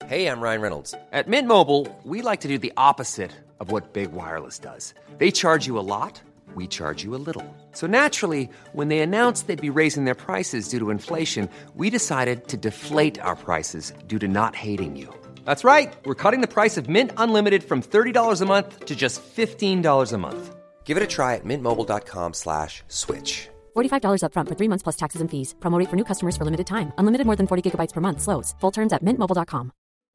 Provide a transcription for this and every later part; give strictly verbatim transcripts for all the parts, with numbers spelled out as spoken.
Hey, I'm Ryan Reynolds. At Mint Mobile, we like to do the opposite of what Big Wireless does. They charge you a lot, we charge you a little. So naturally, when they announced they'd be raising their prices due to inflation, we decided to deflate our prices due to not hating you. That's right. We're cutting the price of Mint Unlimited from thirty dollars a month to just fifteen dollars a month. Give it a try at mintmobile.com slash switch. forty-five dollars up front for three months plus taxes and fees. Promo rate for new customers for limited time. Unlimited more than forty gigabytes per month. Slows full terms at mint mobile dot com.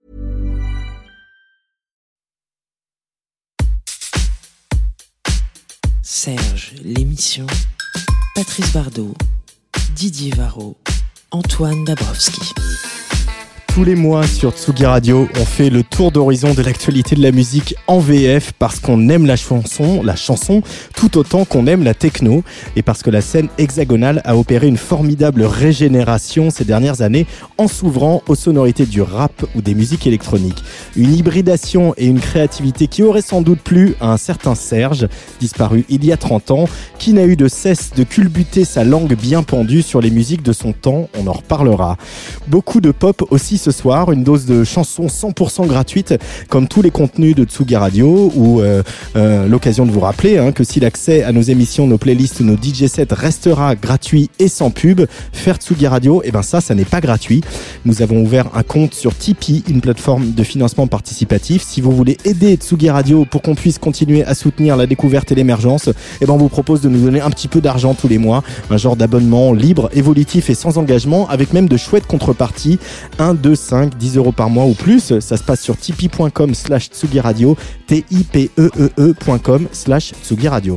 Serge, l'émission. Patrice Bardot, Didier Varro, Antoine Dabrowski. Tous les mois sur Tsugi Radio, on fait le tour d'horizon de l'actualité de la musique en V F parce qu'on aime la chanson, la chanson tout autant qu'on aime la techno et parce que la scène hexagonale a opéré une formidable régénération ces dernières années en s'ouvrant aux sonorités du rap ou des musiques électroniques. Une hybridation et une créativité qui aurait sans doute plu à un certain Serge, disparu il y a trente ans, qui n'a eu de cesse de culbuter sa langue bien pendue sur les musiques de son temps, on en reparlera. Beaucoup de pop aussi ce soir, une dose de chansons cent pour cent gratuite comme tous les contenus de Tsugi Radio ou euh, euh, l'occasion de vous rappeler hein, que si l'accès à nos émissions, nos playlists ou nos D J sets restera gratuit et sans pub, faire Tsugi Radio, et ben ça, ça n'est pas gratuit. Nous avons ouvert un compte sur Tipeee, une plateforme de financement participatif. Si vous voulez aider Tsugi Radio pour qu'on puisse continuer à soutenir la découverte et l'émergence, et ben on vous propose de nous donner un petit peu d'argent tous les mois, un genre d'abonnement libre, évolutif et sans engagement, avec même de chouettes contreparties, un, deux, cinq, dix euros par mois ou plus. Ça se passe sur tipeee.com slash Tsugi Radio, T-I-P-E-E-E.com slash Tsugi Radio.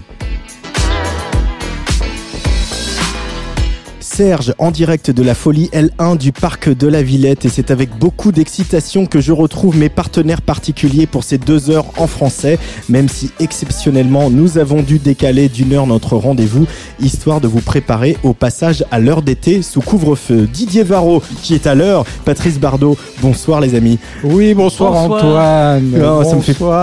Serge en direct de la folie L un du parc de la Villette et c'est avec beaucoup d'excitation que je retrouve mes partenaires particuliers pour ces deux heures en français, même si exceptionnellement nous avons dû décaler d'une heure notre rendez-vous histoire de vous préparer au passage à l'heure d'été sous couvre-feu. Didier Varro qui est à l'heure, Patrice Bardot, bonsoir les amis. Oui, bonsoir, bonsoir. Antoine. Oh, bonsoir. Ça me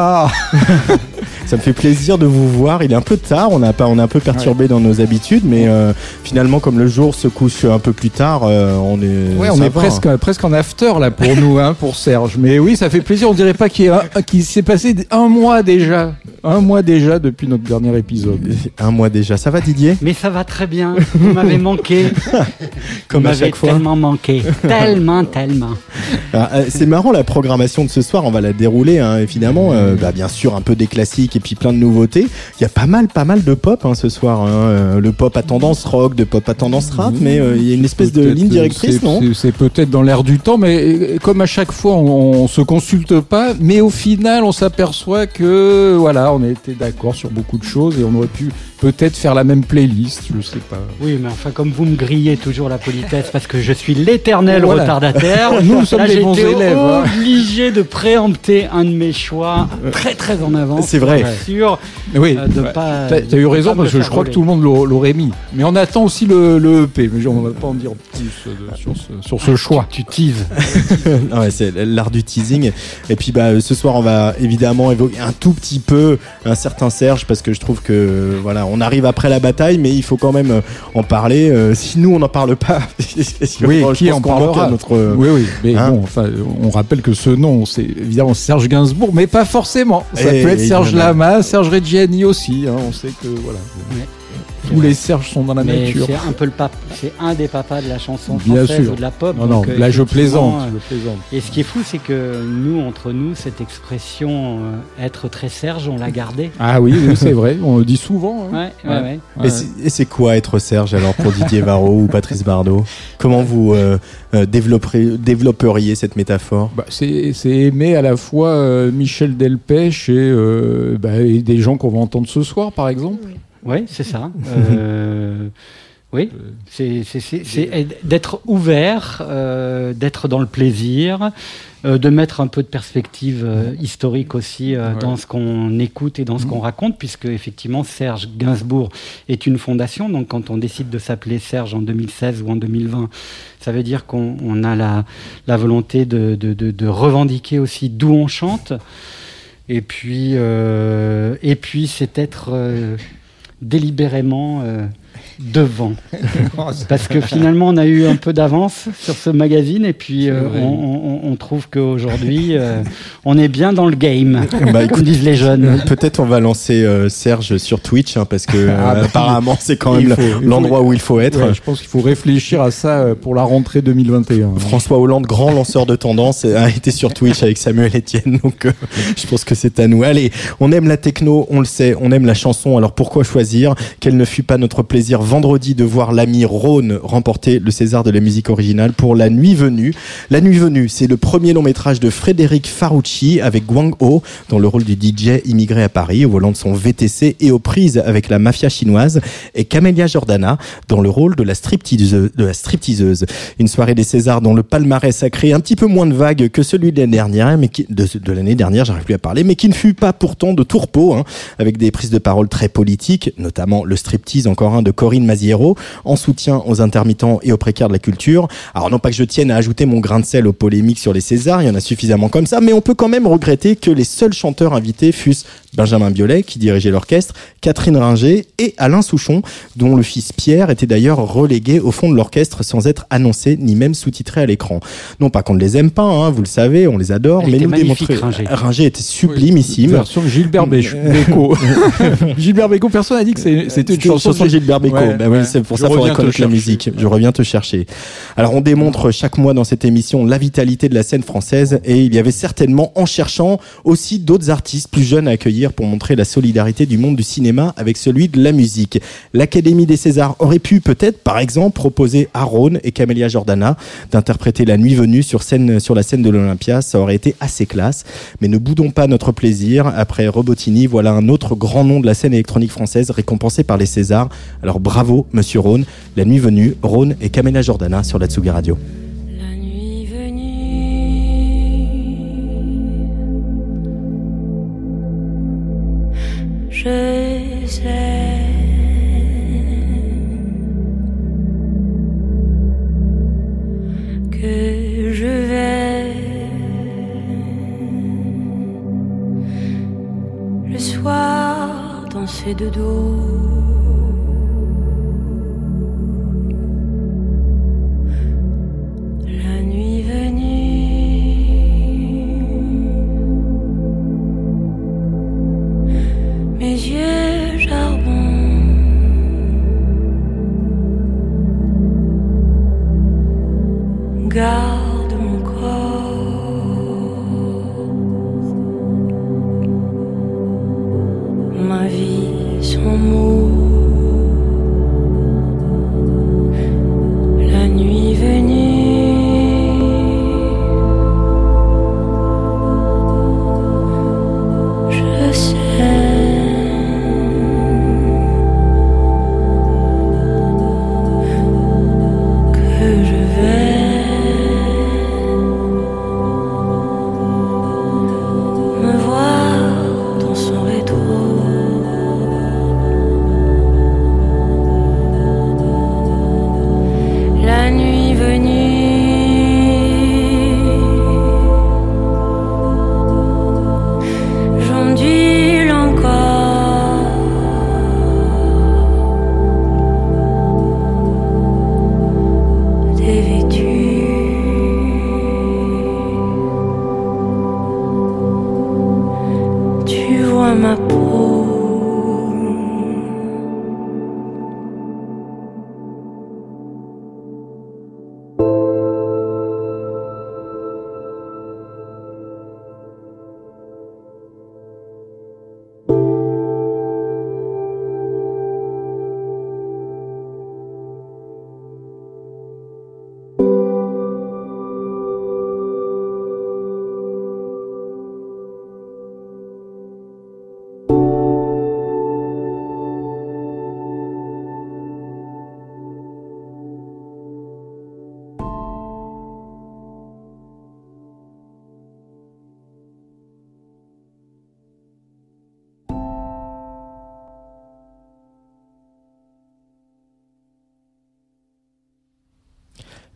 fait Ça me fait plaisir de vous voir. Il est un peu tard, on, a pas, on est un peu perturbé ouais. dans nos habitudes, mais euh, finalement, comme le jour se couche un peu plus tard, euh, on est. Ouais, on est presque, hein. presque en after là pour nous, hein, pour Serge. Mais oui, ça fait plaisir. On dirait pas qu'il, y a un, qu'il s'est passé un mois déjà, un mois déjà depuis notre dernier épisode. Un mois déjà. Ça va, Didier ? Mais ça va très bien. Vous m'avez manqué. Comme Vous à chaque fois. Tellement manqué, tellement, tellement. Alors, euh, c'est marrant la programmation de ce soir. On va la dérouler, hein, évidemment. Euh, bah, bien sûr, un peu des classiques et puis plein de nouveautés. Il y a pas mal, pas mal de pop hein, ce soir. Hein. Euh, le pop à tendance rock, de pop à tendance rap, mmh. mais il euh, y a une espèce peut-être de ligne directrice, c'est, non ? c'est, c'est peut-être dans l'air du temps, mais comme à chaque fois, on, on se consulte pas, mais au final, on s'aperçoit que voilà, on a été d'accord sur beaucoup de choses et on aurait pu peut-être faire la même playlist, je sais pas. Oui, mais enfin, comme vous me grillez toujours la politesse parce que je suis l'éternel voilà. retardataire, nous sommes là, des bons j'étais élèves. obligé hein. de préempter un de mes choix très très en avance. C'est vrai. Sûr. Oui, euh, de ouais. pas. T'as, t'as eu raison parce que je crois que tout le monde l'aurait mis. Mais on attend aussi le, le E P, mais on va pas en dire plus de, sur ce, sur ce choix. Tu, tu teases. non, ouais, c'est l'art du teasing. Et puis bah ce soir, on va évidemment évoquer un tout petit peu un certain Serge parce que je trouve que voilà. On arrive après la bataille, mais il faut quand même en parler. Euh, si nous, on n'en parle pas, oui, qui en parlera notre... Oui, oui, mais hein bon, enfin, on rappelle que ce nom, c'est évidemment Serge Gainsbourg, mais pas forcément. Ça et, peut être Serge Lama, Serge Reggiani aussi. Hein, on sait que voilà. Ouais. Tous ouais. les Serges sont dans la mais nature. C'est un peu le pape, c'est un des papas de la chanson Bien française sûr. ou de la pop. Non, donc, non, là je plaisante, euh, je plaisante. Et ce qui est fou, c'est que nous, entre nous, cette expression euh, être très Serge, on l'a gardée. Ah oui, oui, c'est vrai, on le dit souvent. Hein. Ouais, ouais, ouais. ouais. Et, c'est, et c'est quoi être Serge alors pour Didier Varro ou Patrice Bardot ? Comment vous euh, euh, développeriez cette métaphore ? bah, c'est, c'est aimer à la fois euh, Michel Delpech et, euh, bah, et des gens qu'on va entendre ce soir, par exemple. Oui. Oui, c'est ça. Euh, oui, c'est, c'est, c'est, c'est d'être ouvert, euh, d'être dans le plaisir, euh, de mettre un peu de perspective euh, historique aussi euh, ouais. dans ce qu'on écoute et dans ce mmh. qu'on raconte, puisque effectivement Serge Gainsbourg est une fondation. Donc quand on décide de s'appeler Serge en deux mille seize ou en deux mille vingt, ça veut dire qu'on on a la, la volonté de, de, de, de revendiquer aussi d'où on chante. Et puis, euh, et puis c'est être... Euh, délibérément euh, devant. Parce que finalement, on a eu un peu d'avance sur ce magazine et puis euh, on, on, on trouve qu'aujourd'hui, euh, on est bien dans le game, Bah, comme disent les jeunes. Peut-être on va lancer euh, Serge sur Twitch, hein, parce que euh, Ah, bah, apparemment c'est quand il même faut- il l'endroit faut- où il faut être. Ouais, je pense qu'il faut réfléchir à ça euh, pour la rentrée deux mille vingt et un. François Hollande, grand lanceur de tendance, a été sur Twitch avec Samuel Etienne, donc euh, je pense que c'est à nous. Allez, on aime la techno, on le sait, on aime la chanson, alors pourquoi choisir ? Quel ne fut pas notre plaisir vendredi de voir l'ami Rhône remporter le César de la musique originale pour La Nuit Venue. La Nuit Venue, c'est le premier long métrage de Frédéric Farucci avec Guang Ho dans le rôle du D J immigré à Paris au volant de son V T C et aux prises avec la mafia chinoise, et Camélia Jordana dans le rôle de la stripteaseuse. De la stripteaseuse. Une soirée des Césars dont le palmarès a créé un petit peu moins de vagues que celui de l'année dernière, mais qui, de, de l'année dernière, j'arrive plus à parler, mais qui ne fut pas pourtant de tourpeau, hein, avec des prises de parole très politiques, notamment le striptease, encore un de Corinne Maziero, en soutien aux intermittents et aux précaires de la culture. Alors non pas que je tienne à ajouter mon grain de sel aux polémiques sur les Césars, il y en a suffisamment comme ça, mais on peut quand même regretter que les seuls chanteurs invités fussent Benjamin Biolay, qui dirigeait l'orchestre, Catherine Ringer et Alain Souchon, dont le fils Pierre était d'ailleurs relégué au fond de l'orchestre sans être annoncé ni même sous-titré à l'écran. Non pas qu'on ne les aime pas, hein, vous le savez, on les adore, Elle mais était nous magnifique, démontrer Ringer. Ringer était sublimissime. Version Gilbert Béch- Bécaud. Gilbert Bécaud, personne n'a dit que c'est- c'était une C'était chanson, de Gilbert Bécaud. Ouais, bah oui, ouais. c'est pour Je ça qu'il faudrait reviens te connaître la chercher. musique. Je reviens te chercher. Alors, on démontre chaque mois dans cette émission la vitalité de la scène française, et il y avait certainement, en cherchant, aussi d'autres artistes plus jeunes à accueillir pour montrer la solidarité du monde du cinéma avec celui de la musique. L'Académie des Césars aurait pu peut-être, par exemple, proposer à Rhône et Camélia Jordana d'interpréter La Nuit Venue sur scène, sur la scène de l'Olympia. Ça aurait été assez classe. Mais ne boudons pas notre plaisir. Après Robotini, voilà un autre grand nom de la scène électronique française récompensé par les Césars. Alors bravo, monsieur Rhône. La Nuit Venue, Rhône et Camélia Jordana sur la Tsugi Radio. La nuit venue, je sais que je vais le soir danser de dos. La nuit venue, mes yeux charbon gardent mon corps, ma vie sans mots. La nuit venue, je sais que je vais me voir dans son rétro. La nuit venue, j'ondule encore, dévêtue. Tu vois ma peau.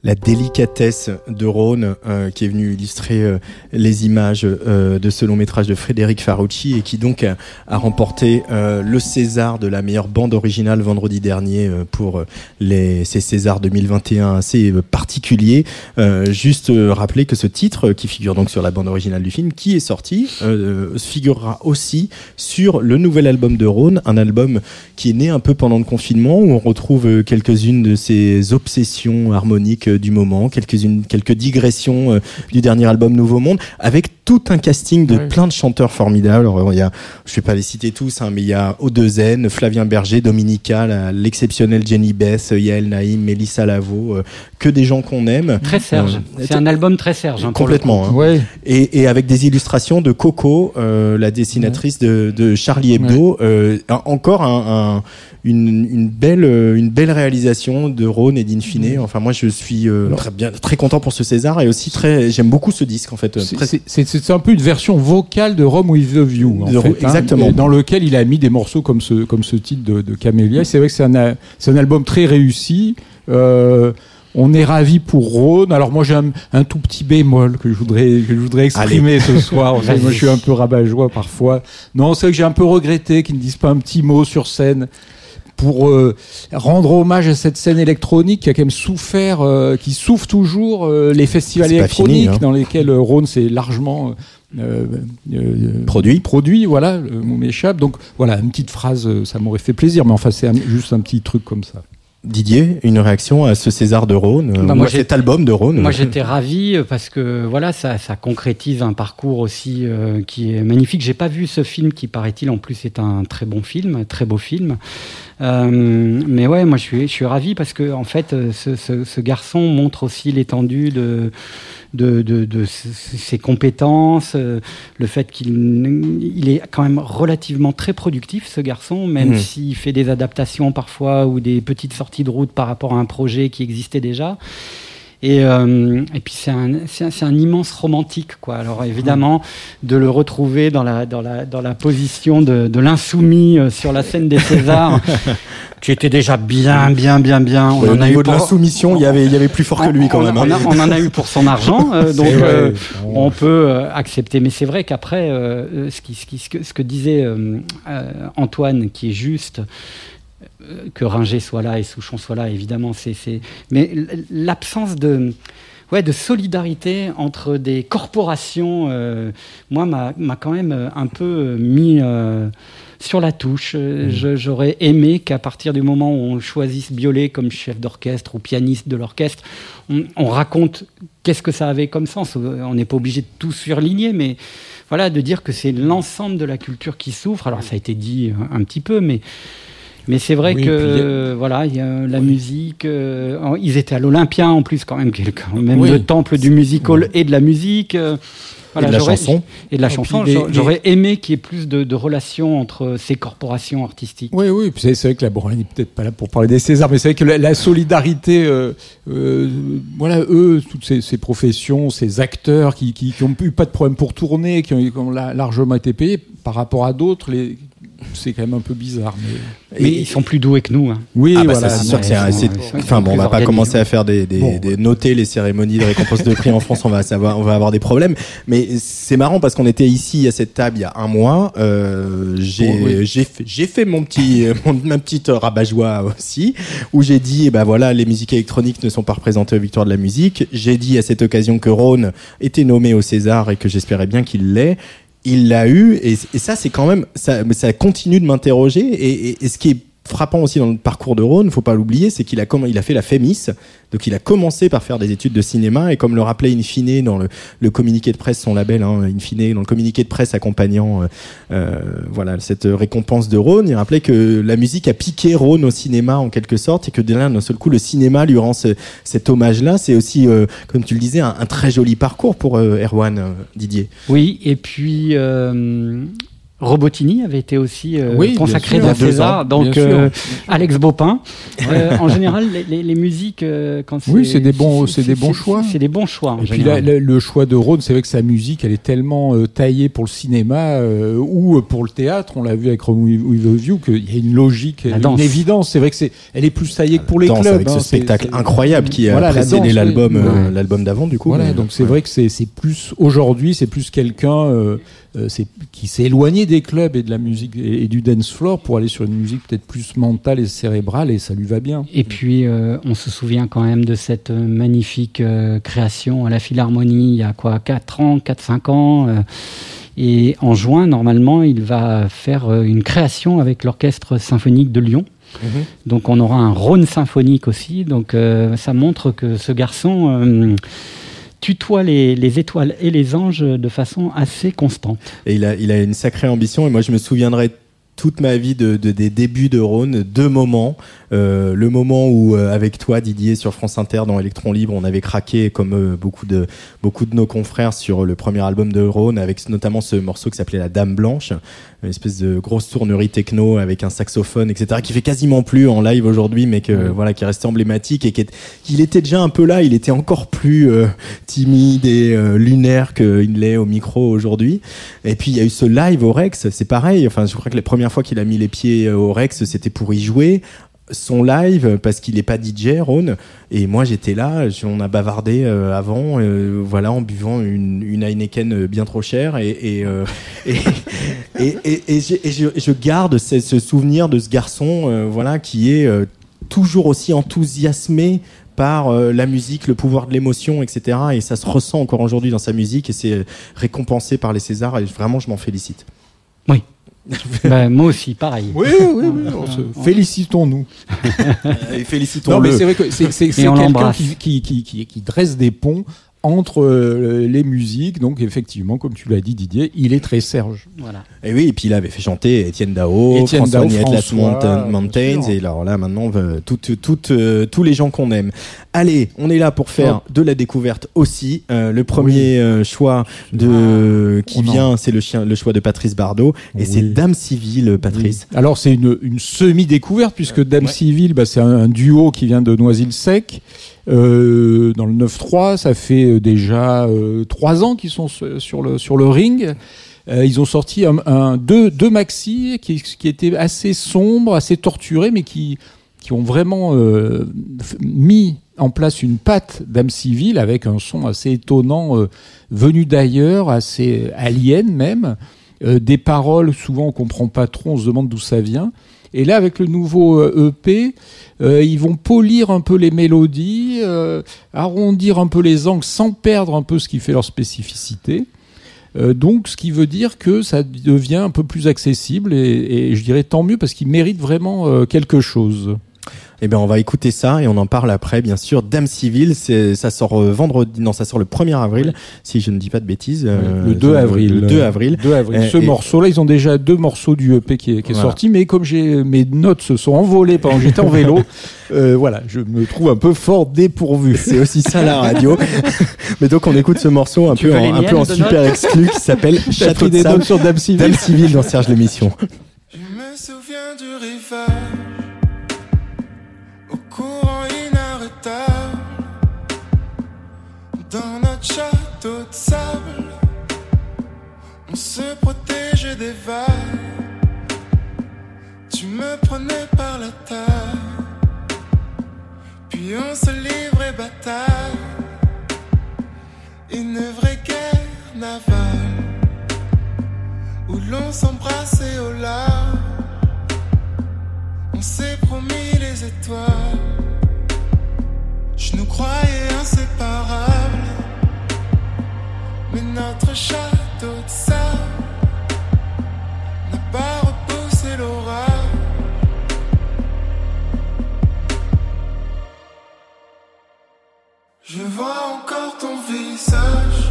la délicatesse de Rhône euh, qui est venu illustrer euh, les images euh, de ce long métrage de Frédéric Farucci et qui donc a, a remporté euh, le César de la meilleure bande originale vendredi dernier euh, pour euh, les, ces Césars deux mille vingt et un assez euh, particuliers. Euh, juste euh, rappeler que ce titre euh, qui figure donc sur la bande originale du film qui est sorti euh, figurera aussi sur le nouvel album de Rhône, un album qui est né un peu pendant le confinement où on retrouve euh, quelques-unes de ses obsessions harmoniques du moment, quelques-unes, quelques digressions euh, du dernier album Nouveau Monde, avec tout un casting de ouais. plein de chanteurs formidables. Alors, il y a, je ne vais pas les citer tous, hein, mais il y a O deux N, Flavien Berger, Dominica, la, l'exceptionnelle Jenny Bess, Yael Naïm, Mélissa Lavo, euh, que des gens qu'on aime. Très Serge. Euh, c'est un album très Serge. Hein, complètement. Hein. Ouais. Et, et avec des illustrations de Coco, euh, la dessinatrice ouais. de, de Charlie Hebdo. Ouais. Euh, encore un, un Une, une belle une belle réalisation de Rhône et d'Infine. Enfin moi je suis euh, très bien très content pour ce César et aussi très j'aime beaucoup ce disque en fait. C'est, c'est, c'est, c'est un peu une version vocale de Rome with the View en de, fait, exactement. Hein, dans lequel il a mis des morceaux comme ce comme ce titre de, de Camélia. C'est vrai que c'est un c'est un album très réussi. Euh, On est ravis pour Rhône. Alors moi j'ai un, un tout petit bémol que je voudrais que je voudrais exprimer Allez. ce soir. Enfin, moi je suis un peu rabat-joie parfois. Non, c'est vrai que j'ai un peu regretté qu'ils ne disent pas un petit mot sur scène pour euh, rendre hommage à cette scène électronique qui a quand même souffert, euh, qui souffre toujours euh, les festivals c'est électroniques fini, hein. dans lesquels euh, Rhône s'est largement euh, euh, produit. Produit, voilà, le mot m'échappe. Donc voilà, une petite phrase, ça m'aurait fait plaisir, mais enfin c'est un, juste un petit truc comme ça. Didier, une réaction à ce César de Rhône, bah, ou à cet album de Rhône? Moi j'étais ravi parce que voilà, ça, ça concrétise un parcours aussi euh, qui est magnifique. J'ai pas vu ce film qui paraît-il en plus est un très bon film, un très beau film. Euh, mais ouais, moi je suis, je suis ravi parce que en fait ce, ce, ce garçon montre aussi l'étendue de de, de, de ses compétences, euh, le fait qu'il il est quand même relativement très productif ce garçon, même mmh. s'il fait des adaptations parfois ou des petites sorties de route par rapport à un projet qui existait déjà. Et, euh, et puis c'est un, c'est, un, c'est un immense romantique, quoi. Alors évidemment, de le retrouver dans la, dans la, dans la position de, de l'insoumis euh, sur la scène des Césars, qui était déjà bien, bien, bien, bien. On ouais, en au a niveau eu de pour... l'insoumission, il y avait, il y avait plus fort que lui quand on, même. On, a, on en a eu pour son argent, euh, donc euh, on peut euh, accepter. Mais c'est vrai qu'après, euh, ce, qui, ce, qui, ce, que, ce que disait euh, euh, Antoine, qui est juste. Que Ringer soit là et Souchon soit là, évidemment, c'est, c'est... mais l'absence de, ouais, de solidarité entre des corporations, euh, moi, m'a, m'a quand même un peu mis euh, sur la touche. Mmh. Je, j'aurais aimé qu'à partir du moment où on choisisse Biolay comme chef d'orchestre ou pianiste de l'orchestre, on, on raconte qu'est-ce que ça avait comme sens. On n'est pas obligé de tout surligner, mais voilà, de dire que c'est l'ensemble de la culture qui souffre. Alors, ça a été dit un, un petit peu, mais... Mais c'est vrai oui, que euh, a... voilà, il y a la oui. musique. Euh, ils étaient à l'Olympia en plus quand même, qui est quand même oui. le temple du musical oui. et de la musique. Euh, voilà, et de la chanson. Et de la chanson. Des, j'aurais des... aimé qu'il y ait plus de, de relations entre ces corporations artistiques. Oui, oui. Puis c'est, c'est vrai que là, bon, on n'est peut-être pas là pour parler des Césars, mais c'est vrai que la, la solidarité, euh, euh, voilà, eux, toutes ces, ces professions, ces acteurs qui qui, qui ont eu pas de problème pour tourner, qui ont, qui ont largement été payés par rapport à d'autres, les c'est quand même un peu bizarre, mais, mais ils sont plus doués que nous. Hein. Oui, ah bah voilà, ça, c'est sûr que c'est, un, c'est enfin bon, on va pas commencer à faire des, des, bon, des noter les cérémonies de récompense de prix en France, on va savoir, on va avoir des problèmes. Mais c'est marrant parce qu'on était ici à cette table il y a un mois. Euh, j'ai, bon, oui. j'ai, fait, j'ai fait mon petit, mon, ma petite rabat-joie aussi, où j'ai dit, eh ben voilà, les musiques électroniques ne sont pas représentées aux Victoires de la musique. J'ai dit à cette occasion que Rhône était nommé au César et que j'espérais bien qu'il l'ait. Il l'a eu, et, et ça, c'est quand même, ça, ça continue de m'interroger. Et, et, et ce qui est frappant aussi dans le parcours de Rhône, faut pas l'oublier, c'est qu'il a, il a fait la FEMIS, donc il a commencé par faire des études de cinéma, et comme le rappelait Infine dans le, le communiqué de presse, son label, hein, Infine, dans le communiqué de presse accompagnant euh, euh, voilà, cette récompense de Rhône, il rappelait que la musique a piqué Rhône au cinéma en quelque sorte, et que d'un seul coup, le cinéma lui rend ce, cet hommage-là. C'est aussi, euh, comme tu le disais, un, un très joli parcours pour euh, Erwan, euh, Didier. Oui, et puis... Euh... Robotini avait été aussi euh, Oui, consacré bien dans sûr. César. Bien Donc sûr. euh, Alex Baupin. Euh, en général, les, les, les musiques, euh, quand c'est Oui, c'est des bons- c'est des bons choix. C'est des bons choix. En Et puis là, général. le, le choix de Rhône, c'est vrai que sa musique, elle est tellement euh, taillée pour le cinéma euh, ou pour le théâtre. On l'a vu avec Rome with a View qu'il y a une logique, La une danse. évidence. C'est vrai que c'est, elle est plus taillée que pour les Danse clubs. avec hein. ce C'est- spectacle c'est- incroyable qui a Voilà, la précédé danse, l'album, oui. euh, Ouais. l'album d'avant du coup. Voilà, mais, donc c'est ouais. vrai que c'est, c'est plus aujourd'hui, c'est plus quelqu'un euh, euh, c'est, qui s'est éloigné des clubs et de la musique et, et du dance floor pour aller sur une musique peut-être plus mentale et cérébrale, et ça lui va bien. Et puis, euh, on se souvient quand même de cette euh, magnifique euh, création à la Philharmonie il y a quoi, quatre ans, quatre cinq ans. euh, et en juin, normalement, il va faire euh, une création avec l'Orchestre symphonique de Lyon. Mhm. Donc, on aura un Rhône symphonique aussi. Donc, euh, ça montre que ce garçon euh, tutoie les, les étoiles et les anges de façon assez constante. Et il a, il a une sacrée ambition. Et moi, je me souviendrai toute ma vie de, de- des débuts de Rhône, deux moments. Euh, le moment où, euh, avec toi, Didier, sur France Inter, dans Electron Libre, on avait craqué, comme euh, beaucoup, de, beaucoup de nos confrères, sur le premier album de Rhône, avec notamment ce morceau qui s'appelait La Dame Blanche, une espèce de grosse tournerie techno avec un saxophone, et cetera, qui fait quasiment plus en live aujourd'hui, mais que, Oui. voilà, qui est resté emblématique et qui est, qu'il était déjà un peu là. Il était encore plus euh, timide et euh, lunaire qu'il l'est au micro aujourd'hui. Et puis il y a eu ce live au Rex, c'est pareil. Enfin, je crois que les premières fois qu'il a mis les pieds au Rex, c'était pour y jouer. Son live, parce qu'il est pas D J, Rhône, et moi j'étais là, je- on a bavardé euh, avant, euh, voilà, en buvant une, une Heineken bien trop chère, et et euh, et, et, et, et j'ai- et je, je garde ce, ce souvenir de ce garçon, euh, voilà, qui est euh, toujours aussi enthousiasmé par euh, la musique, le pouvoir de l'émotion, et cetera. Et ça se ressent encore aujourd'hui dans sa musique, et c'est récompensé par les Césars, et vraiment je m'en félicite. Ben, moi aussi, pareil. Oui, oui, oui. on se- Félicitons-nous. Et Non, félicitons-le. mais c'est vrai que c'est, c'est, c'est on quelqu'un l'embrasse. qui, qui, qui, qui, qui dresse des ponts entre euh, les musiques. Donc, effectivement, comme tu l'as dit, Didier, il est très Serge. Voilà. Et oui, et puis il avait fait chanter Étienne Dao, Étienne François Dao, Niette, Atlas François, Mountain- bien Mountains, sûr. et alors là maintenant, euh, toutes, toutes, euh, tous les gens qu'on aime. Allez, on est là pour faire de la découverte aussi. Euh, le premier euh, choix de qui on en- vient, c'est le, chien, le choix de Patrice Bardot, et Oui. c'est Dame Civile, Patrice. Oui. Alors, c'est une, une semi-découverte, puisque Dame ouais. Civile, bah, c'est un, un duo qui vient de Noisy-le-Sec. Euh, dans le neuf trois, ça fait euh, déjà euh, trois ans qu'ils sont sur sur le, sur le ring. Euh, ils ont sorti un, un, deux, deux maxi qui, qui étaient assez sombres, assez torturés, mais qui, qui ont vraiment euh, f- mis en place une patte Dame Civile avec un son assez étonnant, euh, venu d'ailleurs, assez alien même. Euh, des paroles, souvent on comprend pas trop, on se demande d'où ça vient. Et là, avec le nouveau euh, E P, euh, ils vont polir un peu les mélodies, euh, arrondir un peu les angles sans perdre un peu ce qui fait leur spécificité. Euh, donc, ce qui veut dire que ça devient un peu plus accessible, et, et je dirais tant mieux parce qu'ils méritent vraiment euh, quelque chose. Eh bien, on va écouter ça et on en parle après, bien sûr. Dame Civile, c'est, ça sort euh, vendredi, non, ça sort le premier avril, si je ne dis pas de bêtises. euh, le deux avril. Le deux avril. deux avril. Et- Ce et- morceau-là, ils ont déjà deux morceaux du E P qui est, qui est Voilà. sorti, mais comme j'ai, mes notes se sont envolées pendant que j'étais en vélo, euh, voilà, je me trouve un peu fort dépourvu. C'est aussi ça la radio. Mais donc on écoute ce morceau un Tu peu veux en, les un peu miennes en de super notes exclu qui s'appelle T'as Château pris de des Sable. notes sur Dame Civile. Dame Civile dans Serge l'émission. Je me souviens du rivage, au courant inarrêtable, dans notre château de sable, on se protégeait des vagues, tu me prenais par la taille, puis on se livrait bataille, une vraie guerre navale, où l'on s'embrassait au large. On s'est promis les étoiles. Je nous croyais inséparables, mais notre château de sable n'a pas repoussé l'orage. Je vois encore ton visage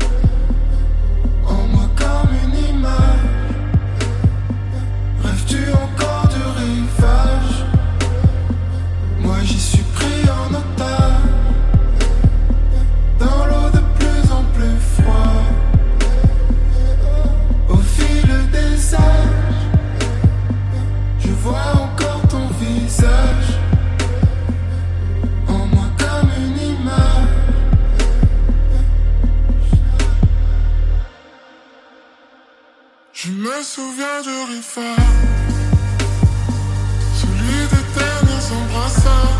en moi comme une image. Rêves-tu encore du rivage? Moi j'y suis pris en otage, dans l'eau de plus en plus froide. Je me souviens du rivage, celui des derniers embrassades,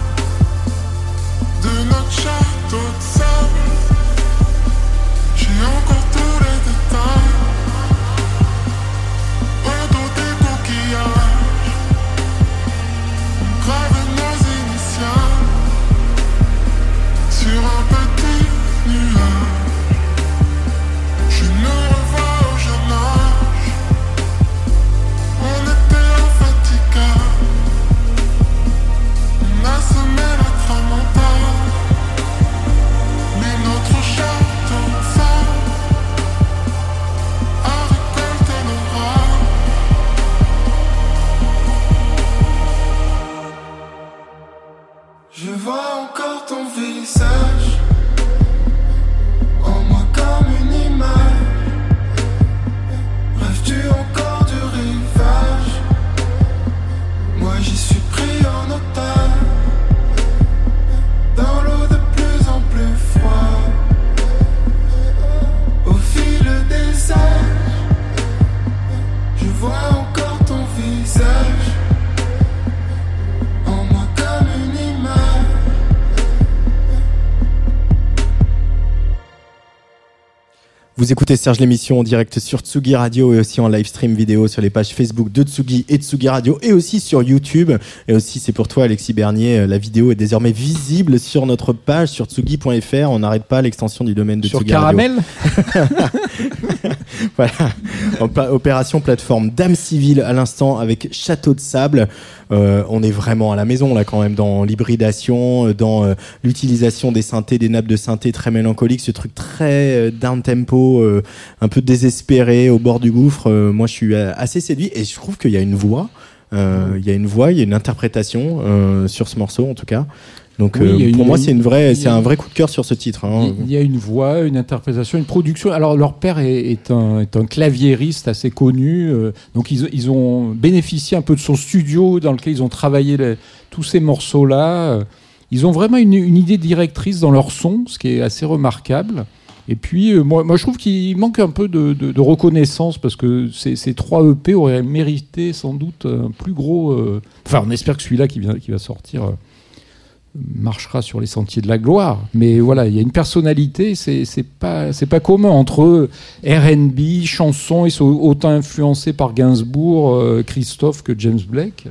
de notre château de sable. J'ai encore tous les détails, autour des coquillages, gravé nos initiales sur un petit nuage. Je nous revois au jeune âge, on était infatigables, on a semé la tramontane, mais notre château de sable a récolté l'orage. Je vois encore ton visage en moi comme une image. Rêves-tu encore du rivage? Moi j'y suis pris en otage, dans l'eau de plus en plus froide. Au fil des âges, je vois encore ton visage en moi comme une image. Vous écoutez Serge l'émission en direct sur Tsugi Radio et aussi en live stream vidéo sur les pages Facebook de Tsugi et Tsugi Radio et aussi sur YouTube. Et aussi, c'est pour toi, Alexis Bernier, la vidéo est désormais visible sur notre page sur tsugi point f r. On n'arrête pas l'extension du domaine de Sur Tsugi Caramel Radio. Voilà. Opération plateforme Dame Civile à l'instant avec Château de Sable. Euh, on est vraiment à la maison là quand même dans l'hybridation, dans euh, l'utilisation des synthés, des nappes de synthé très mélancoliques, ce truc très euh, down tempo, euh, un peu désespéré au bord du gouffre. Euh, moi je suis assez séduit et je trouve qu'il y a une voix, euh, il y a une voix, il y a une interprétation euh, sur ce morceau en tout cas. Donc oui, euh, une, pour moi c'est une vraie, a, c'est un vrai coup de cœur sur ce titre. Hein. Il y a une voix, une interprétation, une production. Alors leur père est, est, un, est un claviériste assez connu, euh, donc ils, ils ont bénéficié un peu de son studio dans lequel ils ont travaillé les, tous ces morceaux-là. Ils ont vraiment une, une idée directrice dans leur son, ce qui est assez remarquable. Et puis euh, moi, moi je trouve qu'il manque un peu de, de, de reconnaissance parce que ces, ces trois E P auraient mérité sans doute un plus gros. Euh, enfin, on espère que celui-là qui, vient, qui va sortir. Euh, marchera sur les sentiers de la gloire, mais voilà, il y a une personnalité, c'est c'est pas c'est pas commun entre R and B, chansons, ils sont autant influencés par Gainsbourg, euh, Christophe que James Blake.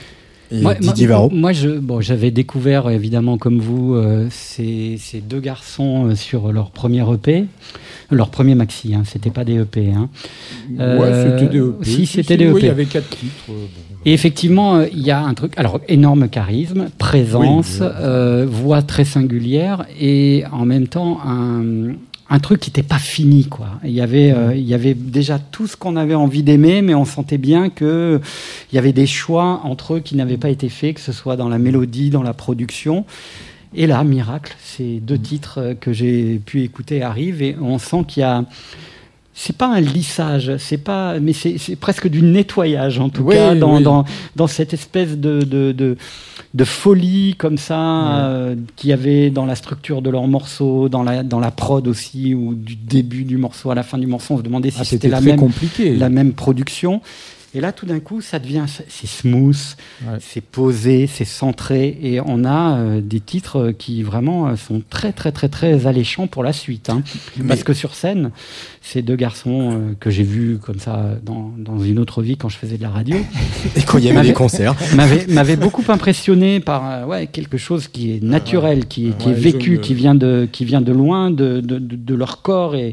Et moi, Didier moi, Varro. Moi, je, bon, j'avais découvert évidemment comme vous euh, ces, ces deux garçons euh, sur leur premier E P, leur premier maxi. Hein, c'était pas des E P. Hein. Euh, ouais, c'était des E P. Si, c'était des E P. Oui, il y avait quatre titres. Euh, bon. Et effectivement, il y a un truc. Alors, énorme charisme, présence, oui, euh, voix très singulière et en même temps un. un truc qui n'était pas fini, quoi. Il y avait, euh, il y avait déjà tout ce qu'on avait envie d'aimer, mais on sentait bien que il y avait des choix entre eux qui n'avaient pas été faits, que ce soit dans la mélodie, dans la production. Et là, miracle, ces deux titres que j'ai pu écouter arrivent et on sent qu'il y a. C'est pas un lissage, c'est pas, mais c'est, c'est presque du nettoyage en tout oui, cas dans, oui. dans dans cette espèce de de de, de folie comme ça oui. euh, qu'il y avait dans la structure de leurs morceaux, dans la dans la prod aussi, ou du début du morceau à la fin du morceau, on se demandait si ah, c'était, c'était la même compliqué. la même production. Et là, tout d'un coup, ça devient, c'est smooth, ouais. c'est posé, c'est centré, et on a euh, des titres qui vraiment sont très, très, très, très alléchants pour la suite. Hein. Mais... Parce que sur scène, ces deux garçons euh, que j'ai vus comme ça dans, dans une autre vie quand je faisais de la radio, et quand il y avait des concerts, m'avait, m'avait beaucoup impressionné par euh, ouais, quelque chose qui est naturel, qui, qui ouais, est vécu, jeunes... qui vient de, qui vient de loin, de, de, de, de leur corps et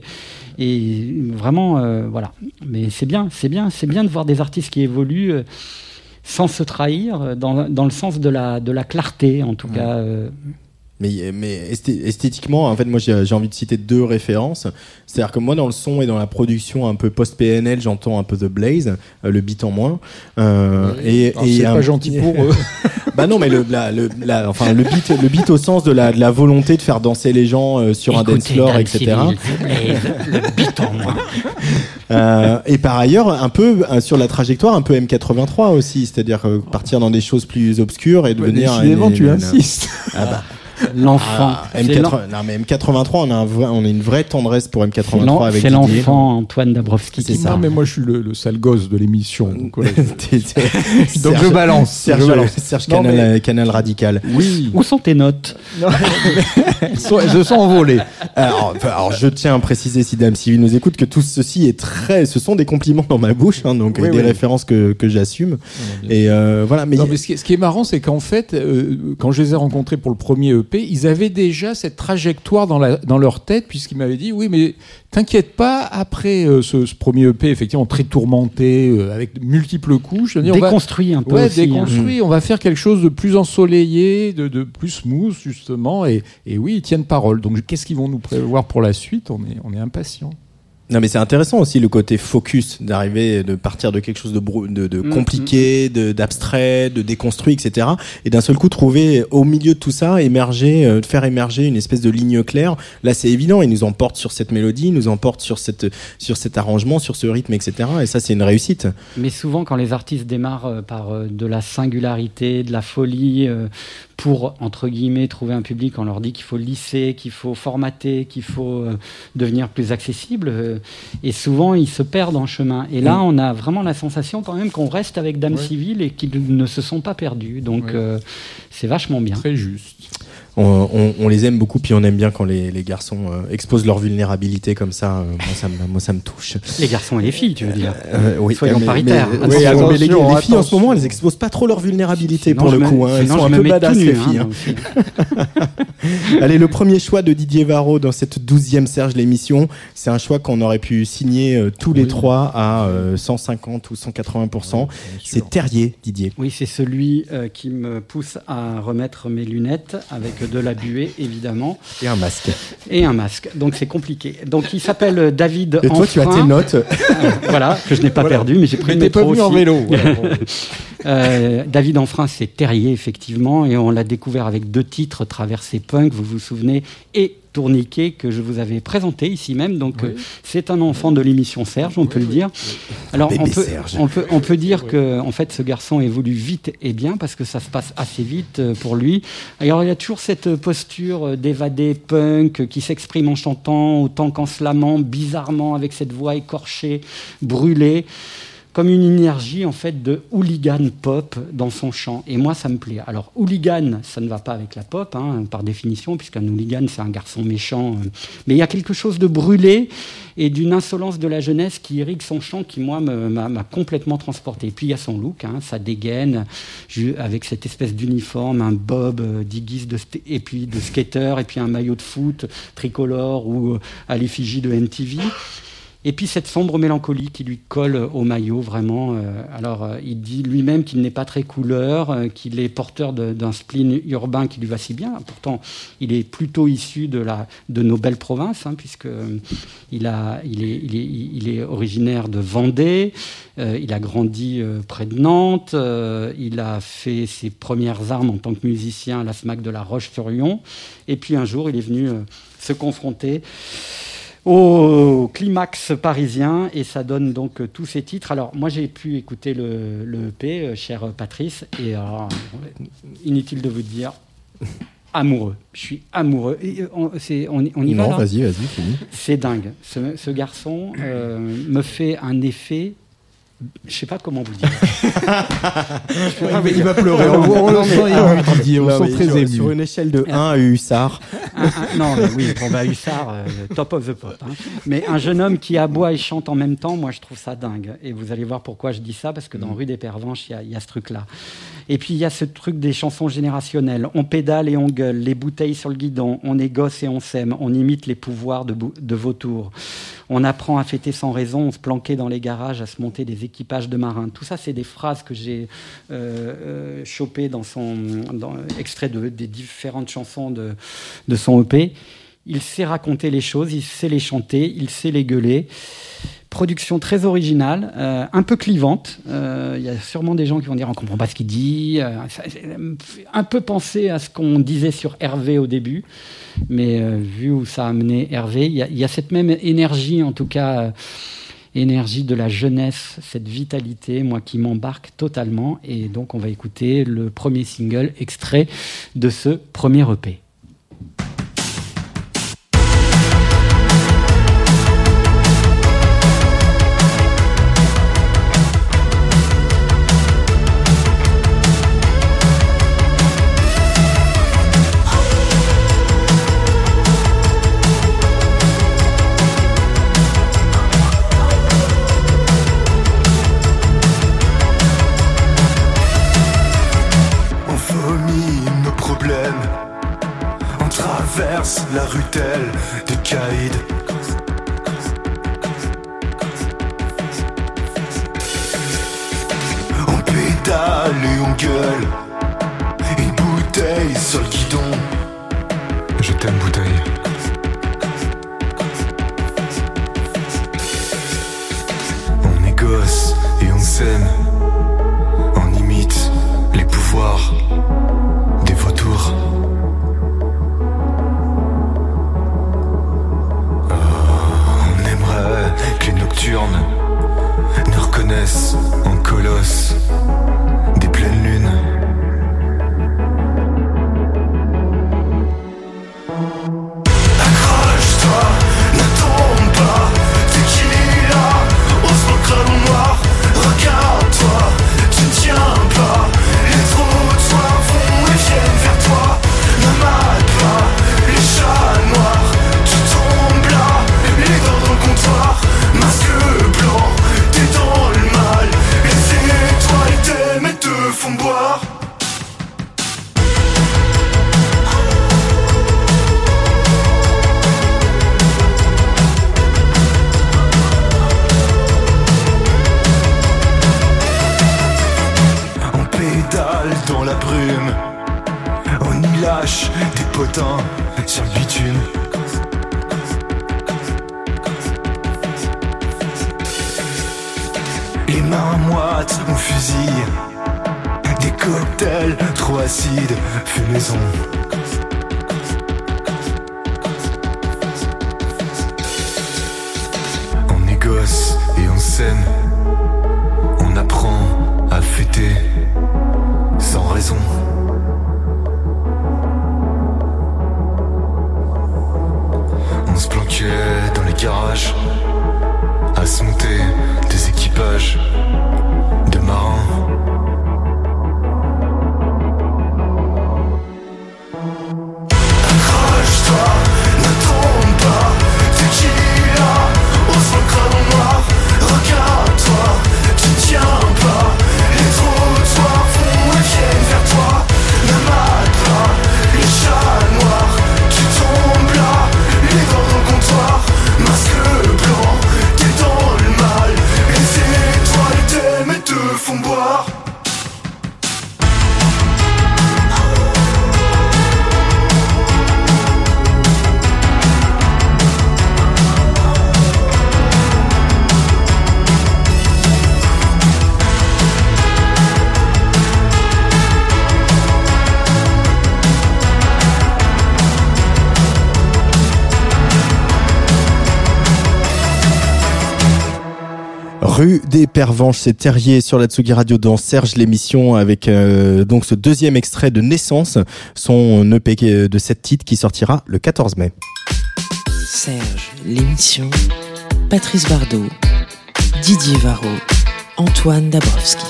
Et vraiment, euh, voilà. Mais c'est bien, c'est bien, c'est bien de voir des artistes qui évoluent euh, sans se trahir, dans, dans le sens de la, de la clarté, en tout ouais. cas. Euh. Mais, mais esthétiquement, en fait, moi, j'ai, j'ai envie de citer deux références. C'est-à-dire que moi, dans le son et dans la production un peu post-P N L, j'entends un peu The Blaze, euh, le beat en moins. Euh, oui. et, Alors, et c'est un... pas gentil pour eux. Bah non, mais le, la, le, la, enfin, le beat, le beat au sens de la, de la volonté de faire danser les gens euh, sur Écoutez, un dance floor, et cetera. Le beat en moins. Euh, et par ailleurs, un peu euh, sur la trajectoire, un peu M quatre-vingt-trois aussi, c'est-à-dire euh, partir dans des choses plus obscures et devenir. Ouais, décidément, tu insistes. Ah bah. L'enfant. Ah, M quatre-vingts Non, mais M quatre-vingt-trois, on a, un vrai, on a une vraie tendresse pour M quatre-vingt-trois avec C'est Didier. l'enfant Antoine Dabrowski. C'est ça. Non, mais moi, je suis le, le sale gosse de l'émission. Donc, voilà. T'es- t'es- Donc, Serge- je balance. Serge, Je balance. Serge Non, Canal, mais- euh, Canal Radical. Oui. Où sont tes notes? Elles sont, elles se sont envolées. Alors, enfin, alors, je tiens à préciser, si Dame Sylvie nous écoute, que tout ceci est très, ce sont des compliments dans ma bouche, hein, donc Oui, et des oui. références que, que j'assume. Non, bien Et euh, voilà, mais, Non, mais ce, qui est, ce qui est marrant, c'est qu'en fait, euh, quand je les ai rencontrés pour le premier E P, ils avaient déjà cette trajectoire dans, la, dans leur tête, puisqu'ils m'avaient dit, oui, mais t'inquiète pas, après euh, ce, ce premier E P, effectivement, très tourmenté, euh, avec de multiples couches, je veux dire, on va- Déconstruit un peu Ouais, aussi. hein. déconstruit. On va faire quelque chose de plus ensoleillé, de, de plus smooth, justement. Et, et oui, ils tiennent parole. Donc, qu'est-ce qu'ils vont nous prévoir pour la suite? On est, on est impatients. non, mais c'est intéressant aussi le côté focus, d'arriver, de partir de quelque chose de, brou- de, de Mm, compliqué, de, d'abstrait, de déconstruit, et cetera. Et d'un seul coup, trouver au milieu de tout ça, émerger, euh, faire émerger une espèce de ligne claire. Là, c'est évident, il nous emporte sur cette mélodie, il nous emporte sur cette, sur cet arrangement, sur ce rythme, et cetera. Et ça, c'est une réussite. Mais souvent, quand les artistes démarrent euh, par euh, de la singularité, de la folie, euh, pour, entre guillemets, trouver un public, on leur dit qu'il faut lisser, qu'il faut formater, qu'il faut euh, devenir plus accessible. euh, et souvent, ils se perdent en chemin. Et là, Mm. on a vraiment la sensation quand même qu'on reste avec Dame Ouais. Civile et qu'ils ne se sont pas perdus. Donc, Ouais. euh, c'est vachement bien. Très juste. On, on, on les aime beaucoup, puis on aime bien quand les, les garçons euh, exposent leur vulnérabilité comme ça. Euh, moi, ça me, moi, ça me touche. Les garçons et les filles, tu veux dire. Euh, oui, Soyons mais- paritaires. mais- Attention, oui, alors, mais les, les attention, filles en ce attention. moment, elles exposent pas trop leur vulnérabilité Sinon, pour je le me- coup. Hein. Elles sinon, sont je un me peu mets badass, tout nu, les hein, filles. moi hein. aussi. Allez, le premier choix de Didier Varro dans cette douzième Serge l'émission, c'est un choix qu'on aurait pu signer euh, tous les Oui. trois à euh, cent cinquante ou cent quatre-vingts pour cent. C'est Terrier, Didier. Oui, c'est celui euh, qui me pousse à remettre mes lunettes avec de la buée, évidemment, Et un masque. et un masque. Donc c'est compliqué. Donc il s'appelle euh, David Et toi, tu as Enfrein. tes notes. Euh, voilà, que je n'ai pas Voilà. perdu, mais j'ai pris Mais le t'es pas métro venu en aussi. vélo. Voilà, bon. Euh, David Enfrein, c'est Terrier, effectivement, et on l'a découvert avec deux titres, Traversée Punk, vous vous souvenez, et Tourniquet, que je vous avais présenté ici même. Donc Oui. euh, c'est un enfant de l'émission Serge, on peut le dire. Alors Bébé on peut, Serge. on peut, on peut dire que en fait ce garçon évolue vite et bien parce que ça se passe assez vite euh, pour lui. Alors il y a toujours cette posture euh, d'évadé punk euh, qui s'exprime en chantant autant qu'en slamant, bizarrement avec cette voix écorchée, brûlée, comme une énergie en fait de hooligan pop dans son chant. Et moi, ça me plaît. Alors, hooligan, ça ne va pas avec la pop, hein, par définition, puisqu'un hooligan, c'est un garçon méchant. euh. Mais il y a quelque chose de brûlé et d'une insolence de la jeunesse qui irrigue son chant, qui, moi, me- m'a, m'a complètement transporté. Et puis, il y a son look, hein, sa dégaine, ju- avec cette espèce d'uniforme, un bob euh, d'Iggy's, de sta- et puis de skater, et puis un maillot de foot tricolore ou euh, à l'effigie de M T V. Et puis cette sombre mélancolie qui lui colle au maillot, vraiment. Euh, alors, euh, il dit lui-même qu'il n'est pas très couleur, euh, qu'il est porteur de- d'un spleen urbain qui lui va si bien. Pourtant, il est plutôt issu de, la, de nos belles provinces, hein, puisque euh, il, a, il, est, il, est, il est originaire de Vendée, euh, il a grandi euh, près de Nantes, euh, il a fait ses premières armes en tant que musicien à la SMAC de La Roche-sur-Yon. Et puis un jour, il est venu euh, se confronter au climax parisien, et ça donne donc euh, tous ces titres. Alors moi j'ai pu écouter le, le E P, euh, cher Patrice, et alors, euh, inutile de vous dire, amoureux. Je suis amoureux. Et, euh, on, c'est, on, y- on y va Non, là vas-y, vas-y, fini. C'est dingue. Ce, ce garçon euh, me fait un effet. Je sais pas comment vous dire. Il va pleurer. On, on le sent ému, Didier. On Non, le mais sent très sur, ému. sur une échelle de un à Hussard. Un- un- non, mais oui, bon, bah, Hussard, euh, top of the pop. Hein. Mais un jeune homme qui aboie et chante en même temps, moi, je trouve ça dingue. Et vous allez voir pourquoi je dis ça, parce que dans Rue des Pervenches, il y a- il y, a ce truc-là. Et puis, il y a ce truc des chansons générationnelles. On pédale et on gueule, les bouteilles sur le guidon, on est gosse et on s'aime, on imite les pouvoirs de, bou- de vautours. On apprend à fêter sans raison, on se planquait dans les garages, à se monter des équipages de marins. Tout ça, c'est des phrases que j'ai euh, euh, chopées dans son dans, extrait de, des différentes chansons de, de son E P. Il sait raconter les choses, il sait les chanter, il sait les gueuler. Production très originale, euh, un peu clivante. Euh, Il y a sûrement des gens qui vont dire on ne comprend pas ce qu'il dit. Euh, ça, ça me fait un peu penser à ce qu'on disait sur Hervé au début. Mais euh, vu où ça a amené Hervé, il y, a- il y a cette même énergie, en tout cas, euh, énergie de la jeunesse, cette vitalité, moi, qui m'embarque totalement. Et donc, on va écouter le premier single extrait de ce premier E P. la rue telle des caïds. On pédale et on gueule, une bouteille sur le guidon. Je t'aime bouteille. On est gosse et on s'aime, on imite les pouvoirs des vautours. Que les nocturnes nous reconnaissent en colosse des pleines lunes. Accroche-toi, ne tombe pas, t'es qui là, ose le crayon noir, regarde-toi, tu ne tiens pas, les trottoirs vont et viennent vers toi, ne mate pas, les chats noirs, tu tombes là, les dents dans le comptoir. Masque blanc, t'es dans le mal. Les étoiles t'aiment et te font boire. On pédale dans la brume, on y lâche des potins sur le bitume. Les mains moites, on fusille des cocktails trop acides, fait maison. On est gosse et on s'aime, on apprend à fêter sans raison. On se planquait dans les garages à se monter des équipages de marins. Accroche-toi, ne tombe pas, t'es qui là, ose le crayon noir, regarde-toi, tu tiens pas, les trottoirs vont et viennent vers toi, ne mate pas, les chats noirs, tu tombes là, les dents dans le comptoir, masque blanc, t'es dans le mal, les étoiles t'aiment et te font boire. Rue des Pervenches, c'est Terrier sur la Tsugi Radio dans Serge l'émission avec euh, donc ce deuxième extrait de Naissance, son E P de sept titres qui sortira le quatorze mai. Serge l'émission, Patrice Bardot, Didier Varro, Antoine Dabrowski.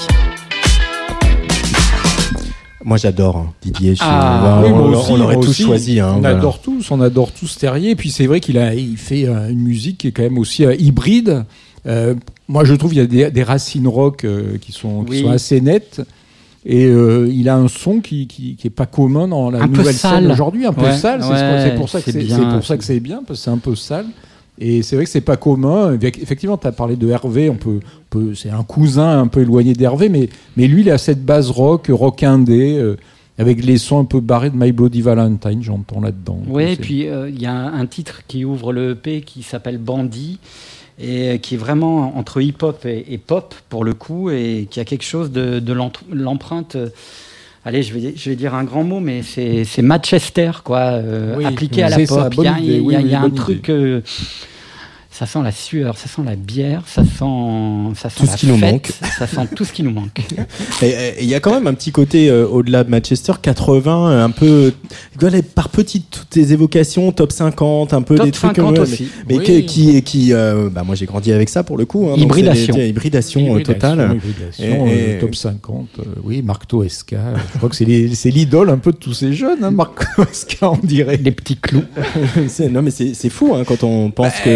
Moi j'adore hein, Didier. Je, ah, on, oui, on, aussi, on l'aurait tous aussi, choisi. Hein, on voilà. adore tous, on adore tous Terrier. Et puis c'est vrai qu'il a, il fait euh, une musique qui est quand même aussi euh, hybride. Euh, moi, je trouve qu'il y a des, des racines rock euh, qui, sont, qui oui. sont assez nettes. Et euh, il a un son qui, qui, qui est pas commun dans la un nouvelle scène aujourd'hui, un peu ouais, sale. Ouais, c'est, c'est pour ça que c'est, c'est, c'est pour ça que c'est bien, parce que c'est un peu sale. Et c'est vrai que c'est pas commun. Effectivement, tu as parlé de Hervé. On peut, on peut, c'est un cousin un peu éloigné d'Hervé, mais, mais lui, il a cette base rock, rock indé. Euh, avec les sons un peu barrés de My Bloody Valentine, j'entends là-dedans. Oui, et puis il euh, y a un, un titre qui ouvre le E P qui s'appelle Bandit, et qui est vraiment entre hip-hop et, et pop, pour le coup, et qui a quelque chose de, de l'empreinte... Euh, allez, je vais, je vais dire un grand mot, mais c'est, c'est Manchester, quoi, euh, oui, appliqué à la pop. Il y a, idée, oui, y a, oui, y a un truc... Euh, ça sent la sueur, ça sent la bière, ça sent, ça sent tout la ce qui fête, nous manque. Ça sent tout ce qui nous manque. Et il y a quand même un petit côté euh, au-delà de Manchester quatre-vingts, un peu par petites toutes tes évocations, top cinquante, un peu top des trucs cinquante euh, aussi. mais, mais oui. qui qui euh, bah moi j'ai grandi avec ça pour le coup. Hein, hybridation, des, hybridation, hybridation totale. Hybridation, et, et... top cinquante, euh, oui, Marc Toesca. Je crois que c'est, les, c'est l'idole un peu de tous ces jeunes, hein, Marc Toesca, on dirait. Les petits clous. c'est, non mais c'est, c'est fou hein, quand on pense bah, qu'il oui, a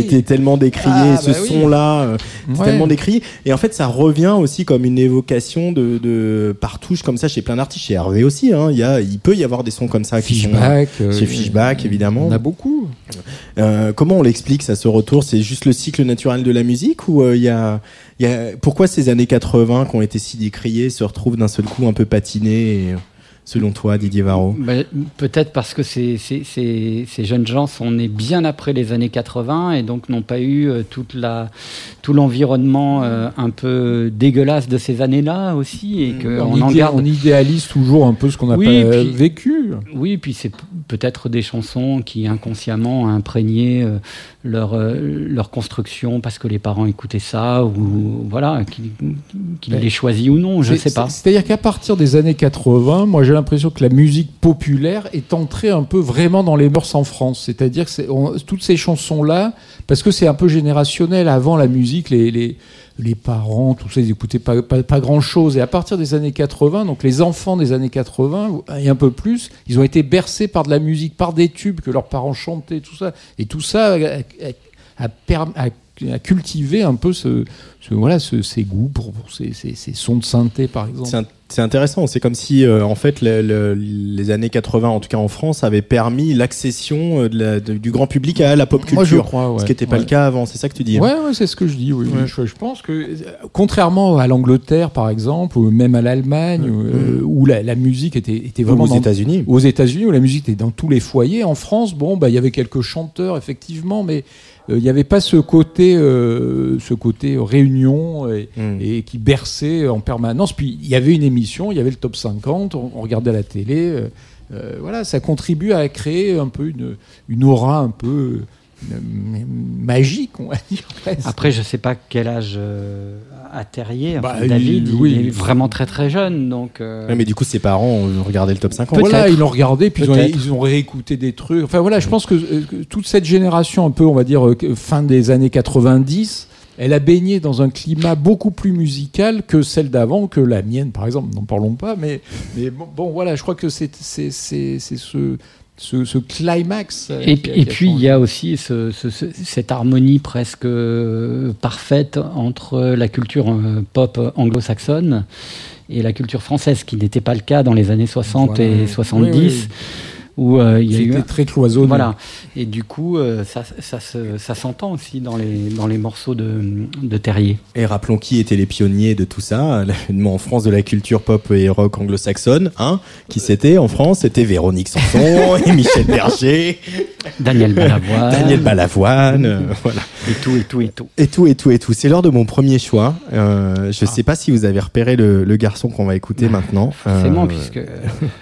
était tellement décrié, Ah, ce bah oui. son-là euh, était Ouais. tellement décrié. Et en fait, ça revient aussi comme une évocation de, de par touche comme ça chez plein d'artistes, chez Hervé aussi. Hein. Il y a, il peut y avoir des sons comme ça qui Fishback, sont euh, chez Fishback, évidemment. On a beaucoup. Euh, comment on l'explique ça, ce retour? C'est juste le cycle naturel de la musique ou il euh, y a, y a pourquoi ces années quatre-vingts qui ont été si décriées se retrouvent d'un seul coup un peu patinées et, selon toi, Didier Varro? Ben, peut-être parce que ces, ces, ces, ces jeunes gens sont nés bien après les années quatre-vingts et donc n'ont pas eu euh, toute la, tout l'environnement euh, un peu dégueulasse de ces années-là aussi. Et que on, on en idé- garde... on idéalise toujours un peu ce qu'on n'a Oui, pas puis- vécu. Oui, puis c'est p- peut-être des chansons qui inconsciemment ont imprégné euh, leur, euh, leur construction parce que les parents écoutaient ça ou voilà, qu'ils qu'ils Mais l'aient choisi ou non, je C'est- sais pas. c'est- C'est-à-dire qu'à partir des années quatre-vingts, moi j'ai l'impression que la musique populaire est entrée un peu vraiment dans les mœurs en France. C'est-à-dire que c'est- on- toutes ces chansons-là, parce que c'est un peu générationnel, avant la musique, les, les, les parents, tout ça, ils n'écoutaient pas, pas, pas grand-chose. Et à partir des années quatre-vingts, donc les enfants des années quatre-vingts, et un peu plus, ils ont été bercés par de la musique, par des tubes que leurs parents chantaient, tout ça. Et tout ça a, a, a, perm- a- a cultivé un peu ce, ce, voilà, ce, ces goûts pour, pour ces, ces, ces sons de synthé, par exemple. C'est, un- c'est intéressant. C'est comme si, euh, en fait, le- le- les années quatre-vingts, en tout cas en France, avaient permis l'accession euh, de la- de- du grand public à la pop culture. Moi, je crois, ouais. Ce qui n'était pas Ouais. le cas avant. C'est ça que tu dis. hein Ouais, ouais, c'est ce que je dis. Oui, oui. Ouais. Je, je pense que, euh, contrairement à l'Angleterre, par exemple, ou même à l'Allemagne, euh, où la, la musique était, était Ou vraiment aux dans- États-Unis. aux États-Unis, où la musique était dans tous les foyers. En France, bon, bah, il y avait quelques chanteurs, effectivement, mais euh, il n'y avait pas ce côté, euh, ce côté réunion et, Mm. et qui berçait en permanence. Puis il y avait une émission, il y avait le top cinquante, on, on regardait la télé. euh, euh, voilà, ça contribue à créer un peu une, une aura un peu euh, magique, on va dire. presque. Après, je sais pas quel âge euh, a Terrier. Enfin, Bah, David, il- il, oui. est vraiment très très jeune, donc. euh, Ouais, mais du coup, ses parents ont regardé le top cinquante. Voilà, Peut-être. ils l'ont regardé, puis ils ont, Peut-être. ils ont réécouté des trucs. Enfin voilà, je pense que, euh, que toute cette génération, un peu, on va dire, euh, fin des années quatre-vingt-dix, elle a baigné dans un climat beaucoup plus musical que celle d'avant, que la mienne, par exemple. N'en parlons pas, mais, mais bon, bon, voilà, je crois que c'est c'est- c'est- c'est ce, ce, ce climax. euh, Et, qui a- et qui a puis il changé. y a aussi ce- ce- ce- cette harmonie presque euh, parfaite entre la culture euh, pop anglo-saxonne et la culture française, qui n'était pas le cas dans les années soixante Voilà. et soixante-dix, Oui, oui. où euh, il y a eu C'était très cloisonné. voilà. Et du coup, euh, ça, ça, se- ça s'entend aussi dans les, dans les morceaux de, de Terrier. Et rappelons qui étaient les pionniers de tout ça, l'avènement en France de la culture pop et rock anglo-saxonne. Hein qui c'était en France? C'était Véronique Sanson et Michel Berger, Daniel Balavoine. Daniel Balavoine, euh, voilà. Et tout, et tout, et tout. Et tout, et tout, et tout. C'est l'heure de mon premier choix. Euh, je sais pas si vous avez repéré le, le garçon qu'on va écouter maintenant. Forcément, Euh, puisque euh,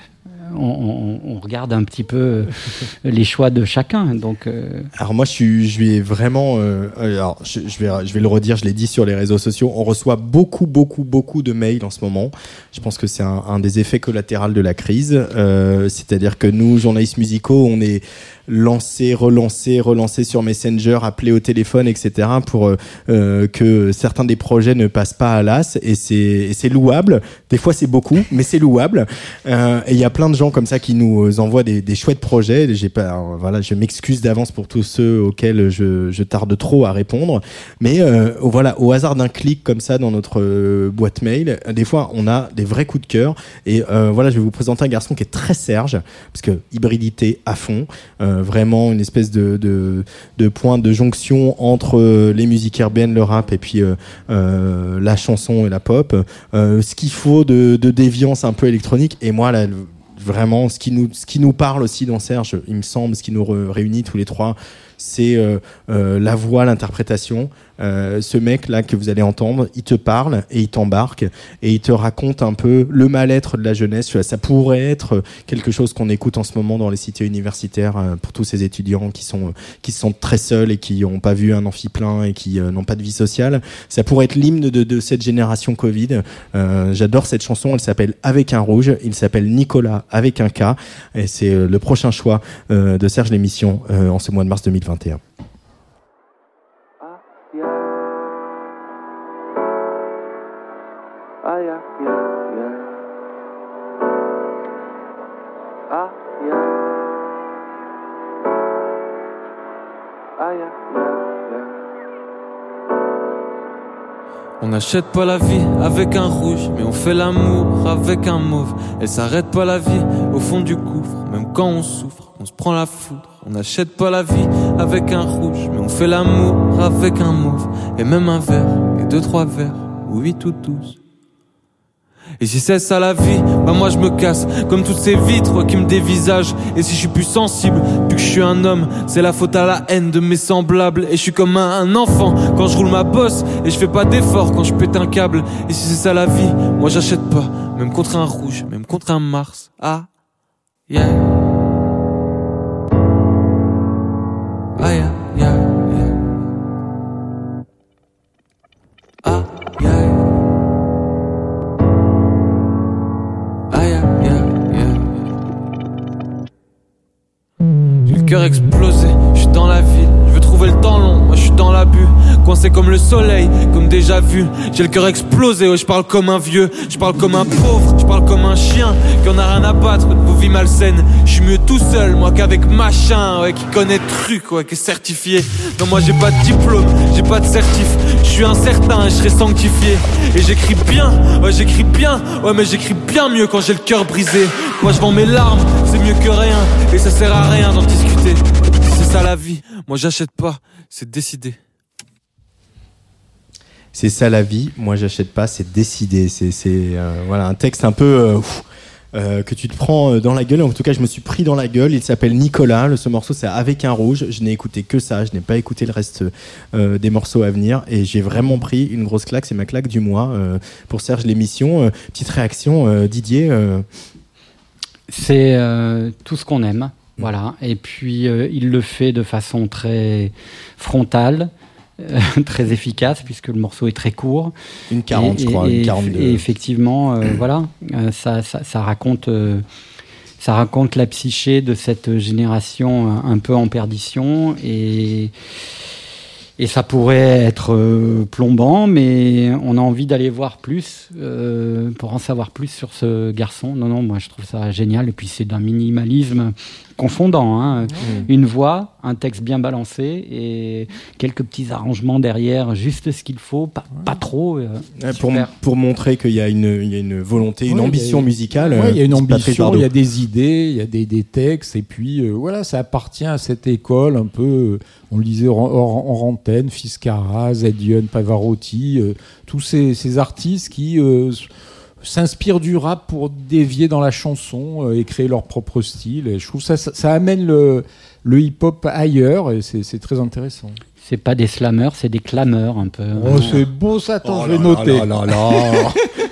on, on- on regarde un petit peu euh, les choix de chacun. Donc, euh, Alors moi, je suis, je lui ai vraiment. euh, alors, je, je vais, je vais le redire. Je l'ai dit sur les réseaux sociaux. On reçoit beaucoup, beaucoup, beaucoup de mails en ce moment. Je pense que c'est un, un des effets collatéraux de la crise. Euh, c'est-à-dire que nous, journalistes musicaux, on est lancés, relancés, relancés sur Messenger, appelés au téléphone, et cetera pour euh, euh, que certains des projets ne passent pas à l'as. Et c'est, et c'est louable. Des fois, c'est beaucoup, mais c'est louable. Euh, et il y a plein de gens comme ça qui nous envoient des, des chouettes projets. J'ai pas, alors, voilà, je m'excuse d'avance pour tous ceux auxquels je, je tarde trop à répondre. Mais euh, voilà, au hasard d'un clic comme ça dans notre euh, boîte mail, des fois, on a des vrais coups de cœur. Et euh, voilà, je vais vous présenter un garçon qui est très Serge, parce que hybridité à fond. Euh, vraiment une espèce de, de, de point de jonction entre euh, les musiques urbaines, le rap et puis euh, euh, la chanson et la pop. Euh, ce qu'il faut de, de déviance un peu électronique. Et moi, là, le- vraiment, ce qui nous, ce qui nous parle aussi dans Serge, il me semble, ce qui nous re- réunit tous les trois, c'est euh, euh, la voix, l'interprétation. Euh, ce mec là que vous allez entendre, il te parle et il t'embarque et il te raconte un peu le mal-être de la jeunesse. Ça pourrait être quelque chose qu'on écoute en ce moment dans les cités universitaires euh, pour tous ces étudiants qui sont qui se sentent très seuls et qui n'ont pas vu un amphi plein et qui euh, n'ont pas de vie sociale. Ça pourrait être l'hymne de, de cette génération Covid. Euh, j'adore cette chanson, elle s'appelle Avec un rouge, il s'appelle Nicolas avec un K et c'est euh, le prochain choix euh, de Serge l'émission euh, en ce mois de mars deux mille vingt et un. Ah yeah, yeah, yeah. Ah yeah. Ah yeah, yeah, yeah. On n'achète pas la vie avec un rouge, mais on fait l'amour avec un mauve. Elle s'arrête pas la vie au fond du gouffre, même quand on souffre, on se prend la foudre. On n'achète pas la vie avec un rouge, mais on fait l'amour avec un mauve. Et même un verre, et deux, trois verres, ou huit ou douze. Et si c'est ça la vie, bah moi je me casse, comme toutes ces vitres qui me dévisagent. Et si je suis plus sensible, plus que je suis un homme, c'est la faute à la haine de mes semblables. Et je suis comme un, un enfant quand je roule ma bosse, et je fais pas d'effort quand je pète un câble. Et si c'est ça la vie, moi j'achète pas, même contre un rouge, même contre un Mars. Ah, yeah. Ah, yeah, yeah, yeah. Ah, yeah. J'ai le cœur explosé, je suis dans la ville, je veux trouver le temps long, moi je suis dans l'abus, coincé comme le soleil, comme déjà vu. J'ai le cœur explosé, ouais, je parle comme un vieux, je parle comme un pauvre, je parle comme un chien qui en a rien à battre de vos vies malsaines. Je suis mieux tout seul, moi qu'avec machin, ouais, qui connaît truc, ouais, qui est certifié. Non, moi j'ai pas de diplôme, j'ai pas de certif, je suis incertain et je serai sanctifié. Et j'écris bien, ouais j'écris bien, ouais mais j'écris bien mieux quand j'ai le cœur brisé. Moi je vends mes larmes, c'est mieux que rien, et ça sert à rien d'en discuter. Si c'est ça la vie, moi j'achète pas, c'est décidé. C'est ça la vie, moi j'achète pas, c'est décidé. C'est, c'est euh, voilà, un texte un peu euh, ouf, euh, que tu te prends dans la gueule. En tout cas, je me suis pris dans la gueule. Il s'appelle Nicolas. Le, ce morceau, c'est Avec un rouge. Je n'ai écouté que ça. Je n'ai pas écouté le reste euh, des morceaux à venir. Et j'ai vraiment pris une grosse claque. C'est ma claque du mois euh, pour Serge l'émission. Euh, petite réaction, euh, Didier. Euh... C'est euh, tout ce qu'on aime. Voilà. Et puis, euh, il le fait de façon très frontale. Euh, très efficace puisque le morceau est très court. Une quarante, et, je crois. Et, une quarante-deux. Et effectivement, euh, voilà, euh, ça, ça, ça raconte, euh, ça raconte la psyché de cette génération un peu en perdition et. Et ça pourrait être euh, plombant, mais on a envie d'aller voir plus, euh, pour en savoir plus sur ce garçon. Non, non, moi je trouve ça génial. Et puis c'est d'un minimalisme confondant. Hein. Mmh. Une voix, un texte bien balancé et quelques petits arrangements derrière, juste ce qu'il faut, pas, pas trop. Euh, pour, pour montrer qu'il y a une, il y a une volonté, une ouais, ambition il y a, musicale. Ouais, il y a une ambition, il y a des idées, il y a des, des textes. Et puis euh, voilà, ça appartient à cette école un peu... On le disait en, en, en antenne, Fiskara, Zedion, Pavarotti, euh, tous ces, ces artistes qui euh, s'inspirent du rap pour dévier dans la chanson euh, et créer leur propre style. Et je trouve ça, ça, ça amène le, le hip-hop ailleurs et c'est, c'est très intéressant. C'est pas des slammeurs, c'est des clameurs un peu. Oh, c'est beau ça, attends, oh je vais noter. Là, là, là.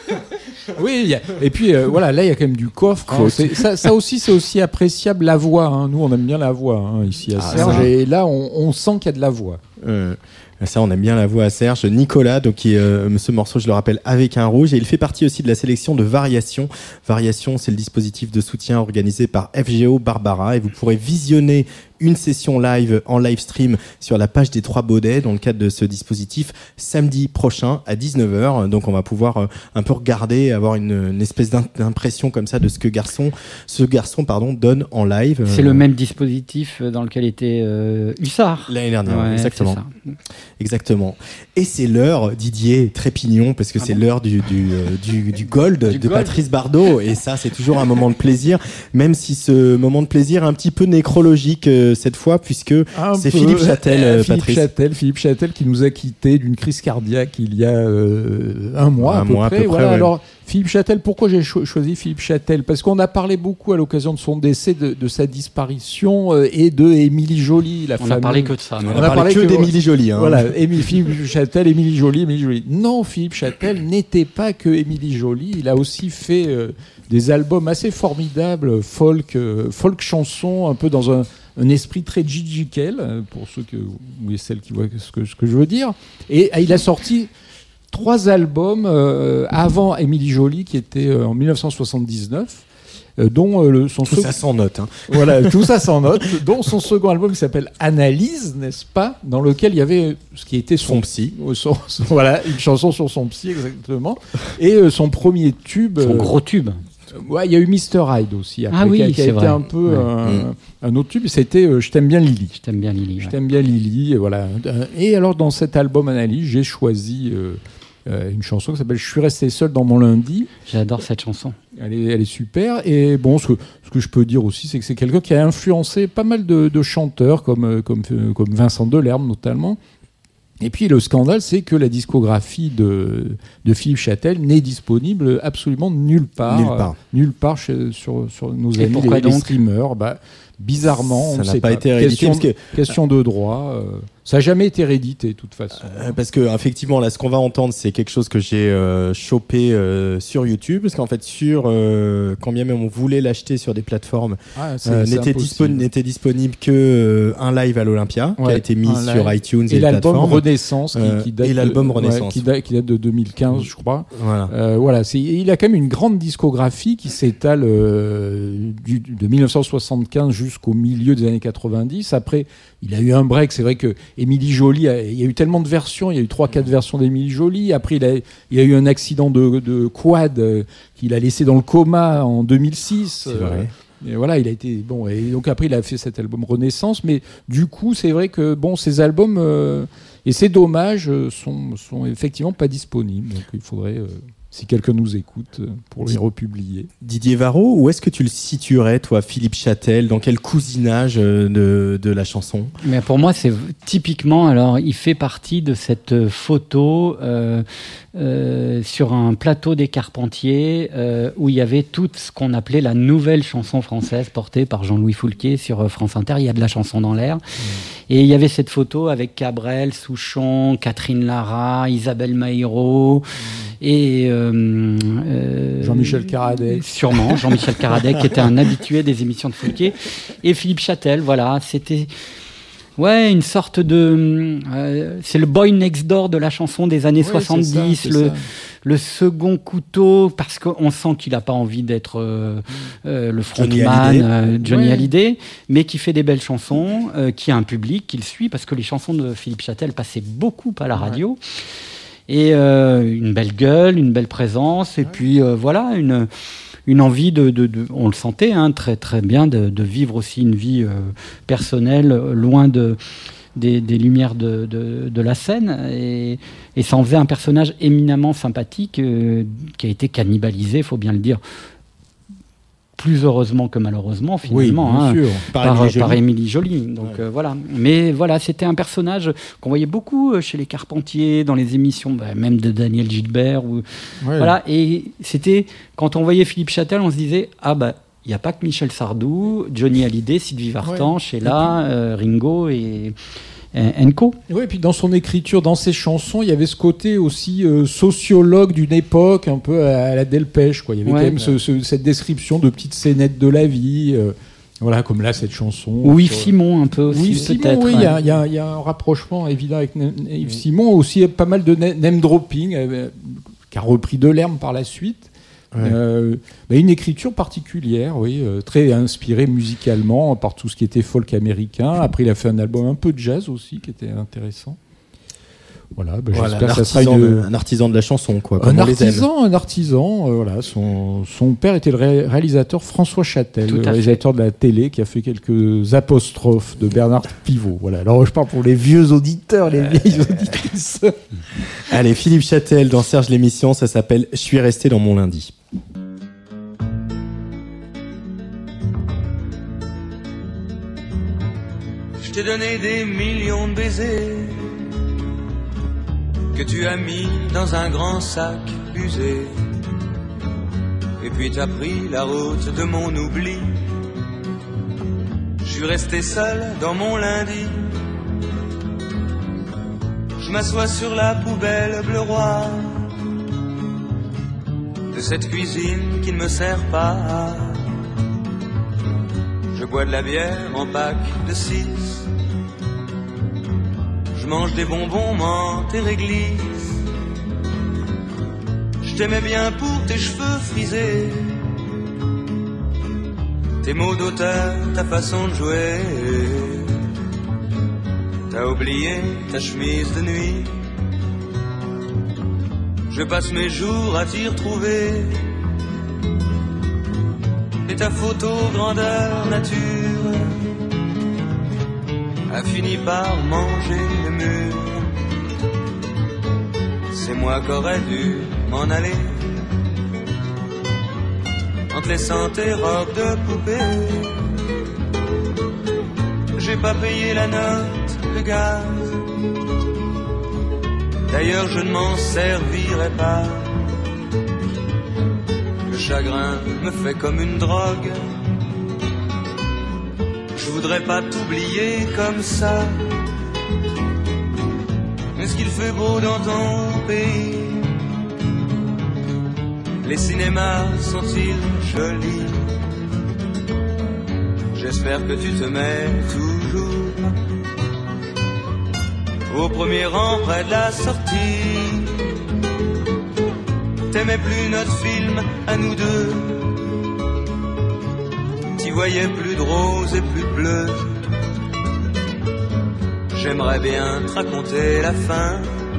Oui, y a, et puis euh, voilà, là il y a quand même du coffre. Hein, c'est, ça, ça aussi, c'est aussi appréciable la voix. Hein. Nous, on aime bien la voix hein, ici à ah, Serge, ça. Et là, on, on sent qu'il y a de la voix. Euh, ça, on aime bien la voix à Serge. Nicolas, donc qui, euh, ce morceau, je le rappelle, Avec un rouge, et il fait partie aussi de la sélection de Variation. Variation, c'est le dispositif de soutien organisé par F G O Barbara, et vous pourrez visionner une session live en live stream sur la page des Trois Baudets dans le cadre de ce dispositif samedi prochain à dix-neuf heures. Donc on va pouvoir euh, un peu regarder, avoir une, une espèce d'impression comme ça de ce que garçon, ce garçon pardon, donne en live. C'est euh... le même dispositif dans lequel était euh, Hussard. L'année dernière, ouais, exactement. Exactement. Et c'est l'heure, Didier, Trépignon, parce que ah c'est bon l'heure du, du, euh, du, du Gold du de gold. Patrice Bardot. Et ça, c'est toujours un moment de plaisir, même si ce moment de plaisir est un petit peu nécrologique euh, cette fois, puisque un c'est peu. Philippe Châtel, euh, Philippe Patrice. Châtel, Philippe Châtel qui nous a quittés d'une crise cardiaque il y a euh, un mois, un à peu mois près. À peu voilà. près ouais. Alors, Philippe Châtel, pourquoi j'ai cho- choisi Philippe Châtel ? Parce qu'on a parlé beaucoup à l'occasion de son décès de, de sa disparition euh, et de Émilie Joly. La on n'a parlé que de ça. On, on a, a parlé, parlé que, que d'Émilie Joly. Hein. Voilà, Émilie, Philippe Châtel, Émilie Joly, Émilie Joly. Non, Philippe Châtel n'était pas que Émilie Joly. Il a aussi fait euh, des albums assez formidables, folk, euh, folk chanson, un peu dans un un esprit très Gigi-kel, pour ceux que, ou et celles qui voient ce que, ce que je veux dire. Et il a sorti trois albums euh, avant Émilie Joly, qui était euh, en dix-neuf cent soixante-dix-neuf, euh, dont euh, le, son tout sec... ça sans note. Hein. Voilà, tout ça sans note, dont son second album qui s'appelle Analyse, n'est-ce pas, dans lequel il y avait ce qui était son, son psy, son, son, voilà, une chanson sur son psy exactement, et euh, son premier tube, son euh, gros tube. Ouais, il y a eu mister Hyde aussi, après, ah oui, qui a, qui a été vrai. un peu ouais. un, mmh. un autre tube. C'était euh, Je t'aime bien Lily. Je t'aime bien Lily. Je ouais. t'aime bien Lily. Et voilà. Et alors dans cet album Analyse, j'ai choisi euh, euh, une chanson qui s'appelle « Je suis resté seul dans mon lundi ». J'adore cette chanson. Elle est, elle est super. Et bon, ce que, ce que je peux dire aussi, c'est que c'est quelqu'un qui a influencé pas mal de, de chanteurs, comme, comme, comme Vincent Delerme notamment. Et puis le scandale, c'est que la discographie de, de Philippe Châtel n'est disponible absolument nulle part. Nulle part. Euh, nulle part chez, sur, sur nos Et amis pourquoi les, les donc streamers. Bah, bizarrement, Ça on n'a ne sait pas pas. été réédité question, parce que- question de droit. Euh, ça n'a jamais été réédité, de toute façon. Euh, parce que effectivement, là, ce qu'on va entendre, c'est quelque chose que j'ai euh, chopé euh, sur YouTube, parce qu'en fait, sur euh, quand bien même on voulait l'acheter sur des plateformes, Ah, c'est- euh, c'est n'était, impossible. disponi- n'était disponible que euh, un live à l'Olympia, qui a Ouais, été mis un sur live. iTunes et, Et les l'album plateformes. Renaissance, qui, Euh, qui date et l'album de, Renaissance. ouais, qui, date, qui date de deux mille quinze, je crois. Voilà. Euh, voilà, c'est, il a quand même une grande discographie qui s'étale euh, du, de dix-neuf cent soixante-quinze jusqu'au milieu des années quatre-vingt-dix. Après, il a eu un break. C'est vrai que Émilie Joly, a, il y a eu tellement de versions. Il y a eu trois, quatre versions d'Émilie Joly. Après, il a, il a eu un accident de, de quad euh, qu'il a laissé dans le coma en deux mille six. C'est vrai. Et voilà, il a été bon. Et donc après, il a fait cet album Renaissance. Mais du coup, c'est vrai que bon, ces albums euh, et c'est dommage euh, sont, sont effectivement pas disponibles. Donc il faudrait, euh, si quelqu'un nous écoute, euh, pour les republier. Didier Varro, où est-ce que tu le situerais, toi, Philippe Châtel? Dans quel cousinage euh, de, de la chanson? Mais pour moi, c'est typiquement, alors, il fait partie de cette photo euh, euh, sur un plateau des Carpentiers euh, où il y avait tout ce qu'on appelait la nouvelle chanson française portée par Jean-Louis Foulquier sur euh, France Inter. Il y a de la chanson dans l'air. Mmh. Et il y avait cette photo avec Cabrel, Souchon, Catherine Lara, Isabelle Maïro mmh. et euh, euh, Jean-Michel Caradec. Sûrement, Jean-Michel Caradec, qui était un habitué des émissions de Foulquier. Et Philippe Châtel, voilà, c'était... Ouais, une sorte de... Euh, c'est le boy next door de la chanson des années ouais, soixante-dix, c'est ça, c'est le, le second couteau, parce qu'on sent qu'il n'a pas envie d'être euh, euh, le frontman, Johnny Hallyday, euh, Johnny ouais. Hallyday, mais qui fait des belles chansons, euh, qui a un public, qui le suit, parce que les chansons de Philippe Châtel passaient beaucoup à la radio. Ouais. Et euh, une belle gueule, une belle présence, et ouais. puis euh, voilà, une... une envie de, de, de, on le sentait hein, très très bien, de, de vivre aussi une vie euh, personnelle loin de des, des lumières de, de, de la scène, et, et ça en faisait un personnage éminemment sympathique euh, qui a été cannibalisé, il faut bien le dire, plus heureusement que malheureusement finalement, oui, bien hein, sûr. par, par, par Émilie Joly. Donc ouais. euh, voilà. Mais voilà, c'était un personnage qu'on voyait beaucoup chez les Carpentiers, dans les émissions, bah, même de Daniel Gilbert. Ou, ouais. Voilà. Et c'était quand on voyait Philippe Châtel, on se disait ah bah il n'y a pas que Michel Sardou, Johnny Hallyday, Sylvie Vartan, ouais. Sheila, euh, Ringo et Enco. Oui, et puis dans son écriture, dans ses chansons, il y avait ce côté aussi euh, sociologue d'une époque, un peu à la Delpech, quoi. Il y avait ouais, quand même ouais. ce, ce, cette description de petites scénettes de la vie, euh, voilà, comme là cette chanson. Ou Yves sur... Simon un peu aussi. Oui, Simon, oui, il ouais. y, y, y a un rapprochement évident avec Yves mmh. Simon, aussi pas mal de name dropping, euh, qui a repris Delerme par la suite. Ouais. Euh, bah une écriture particulière, oui, euh, très inspirée musicalement par tout ce qui était folk américain. Après, il a fait un album un peu de jazz aussi, qui était intéressant. Voilà, bah, voilà j'espère que ça sera une... de, un artisan de la chanson, quoi. Un artisan, un artisan. Euh, voilà, son son père était le ré- réalisateur François Châtel, le réalisateur fait. de la télé, qui a fait quelques apostrophes de Bernard Pivot. Voilà. Alors, je parle pour les vieux auditeurs, les vieilles auditrices. Allez, Philippe Châtel dans Serge l'émission, ça s'appelle « Je suis resté dans mon lundi ». Je t'ai donné des millions de baisers que tu as mis dans un grand sac usé. Et puis t'as pris la route de mon oubli. Je suis resté seul dans mon lundi. Je m'assois sur la poubelle bleu roi de cette cuisine qui ne me sert pas. Je bois de la bière en pack de six. Je mange des bonbons, menthe et réglisse. Je t'aimais bien pour tes cheveux frisés, tes mots d'auteur, ta façon de jouer. T'as oublié ta chemise de nuit. Je passe mes jours à t'y retrouver. Et ta photo grandeur nature a fini par manger le mur. c'est moi qu'aurais dû m'en aller en te laissant tes robes de poupée. J'ai pas payé la note de gaz, d'ailleurs je ne m'en servirai pas. Le chagrin me fait comme une drogue, je voudrais pas t'oublier comme ça. Est-ce qu'il fait beau dans ton pays? Les cinémas sont-ils jolis? J'espère que tu te mets toujours au premier rang près de la sortie. T'aimais plus notre film à nous deux, t'y voyais plus de rose et plus de bleu. J'aimerais bien te raconter la fin,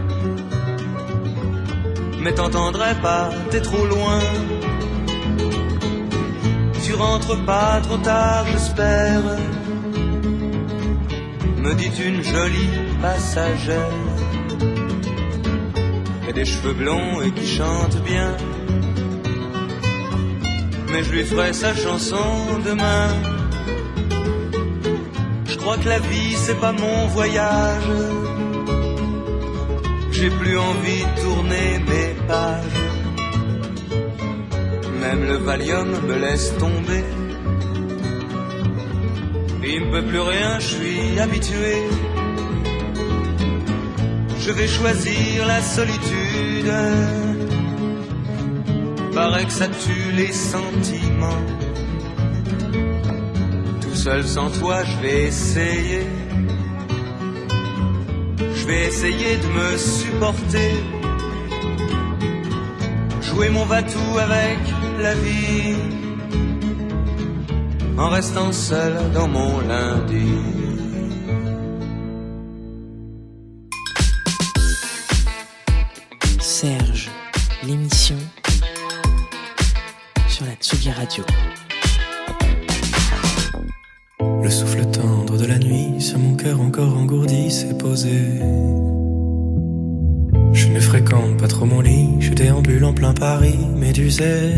mais t'entendrais pas, t'es trop loin. Tu rentres pas trop tard, j'espère, me dit une jolie passagère qui a des cheveux blonds et qui chante bien. Mais je lui ferai sa chanson demain. Je crois que la vie c'est pas mon voyage, j'ai plus envie de tourner mes pages. Même le Valium me laisse tomber, il me peut plus rien, je suis habitué. Je vais choisir la solitude, paraît que ça tue les sentiments. Tout seul sans toi je vais essayer, je vais essayer de me supporter, jouer mon va-tout avec la vie, en restant seul dans mon lundi. Serge, l'émission sur la Tsugi Radio. Le souffle tendre de la nuit sur mon cœur encore engourdi s'est posé. Je ne fréquente pas trop mon lit, je déambule en plein Paris, médusé.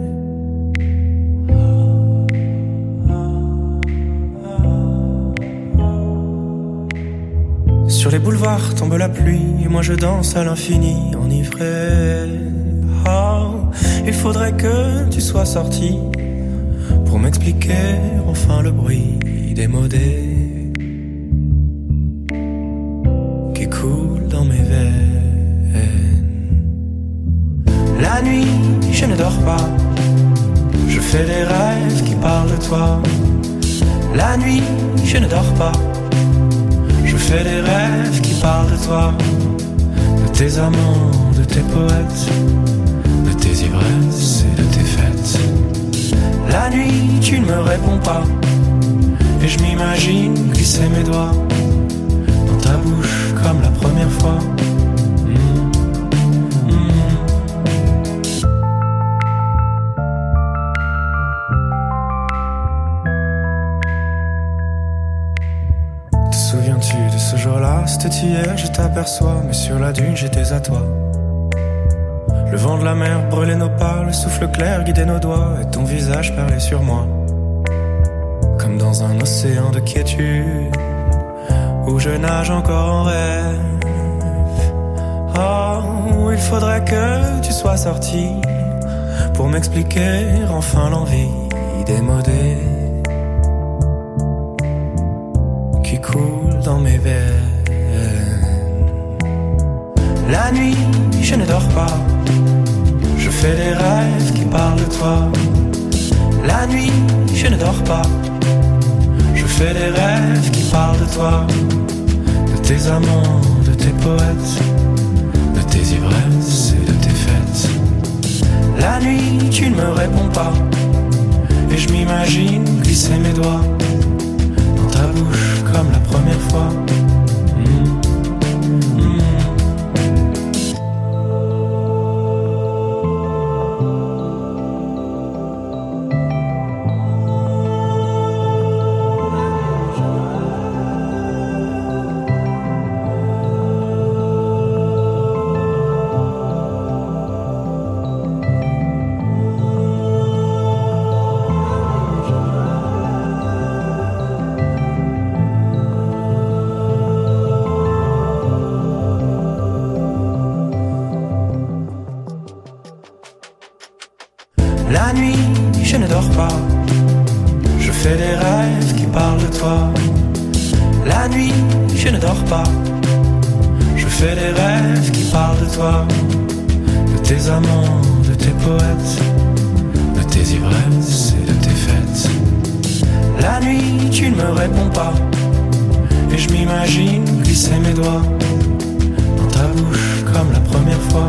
Sur les boulevards tombe la pluie et moi je danse à l'infini, enivré. Oh, il faudrait que tu sois sorti pour m'expliquer enfin le bruit démodé qui coule dans mes veines. La nuit, je ne dors pas, je fais des rêves qui parlent de toi. La nuit, je ne dors pas, je fais des rêves qui parlent de toi, de tes amants, de tes poètes, de tes ivresses et de tes fêtes. La nuit, tu ne me réponds pas, et je m'imagine glisser mes doigts dans ta bouche comme la première fois. Mmh. Mmh. Te souviens-tu de ce jour-là? C'était hier, je t'aperçois, mais sur la dune j'étais à toi. Le vent de la mer brûlait nos pas, le souffle clair guidait nos doigts, et ton visage parlait sur moi. Comme dans un océan de quiétude où je nage encore en rêve. Oh, il faudrait que tu sois sorti pour m'expliquer enfin l'envie démodée qui coule dans mes veines. La nuit, je ne dors pas, je fais des rêves qui parlent de toi. La nuit, je ne dors pas, je fais des rêves qui parlent de toi, de tes amants, de tes poètes, de tes ivresses et de tes fêtes. La nuit, tu ne me réponds pas, et je m'imagine glisser mes doigts dans ta bouche comme la première fois. Mmh. Mmh. La nuit, je ne dors pas. Je fais des rêves qui parlent de toi. La nuit, je ne dors pas. Je fais des rêves qui parlent de toi. De tes amants, de tes poètes, de tes ivresses et de tes fêtes. La nuit, tu ne me réponds pas. Et je m'imagine glisser mes doigts dans ta bouche comme la première fois.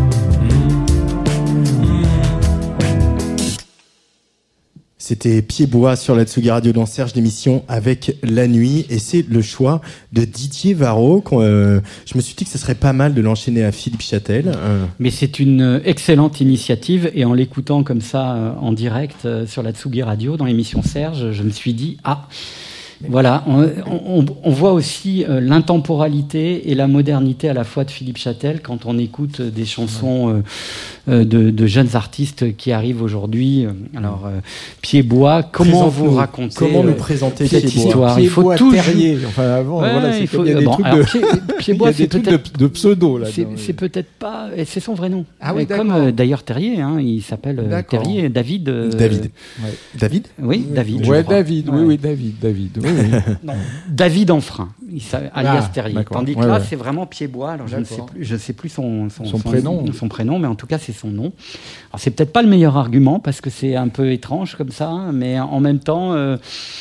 C'était Pied-Bois sur la Tsugi Radio dans Serge d'émission avec La Nuit, et c'est le choix de Didier Varro. Euh, je me suis dit que ce serait pas mal de l'enchaîner à Philippe Châtel. Euh. Mais c'est une excellente initiative, et en l'écoutant comme ça euh, en direct euh, sur la Tsugi Radio dans l'émission Serge, je me suis dit ah. Voilà, on, on, on voit aussi euh, l'intemporalité et la modernité à la fois de Philippe Châtel quand on écoute des chansons euh, euh, de, de jeunes artistes qui arrivent aujourd'hui. Alors, euh, Pied-Bois, comment vous raconter Comment nous euh, présenter cette Pied-Bois. histoire Pied-Bois, Il faut toujours... Terrier. Enfin, avant, ouais, voilà, c'est il faut... comme il y a des bon, trucs alors, de, Pied... Pied-Bois, c'est peut-être de, de pseudo là. C'est, c'est peut-être pas, c'est son vrai nom. Ah oui, comme euh, d'ailleurs Terrier, hein, il s'appelle euh, Terrier, David. Euh... David. Ouais. David. Oui, oui, David. Ouais, David. Oui, oui, David, David. Oui, oui. Non. David Enfrein, alias ah, Terrier. D'accord. Tandis que ouais, là, ouais. c'est vraiment Pied-Bois. Alors, je ne sais plus, je sais plus son, son, son, son prénom. Son prénom, mais en tout cas, c'est son nom. Alors, c'est peut-être pas le meilleur argument parce que c'est un peu étrange comme ça, hein, mais en même temps. Euh,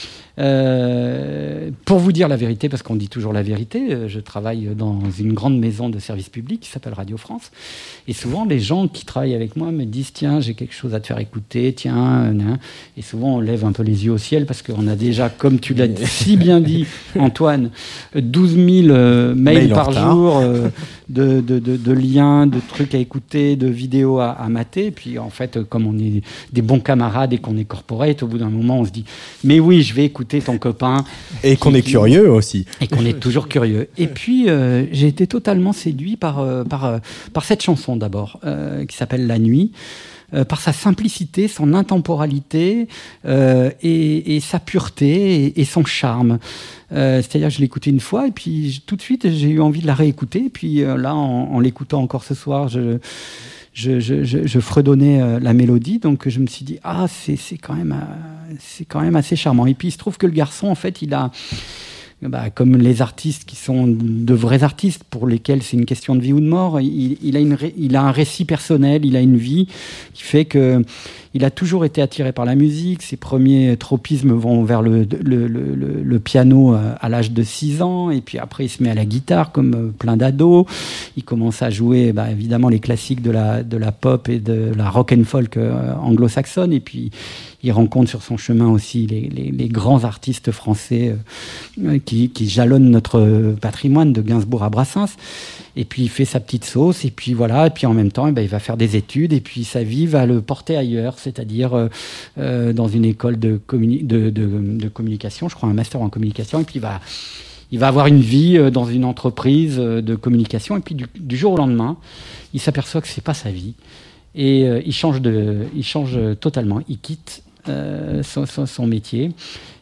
Euh, pour vous dire la vérité, parce qu'on dit toujours la vérité, je travaille dans une grande maison de service public qui s'appelle Radio France, et souvent les gens qui travaillent avec moi me disent tiens, j'ai quelque chose à te faire écouter, tiens, hein. Et souvent on lève un peu les yeux au ciel parce qu'on a déjà, comme tu l'as si bien dit Antoine, douze mille euh, mails Mail par jour euh, de, de, de, de liens, de trucs à écouter, de vidéos à, à mater, et puis en fait comme on est des bons camarades et qu'on est corporate, au bout d'un moment on se dit mais oui, je vais écouter ton copain. Et qu'on est curieux aussi. Et qu'on est toujours curieux. Et puis, euh, j'ai été totalement séduit par, euh, par, euh, par cette chanson d'abord, euh, qui s'appelle La Nuit, euh, par sa simplicité, son intemporalité euh, et, et sa pureté et, et son charme. Euh, c'est-à-dire que je l'ai écoutée une fois et puis je, tout de suite, j'ai eu envie de la réécouter. Et puis euh, là, en, en l'écoutant encore ce soir, je... Je, je, je, je fredonnais euh, la mélodie, donc je me suis dit ah c'est, c'est, quand même, euh, c'est quand même assez charmant. Et puis il se trouve que le garçon, en fait, il a, bah, comme les artistes qui sont de vrais artistes pour lesquels c'est une question de vie ou de mort, il, il, a, une, il a un récit personnel, il a une vie qui fait que il a toujours été attiré par la musique. Ses premiers tropismes vont vers le, le, le, le, le piano à l'âge de six ans. Et puis après, il se met à la guitare comme plein d'ados. Il commence à jouer, bah, évidemment, les classiques de la, de la pop et de la rock and folk euh, anglo-saxonne. Et puis, il rencontre sur son chemin aussi les, les, les grands artistes français euh, qui, qui jalonnent notre patrimoine, de Gainsbourg à Brassens. Et puis, il fait sa petite sauce. Et puis, voilà. Et puis, en même temps, eh ben, il va faire des études. Et puis, sa vie va le porter ailleurs, c'est-à-dire euh, euh, dans une école de, communi- de, de, de communication, je crois un master en communication, et puis il va, il va avoir une vie euh, dans une entreprise euh, de communication, et puis du, du jour au lendemain, il s'aperçoit que c'est pas sa vie, et euh, il change de, il change totalement, il quitte euh, son, son, son métier,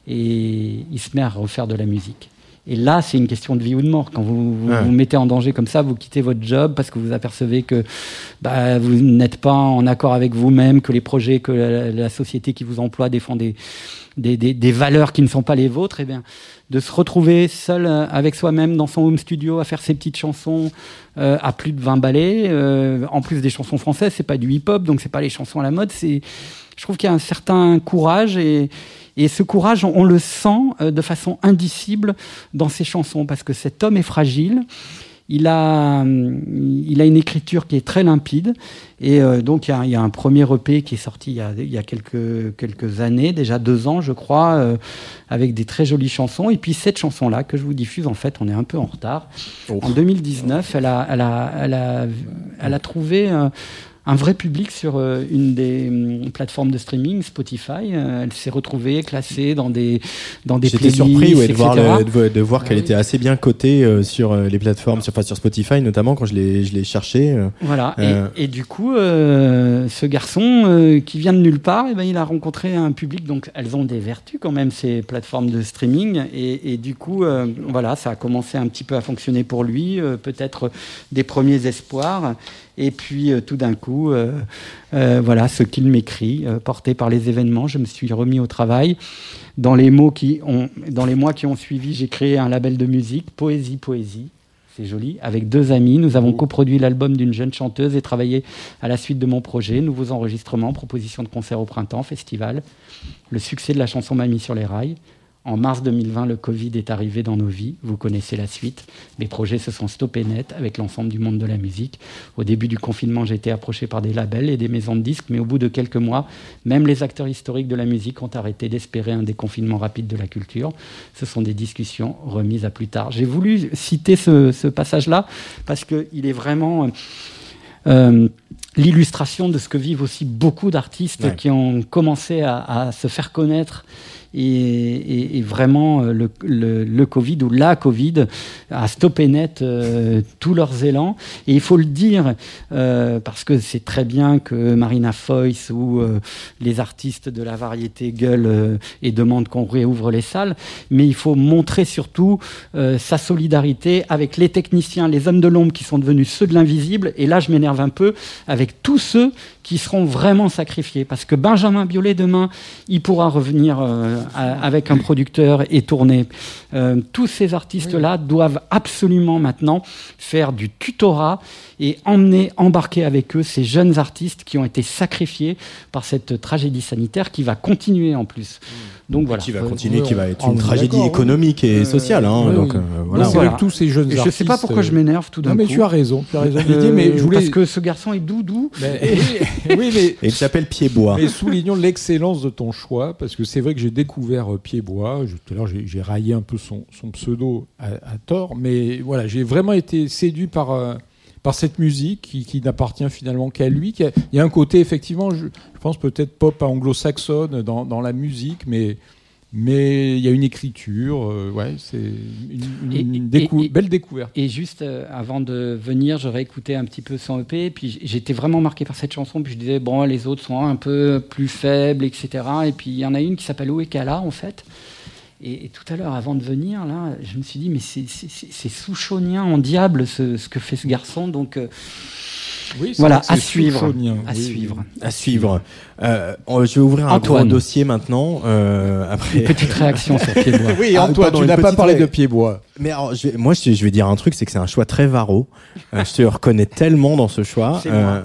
et il se met à refaire de la musique. Et là, c'est une question de vie ou de mort. Quand vous vous, ouais. vous mettez en danger comme ça, vous quittez votre job parce que vous apercevez que bah, vous n'êtes pas en accord avec vous-même, que les projets, que la, la société qui vous emploie défend des, des, des, des valeurs qui ne sont pas les vôtres. Et bien, de se retrouver seul avec soi-même dans son home studio à faire ses petites chansons euh, à plus de vingt ballets. Euh, en plus des chansons françaises, c'est pas du hip-hop, donc c'est pas les chansons à la mode. C'est, je trouve qu'il y a un certain courage et Et ce courage, on le sent de façon indicible dans ses chansons, parce que cet homme est fragile. Il a, il a une écriture qui est très limpide. Et euh, donc, il y, a, il y a un premier E P qui est sorti il y a, il y a quelques, quelques années, déjà deux ans, je crois, euh, avec des très jolies chansons. Et puis, cette chanson-là, que je vous diffuse, en fait, on est un peu en retard. Oh. En deux mille dix-neuf, elle a, elle a, elle a, elle a trouvé... Euh, un vrai public sur euh, une des euh, plateformes de streaming, Spotify. Euh, elle s'est retrouvée classée dans des dans des J'étais playlists, surpris ouais, de, voir le, de, de voir ah, qu'elle oui. était assez bien cotée euh, sur euh, les plateformes, sur, enfin, sur Spotify notamment quand je l'ai je l'ai cherché. Euh, voilà. Euh... Et, et du coup, euh, ce garçon euh, qui vient de nulle part, et ben il a rencontré un public. Donc elles ont des vertus quand même, ces plateformes de streaming. Et, et du coup, euh, voilà, ça a commencé un petit peu à fonctionner pour lui. Euh, peut-être des premiers espoirs. Et puis euh, tout d'un coup, euh, euh, voilà, ce qu'il m'écrit, euh, porté par les événements, je me suis remis au travail. Dans les mots qui ont, dans les mois qui ont suivi, j'ai créé un label de musique, Poésie Poésie. C'est joli. Avec deux amis, nous avons coproduit l'album d'une jeune chanteuse et travaillé à la suite de mon projet. Nouveaux enregistrements, propositions de concerts au printemps, festival. Le succès de la chanson m'a mis sur les rails. En mars deux mille vingt, le Covid est arrivé dans nos vies. Vous connaissez la suite. Mes projets se sont stoppés net avec l'ensemble du monde de la musique. Au début du confinement, j'ai été approché par des labels et des maisons de disques, mais au bout de quelques mois, même les acteurs historiques de la musique ont arrêté d'espérer un déconfinement rapide de la culture. Ce sont des discussions remises à plus tard. J'ai voulu citer ce, ce passage-là parce qu'il est vraiment... Euh, l'illustration de ce que vivent aussi beaucoup d'artistes ouais. qui ont commencé à, à se faire connaître. Et, et, et vraiment, le, le, le Covid ou la Covid a stoppé net euh, tous leurs élans. Et il faut le dire, euh, parce que c'est très bien que Marina Foïs ou euh, les artistes de la variété gueulent euh, et demandent qu'on réouvre les salles, mais il faut montrer surtout euh, sa solidarité avec les techniciens, les hommes de l'ombre qui sont devenus ceux de l'invisible. Et là, je m'énerve un peu avec tous ceux qui seront vraiment sacrifiés. Parce que Benjamin Biolay, demain, il pourra revenir euh, à, avec un producteur et tourner. Euh, tous ces artistes-là oui. doivent absolument maintenant faire du tutorat et emmener, embarquer avec eux ces jeunes artistes qui ont été sacrifiés par cette tragédie sanitaire qui va continuer en plus. Donc voilà. Qui va continuer, qui va être une tragédie économique et sociale. Hein, oui, donc, oui. Euh, voilà. C'est vrai que tous ces jeunes et artistes... Je ne sais pas pourquoi je m'énerve tout d'un non, coup. mais tu as raison. Tu as raison. Euh, mais je voulais... Parce que ce garçon est doudou. Mais, et, oui, mais... Et il s'appelle Pied-Bois. Mais soulignons l'excellence de ton choix, parce que c'est vrai que j'ai découvert euh, Pied-Bois. Je, tout à l'heure, j'ai, j'ai raillé un peu son, son pseudo à, à tort, mais voilà, j'ai vraiment été séduit par... Euh, par cette musique qui, qui n'appartient finalement qu'à lui. Il y a un côté, effectivement, je, je pense peut-être pop anglo-saxonne dans, dans la musique, mais, mais il y a une écriture. Euh, ouais, c'est une, une, et, une décou- et, belle découverte. Et juste euh, avant de venir, j'aurais écouté un petit peu son E P, puis j'étais vraiment marqué par cette chanson, puis je disais, bon, les autres sont un peu plus faibles, et cetera. Et puis il y en a une qui s'appelle Ouekala, en fait. Et, et tout à l'heure, avant de venir, là, je me suis dit, mais c'est, c'est, c'est souchonien en diable ce, ce que fait ce garçon. Donc euh, oui, voilà, à suivre, à oui, suivre. À suivre. Euh, je vais ouvrir un Antoine. gros dossier maintenant. Euh, après... Une petite réaction sur Pied-Bois. Oui, Antoine, ah, tu n'as pas parlé ré... de Pied-Bois. Mais alors, je vais, moi, je, je vais dire un truc, c'est que c'est un choix très Varro. Euh, je te reconnais tellement dans ce choix. C'est, euh,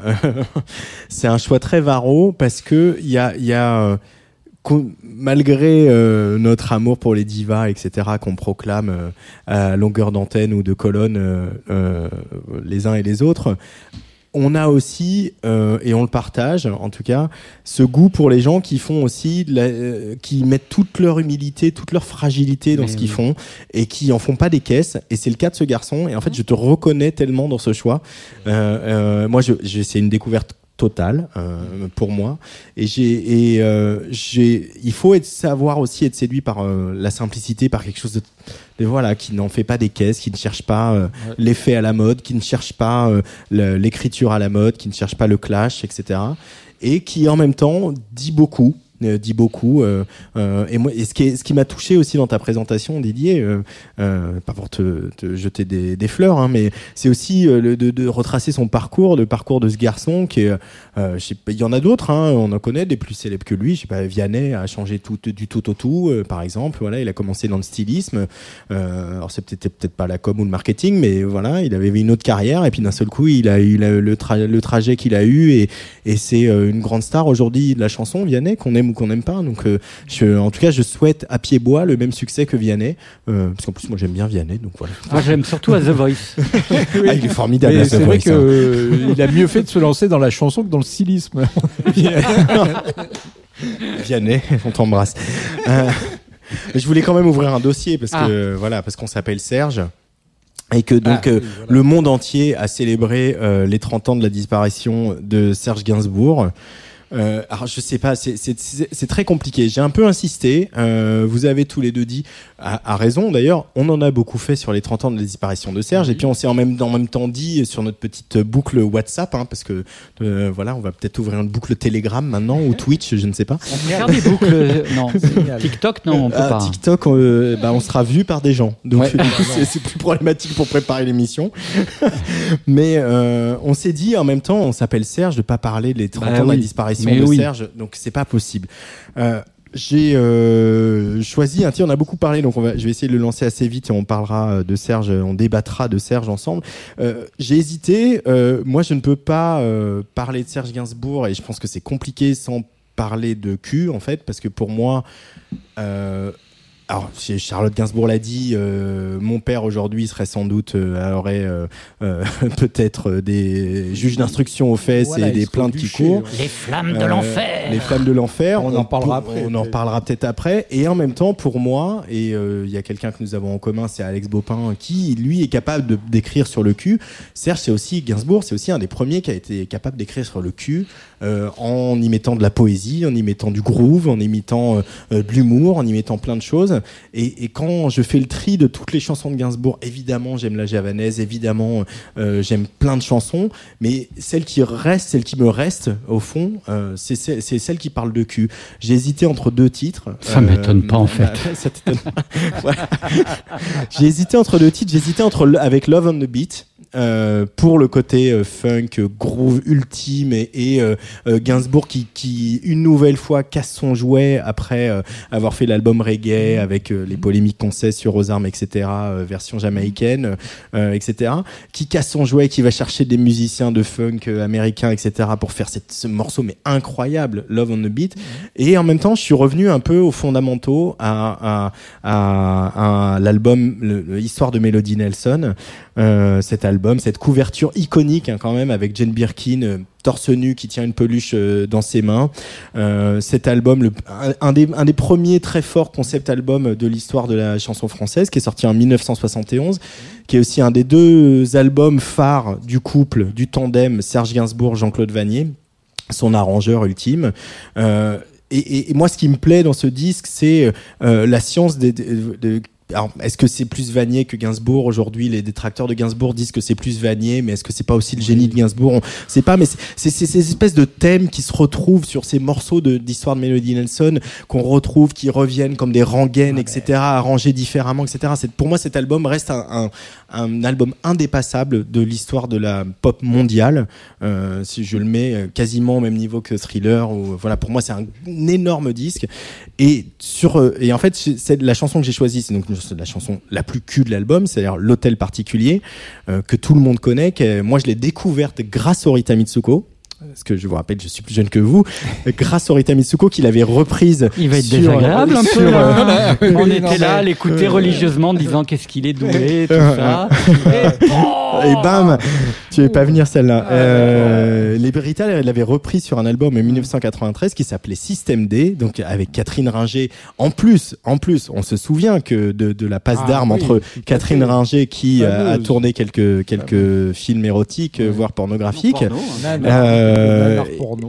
c'est un choix très Varro parce que il y a, il y a euh, malgré euh, notre amour pour les divas, et cetera, qu'on proclame euh, à longueur d'antenne ou de colonne euh, euh, les uns et les autres, on a aussi, euh, et on le partage en tout cas, ce goût pour les gens qui font aussi, la, euh, qui mettent toute leur humilité, toute leur fragilité dans Mais ce qu'ils oui. font et qui en font pas des caisses. Et c'est le cas de ce garçon. Et en fait, je te reconnais tellement dans ce choix. Euh, euh, moi, je, je, c'est une découverte total euh, pour moi et j'ai et euh, j'ai il faut être savoir aussi être séduit par euh, la simplicité, par quelque chose de, de voilà qui n'en fait pas des caisses, qui ne cherche pas euh, ouais. l'effet à la mode, qui ne cherche pas euh, le, l'écriture à la mode, qui ne cherche pas le clash, etc., et qui en même temps dit beaucoup Euh, dit beaucoup euh, euh, et moi et ce qui est, ce qui m'a touché aussi dans ta présentation, Didier, euh, euh, pas pour te, te jeter des, des fleurs, hein, mais c'est aussi euh, le, de, de retracer son parcours, le parcours de ce garçon qui est, euh, je sais pas, il y en a d'autres, hein, on en connaît des plus célèbres que lui. Je sais pas, Vianney a changé tout du tout au tout, euh, par exemple. Voilà, il a commencé dans le stylisme. Euh, alors c'est peut-être peut-être pas la com ou le marketing, mais voilà, il avait une autre carrière et puis d'un seul coup, il a eu le, le, tra- le trajet qu'il a eu et, et c'est euh, une grande star aujourd'hui de la chanson, Vianney, qu'on aime ou qu'on n'aime pas. Donc, euh, je, en tout cas, je souhaite à Pied-Bois le même succès que Vianney, euh, parce qu'en plus, moi, j'aime bien Vianney, donc voilà. Ah, j'aime surtout à The Voice. Oui. Ah, il est formidable. Mais à c'est The vrai Voice, que hein. euh, il a mieux fait de se lancer dans la chanson que dans le stylisme. Vianney, on t'embrasse. Euh, je voulais quand même ouvrir un dossier parce ah. que voilà, parce qu'on s'appelle Serge. Et que donc ah, oui, euh, voilà. le monde entier a célébré euh, les trente ans de la disparition de Serge Gainsbourg. Euh, alors je sais pas, c'est, c'est, c'est, c'est très compliqué. J'ai un peu insisté. Euh, vous avez tous les deux dit, à, à raison d'ailleurs, on en a beaucoup fait sur les trente ans de la disparition de Serge, mmh. et puis on s'est en même, en même temps dit sur notre petite boucle WhatsApp, hein, parce que euh, voilà, on va peut-être ouvrir une boucle Telegram maintenant ou Twitch, je ne sais pas. On peut faire des boucles, non. TikTok, non, on peut ah, pas. TikTok, euh, bah, on sera vu par des gens, donc ouais. du coup, c'est, c'est plus problématique pour préparer l'émission. Mais euh, on s'est dit en même temps, on s'appelle Serge, de pas parler des trente bah, ans oui. de la disparition Mais de oui. Serge, donc c'est pas possible. Euh, j'ai euh, choisi un titre, on a beaucoup parlé, donc on va, je vais essayer de le lancer assez vite et on parlera de Serge, on débattra de Serge ensemble. Euh, j'ai hésité, euh, moi je ne peux pas euh, parler de Serge Gainsbourg et je pense que c'est compliqué sans parler de cul en fait, parce que pour moi... Euh, Alors, Charlotte Gainsbourg l'a dit, euh, mon père aujourd'hui serait sans doute, euh, aurait euh, euh, peut-être des juges d'instruction aux fesses voilà, et des plaintes qui courent. Les flammes de euh, l'enfer. Les flammes de l'enfer. On, on en parlera pour, après. On en parlera peut-être après. Et en même temps, pour moi, et il euh, y a quelqu'un que nous avons en commun, c'est Alex Baupin, qui lui est capable de, d'écrire sur le cul. Serge, c'est aussi Gainsbourg, c'est aussi un des premiers qui a été capable d'écrire sur le cul, euh, en y mettant de la poésie, en y mettant du groove, en y mettant euh, de l'humour, en y mettant plein de choses. Et, et quand je fais le tri de toutes les chansons de Gainsbourg, évidemment j'aime la javanaise, évidemment euh, j'aime plein de chansons, mais celle qui reste, celle qui me reste au fond, euh, c'est, c'est, c'est celle qui parle de cul. J'ai hésité entre deux titres. Ça euh, m'étonne pas en fait. Bah, ça t'étonne pas. Ouais. J'ai hésité entre deux titres. J'ai hésité entre avec Love on the Beat. Euh, pour le côté euh, funk, euh, groove ultime et, et euh, euh, Gainsbourg qui, qui une nouvelle fois casse son jouet après euh, avoir fait l'album reggae avec euh, les polémiques qu'on sait sur Aux Armes, et cetera, euh, version jamaïcaine, euh, et cetera, qui casse son jouet, qui va chercher des musiciens de funk euh, américains, et cetera, pour faire cette, ce morceau mais incroyable, Love on the Beat. Et en même temps, je suis revenu un peu aux fondamentaux, à, à, à, à l'album le, le Histoire de Melody Nelson, euh, cet album, cette couverture iconique hein, quand même, avec Jane Birkin euh, torse nu qui tient une peluche euh, dans ses mains. Euh, cet album, le, un, un, des, un des premiers très forts concept albums de l'histoire de la chanson française, qui est sorti en dix-neuf cent soixante et onze, qui est aussi un des deux albums phares du couple, du tandem Serge Gainsbourg, Jean-Claude Vannier, son arrangeur ultime. Euh, et, et, et moi, ce qui me plaît dans ce disque, c'est euh, la science des... des, des Alors, est-ce que c'est plus Vannier que Gainsbourg? Aujourd'hui, les détracteurs de Gainsbourg disent que c'est plus Vannier, mais est-ce que c'est pas aussi le génie de Gainsbourg? On sait pas, mais c'est, c'est, c'est ces espèces de thèmes qui se retrouvent sur ces morceaux de, d'histoire de Melody Nelson, qu'on retrouve, qui reviennent comme des rengaines, ah, et cetera, arrangés différemment, et cetera. C'est, pour moi, cet album reste un, un, un album indépassable de l'histoire de la pop mondiale. Euh, si je le mets quasiment au même niveau que Thriller, ou, voilà, pour moi, c'est un, un énorme disque. Et sur, et en fait, c'est la chanson que j'ai choisie, c'est donc c'est la chanson la plus cul de l'album, c'est-à-dire L'Hôtel Particulier, euh, que tout le monde connaît. Que, moi, je l'ai découverte grâce au Rita Mitsuko. Parce que je vous rappelle, je suis plus jeune que vous, grâce au Rita Mitsuko qui l'avait reprise. Il va être sur, désagréable un sur, peu. Euh, on non, était mais, là à l'écouter euh, religieusement, en disant qu'est-ce qu'il est doué, tout ça. Et, oh et bam, tu ne vais pas venir celle-là. Euh, les Rita l'avait reprise sur un album en dix-neuf cent quatre-vingt-treize qui s'appelait Système D, donc avec Catherine Ringer. En plus, en plus, on se souvient que de, de la passe ah, d'armes oui, entre Catherine Ringer qui a, a tourné quelques quelques films érotiques, ouais. voire pornographiques. Non, porno, hein. euh, Euh,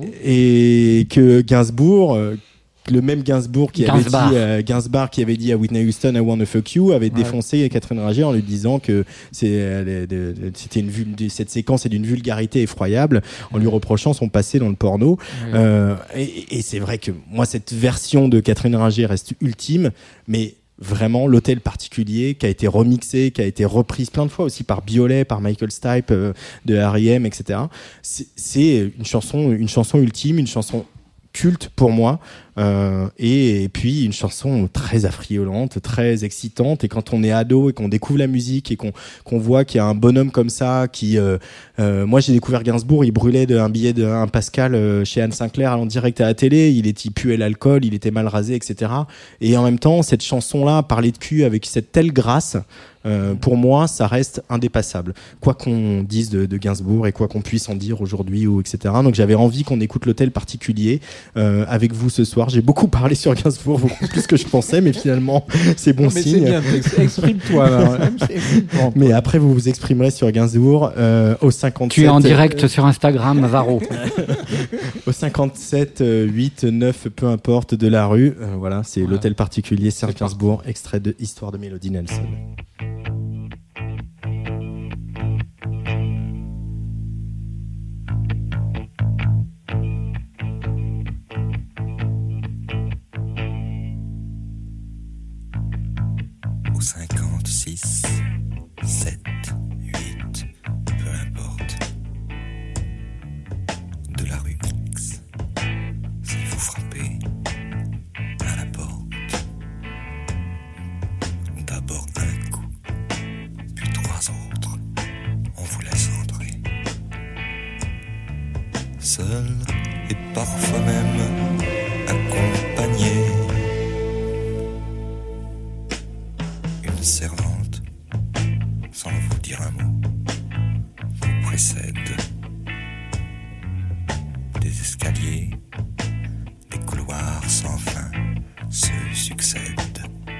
et que Gainsbourg, euh, le même Gainsbourg qui Gainsbar. avait dit euh, Gainsbar qui avait dit à Whitney Houston I wanna fuck you, avait ouais. défoncé Catherine Ringer en lui disant que c'est euh, de, de, c'était une vul- cette séquence est d'une vulgarité effroyable, en lui reprochant son passé dans le porno. Ouais. Euh, et, et c'est vrai que moi cette version de Catherine Ringer reste ultime, mais vraiment L'Hôtel Particulier qui a été remixé, qui a été reprise plein de fois aussi par Biolay, par Michael Stipe euh, de R E M, et cetera. C'est, c'est une chanson, une chanson ultime, une chanson culte pour moi, euh, et, et puis une chanson très affriolante, très excitante. Et quand on est ado et qu'on découvre la musique et qu'on qu'on voit qu'il y a un bonhomme comme ça qui, euh, euh, moi j'ai découvert Gainsbourg, il brûlait de, un billet de un Pascal euh, chez Anne Sinclair en direct à la télé, il était, il puait l'alcool, il était mal rasé, et cetera. Et en même temps, cette chanson-là, parler de cul avec cette telle grâce. Euh, pour moi, ça reste indépassable. Quoi qu'on dise de, de Gainsbourg et quoi qu'on puisse en dire aujourd'hui, ou et cetera. Donc j'avais envie qu'on écoute L'Hôtel Particulier euh, avec vous ce soir. soir. J'ai beaucoup parlé sur Gainsbourg, beaucoup plus que je pensais, mais finalement, c'est bon non, mais signe. C'est bien, exprime-toi. Alors. Exprime-toi. Mais après, vous vous exprimerez sur Gainsbourg euh, au cinquante-sept. Tu es en direct euh... sur Instagram, Varro. Au cinquante-sept, huit, neuf, peu importe, de la rue. Euh, voilà, c'est voilà. l'hôtel particulier Serge Gainsbourg, extrait de Histoire de Mélodie Nelson. Au cinquante-six, sept, huit, peu importe, de la rue X, si vous frappez à la porte, d'abord un coup, puis trois autres, on vous laisse entrer, seul et parfois même accompagné. Une servante, sans vous dire un mot, vous précède. Des escaliers, des couloirs sans fin se succèdent,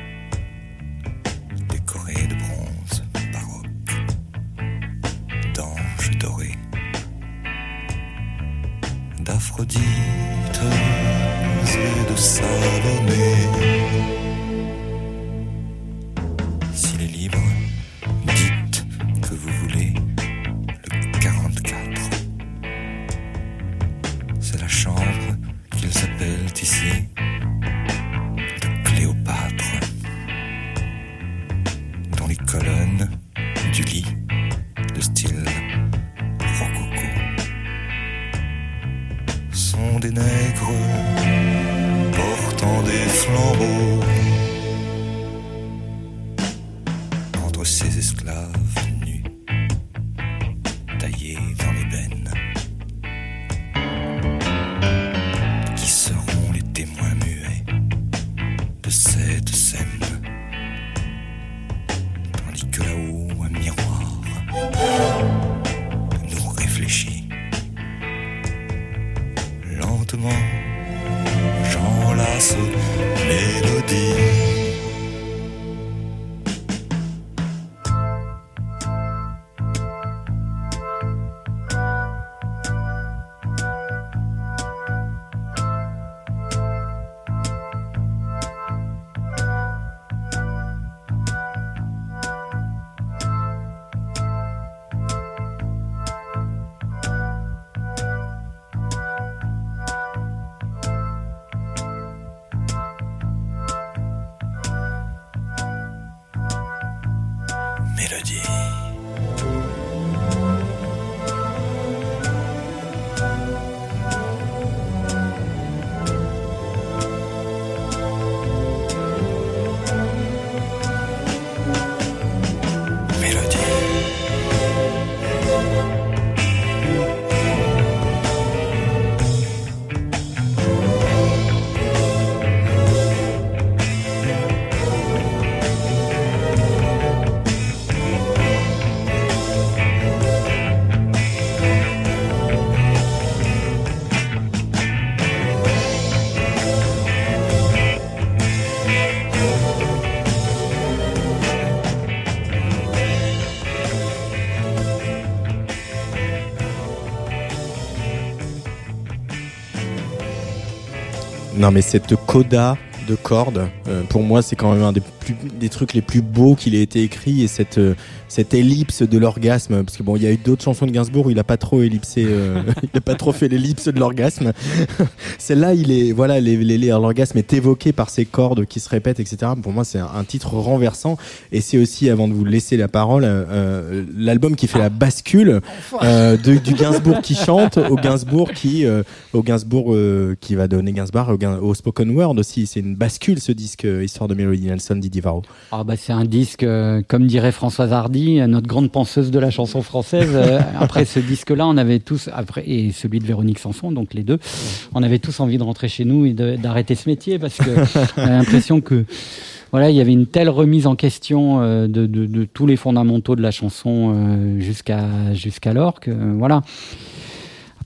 décorés de bronze baroque, d'anges dorés, d'Aphrodite et de Salomé. S'il est libre, dites que vous voulez le quarante-quatre. C'est la chambre qu'ils appellent ici de Cléopâtre, dont les colonnes du lit de style rococo sont des nègres portant des flambeaux. Entre ces esclaves nus, taillés dans l'ébène, qui seront les témoins muets de cette scène, tandis que là-haut un miroir nous réfléchit. Lentement, j'enlace mélodie. Mélodie. Non mais cette coda de cordes, euh, pour moi c'est quand même un des, plus, des trucs les plus beaux qu'il ait été écrit, et cette, euh, cette ellipse de l'orgasme, parce que bon, il y a eu d'autres chansons de Gainsbourg où il a pas trop ellipsé, euh, il a pas trop fait l'ellipse de l'orgasme. Celle-là, il est, voilà, les, les, les, l'orgasme est évoqué par ces cordes qui se répètent, et cetera. Pour moi, c'est un, un titre renversant, et c'est aussi, avant de vous laisser la parole, euh, l'album qui fait la bascule euh, de, du Gainsbourg qui chante au Gainsbourg qui, euh, au Gainsbourg euh, qui va donner Gainsbourg au, au spoken word aussi. C'est une bascule, ce disque euh, Histoire de Mélodie Nelson, Didier Varro. Ah bah c'est un disque, euh, comme dirait Françoise Hardy, notre grande penseuse de la chanson française. Euh, après ce disque-là, on avait tous, après, et celui de Véronique Sanson, donc les deux, on avait tous envie de rentrer chez nous et de, d'arrêter ce métier, parce que on a l'impression que voilà, il y avait une telle remise en question euh, de, de, de tous les fondamentaux de la chanson euh, jusqu'à jusqu'alors que euh, voilà.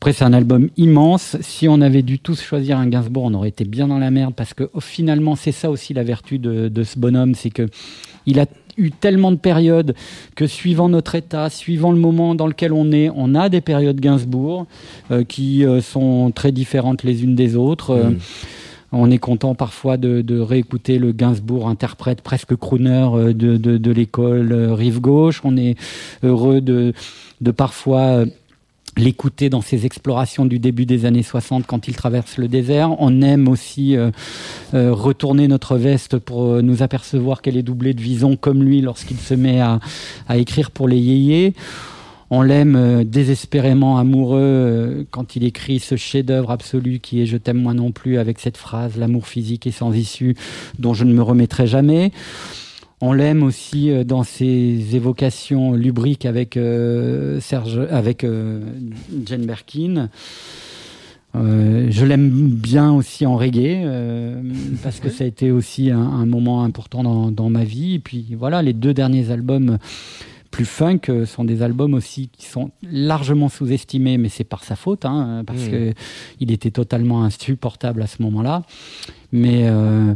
Après, c'est un album immense. Si on avait dû tous choisir un Gainsbourg, on aurait été bien dans la merde parce que oh, finalement, c'est ça aussi la vertu de, de ce bonhomme, c'est que il a eu tellement de périodes que suivant notre état, suivant le moment dans lequel on est, on a des périodes Gainsbourg euh, qui euh, sont très différentes les unes des autres. Mmh. Euh, on est content parfois de, de réécouter le Gainsbourg interprète presque crooner euh, de, de, de l'école euh, Rive Gauche. On est heureux de, de parfois... Euh, l'écouter dans ses explorations du début des années soixante quand il traverse le désert. On aime aussi euh, euh, retourner notre veste pour euh, nous apercevoir qu'elle est doublée de Vison comme lui lorsqu'il se met à, à écrire pour les yéyés. On l'aime euh, désespérément amoureux euh, quand il écrit ce chef-d'œuvre absolu qui est « Je t'aime moi non plus » avec cette phrase « L'amour physique est sans issue dont je ne me remettrai jamais ». On l'aime aussi dans ses évocations lubriques avec euh, Serge, avec euh, Jane Birkin. Euh, je l'aime bien aussi en reggae euh, parce que ça a été aussi un, un moment important dans, dans ma vie. Et puis voilà, les deux derniers albums plus funk sont des albums aussi qui sont largement sous-estimés, mais c'est par sa faute, hein, parce mmh. que il était totalement insupportable à ce moment-là. Mais euh,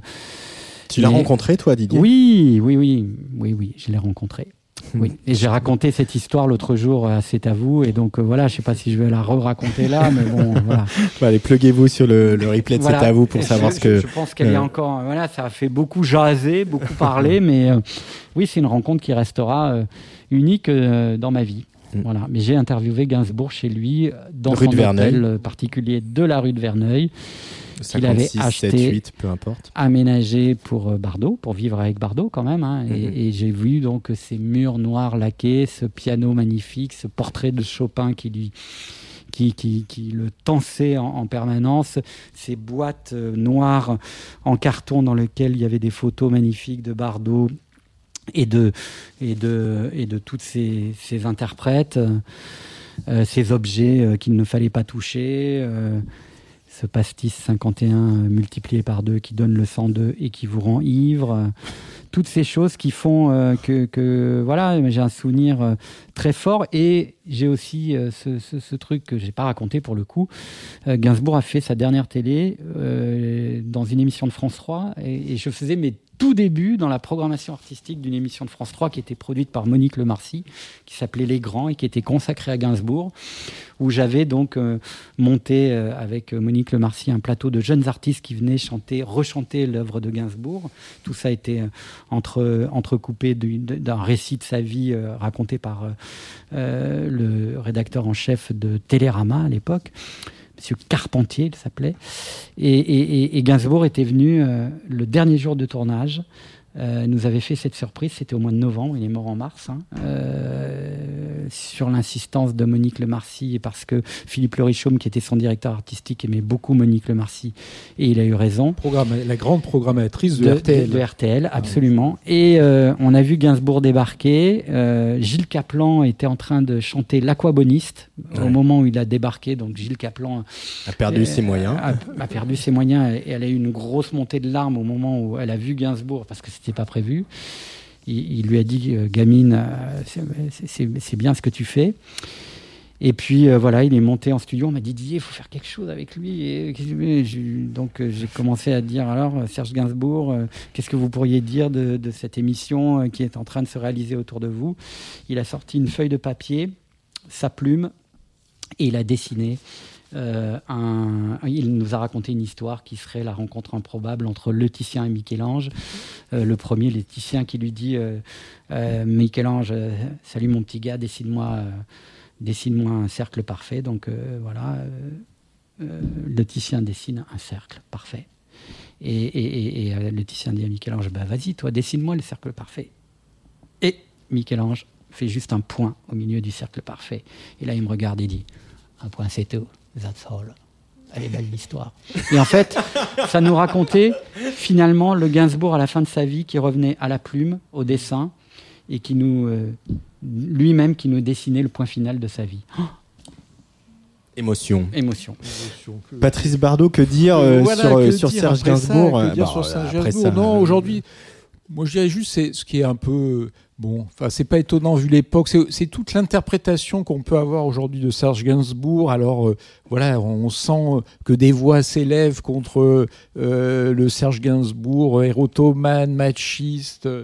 Tu l'as Mais... rencontré, toi, Didier ? Oui, oui, oui, oui, oui, je l'ai rencontré. Oui. Et j'ai raconté cette histoire l'autre jour à C'est à vous, et donc euh, voilà, je sais pas si je vais la re-raconter là, mais bon, voilà. Bah, allez, pluguez-vous sur le, le replay de voilà. C'est à vous pour et savoir je, ce que. Je pense qu'elle euh... est encore, voilà, ça a fait beaucoup jaser, beaucoup parler, mais euh, oui, c'est une rencontre qui restera euh, unique euh, dans ma vie. Mm. Voilà. Mais j'ai interviewé Gainsbourg chez lui dans rue son hôtel particulier de la rue de Verneuil. Qu'il avait acheté, sept, huit, peu importe. Aménagé pour Bardot, pour vivre avec Bardot quand même. Hein, mm-hmm. et, et j'ai vu donc ces murs noirs laqués, ce piano magnifique, ce portrait de Chopin qui lui, qui, qui, qui le tensait en, en permanence, ces boîtes euh, noires en carton dans lesquelles il y avait des photos magnifiques de Bardot et de et de et de toutes ces, ces interprètes, euh, ces objets euh, qu'il ne fallait pas toucher. Euh, Ce pastis cinquante et un multiplié par deux qui donne le cent deux et qui vous rend ivre. Euh, toutes ces choses qui font euh, que, que voilà, j'ai un souvenir euh, très fort. Et j'ai aussi euh, ce, ce, ce truc que je n'ai pas raconté pour le coup. Euh, Gainsbourg a fait sa dernière télé euh, dans une émission de France trois. Et, et je faisais mes tout début dans la programmation artistique d'une émission de France trois qui était produite par Monique Lemarcy, qui s'appelait Les Grands et qui était consacrée à Gainsbourg, où j'avais donc euh, monté euh, avec Monique Lemarcy un plateau de jeunes artistes qui venaient chanter, rechanter l'œuvre de Gainsbourg. Tout ça était euh, entre, entrecoupé d'un récit de sa vie euh, raconté par euh, le rédacteur en chef de Télérama à l'époque, Monsieur Carpentier, il s'appelait. Et, et, et Gainsbourg était venu euh, le dernier jour de tournage. Euh, nous avait fait cette surprise, c'était au mois de novembre, il est mort en mars, hein, euh, sur l'insistance de Monique Lemarcy et parce que Philippe Le Richaume, qui était son directeur artistique, aimait beaucoup Monique Lemarcy et il a eu raison. Programme, la grande programmatrice de, de R T L. De, de R T L, absolument. Et euh, on a vu Gainsbourg débarquer. Euh, Gilles Caplan était en train de chanter L'Aquaboniste ouais. au moment où il a débarqué. Donc Gilles Caplan a perdu euh, ses moyens. A, a perdu ses moyens et elle a eu une grosse montée de larmes au moment où elle a vu Gainsbourg parce que c'était pas prévu. Il, il lui a dit euh, gamine, euh, c'est, c'est, c'est bien ce que tu fais. Et puis euh, voilà, il est monté en studio. On m'a dit Didier, il faut faire quelque chose avec lui. Et, et, donc euh, j'ai commencé à dire alors Serge Gainsbourg, euh, qu'est-ce que vous pourriez dire de, de cette émission euh, qui est en train de se réaliser autour de vous? Il a sorti une feuille de papier, sa plume, et il a dessiné. Euh, un, il nous a raconté une histoire qui serait la rencontre improbable entre le Titien et Michel-Ange. Euh, le premier, le Titien qui lui dit euh, euh, Michel-Ange, euh, salut mon petit gars, dessine-moi, euh, dessine-moi un cercle parfait. Donc euh, voilà, euh, euh, le Titien dessine un cercle parfait. Et, et, et, et euh, le Titien dit à Michel-Ange, bah, vas-y, toi, dessine-moi le cercle parfait. Et Michel-Ange fait juste un point au milieu du cercle parfait. Et là, il me regarde et dit, un point, c'est tout. That's all. Elle est belle l'histoire. Et en fait, ça nous racontait finalement le Gainsbourg à la fin de sa vie qui revenait à la plume, au dessin, et qui nous, euh, lui-même qui nous dessinait le point final de sa vie. Oh Émotion. Émotion. Patrice Bardot, que dire euh, voilà, sur, que sur dire Serge Gainsbourg Gainsbourg ça, que dire bon, sur Serge après Gainsbourg ça, Non, aujourd'hui, Moi, je dirais juste, c'est ce qui est un peu bon. Enfin, c'est pas étonnant vu l'époque. C'est, c'est toute l'interprétation qu'on peut avoir aujourd'hui de Serge Gainsbourg. Alors, euh, voilà, on sent que des voix s'élèvent contre euh, le Serge Gainsbourg érotomane, machiste, euh,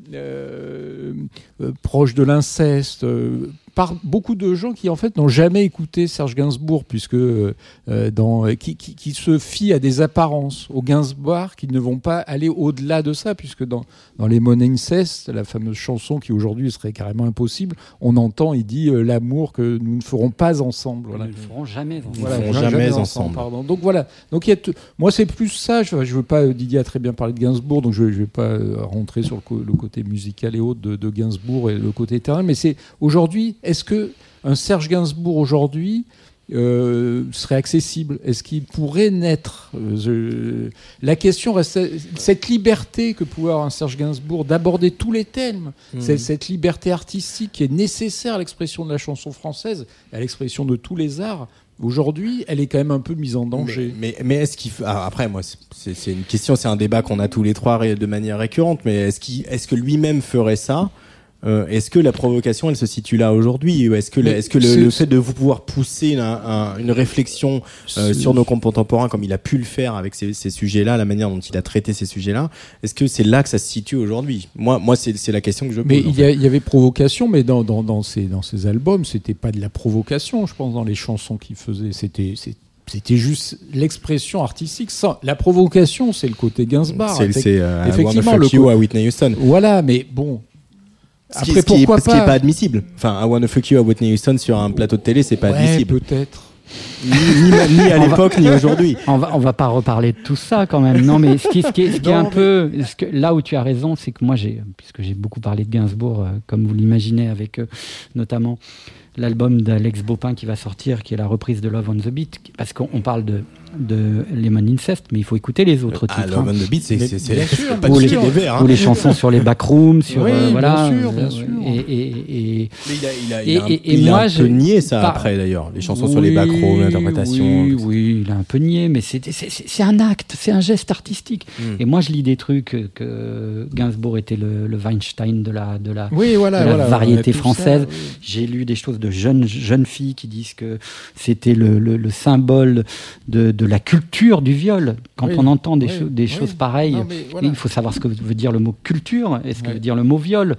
euh, proche de l'inceste. Euh, par beaucoup de gens qui en fait n'ont jamais écouté Serge Gainsbourg, puisque euh, dans, qui, qui, qui se fient à des apparences, au Gainsbourg, qui ne vont pas aller au-delà de ça, puisque dans, dans Les Mon Incest, la fameuse chanson qui aujourd'hui serait carrément impossible, on entend, il dit euh, l'amour que nous ne ferons pas ensemble. Voilà. Nous ne le ferons jamais ensemble. Voilà, Nous ne jamais, ferons jamais ensemble. ensemble. Pardon. Donc voilà. Donc il y a t- moi c'est plus ça. Je, je veux pas. Didier a très bien parlé de Gainsbourg, donc je, ne vais pas euh, rentrer sur le, co- le côté musical et autres de, de Gainsbourg et le côté éternel. Mais c'est aujourd'hui. Est-ce que un Serge Gainsbourg aujourd'hui euh, serait accessible ? Est-ce qu'il pourrait naître ? euh, je... La question reste cette liberté que pouvait avoir un Serge Gainsbourg d'aborder tous les thèmes, mmh. cette, cette liberté artistique qui est nécessaire à l'expression de la chanson française, à l'expression de tous les arts. Aujourd'hui, elle est quand même un peu mise en danger. Mais, mais, mais est-ce qu'il... Ah, après, moi, c'est, c'est une question, c'est un débat qu'on a tous les trois de manière récurrente, mais est-ce, qu'il, est-ce que lui-même ferait ça ? Euh, est-ce que la provocation, elle se situe là aujourd'hui ? Ou est-ce que, le, est-ce que le, le fait de vous pouvoir pousser un, un, une réflexion euh, sur nos contemporains, comme il a pu le faire avec ces, ces sujets-là, la manière dont il a traité ces sujets-là, est-ce que c'est là que ça se situe aujourd'hui ? Moi, moi c'est, c'est la question que je pose. Mais il y, a, il y avait provocation, mais dans, dans, dans, ces, dans ces albums, c'était pas de la provocation, je pense, dans les chansons qu'il faisait. C'était... c'était... C'était juste l'expression artistique. Sans... La provocation, c'est le côté Gainsbourg. C'est, c'est euh, effectivement I Wanna Fuck le You co... à Whitney Houston. Voilà, mais bon. Ce qui, Après, ce qui pourquoi est, pas... Ce qui n'est pas admissible. Enfin, I Wanna Fuck You à Whitney Houston sur un plateau de télé, c'est pas ouais, admissible. Peut-être. Ni, ni, ni à l'époque, va... ni aujourd'hui. On va, on va pas reparler de tout ça quand même. Non, mais ce qui, ce qui est, ce qui est un mais... peu, ce que, là où tu as raison, c'est que moi, j'ai, puisque j'ai beaucoup parlé de Gainsbourg, euh, comme vous l'imaginez, avec euh, notamment l'album d'Alex Baupin qui va sortir, qui est la reprise de Love on the Beat, parce qu'on parle de, de Lemon Incest, mais il faut écouter les autres ah, titres. Love hein. on the Beat, c'est, c'est, c'est, sûr, c'est pas ou, les, les, verts, hein. ou les chansons sur les backrooms, sur oui, euh, voilà. Bien sûr, bien sûr. Et, et, et, mais il a, il a, et, il a, et, il et a moi, un peu nié ça pas... après d'ailleurs, les chansons oui, sur les backrooms, l'interprétation. Oui, oui, il a un peu nié, mais c'est, c'est, c'est, c'est un acte, c'est un geste artistique. Mm. Et moi, je lis des trucs que Gainsbourg était le, le Weinstein de la, de la, oui, voilà, de la voilà, variété française. Ça, oui. J'ai lu des choses de jeunes, jeunes filles qui disent que c'était le, le, le symbole de, de la culture du viol. Quand oui, on entend des, oui, cho- des oui. choses pareilles, non, voilà. il faut savoir ce que veut dire le mot culture et ce que oui. veut dire le mot viol.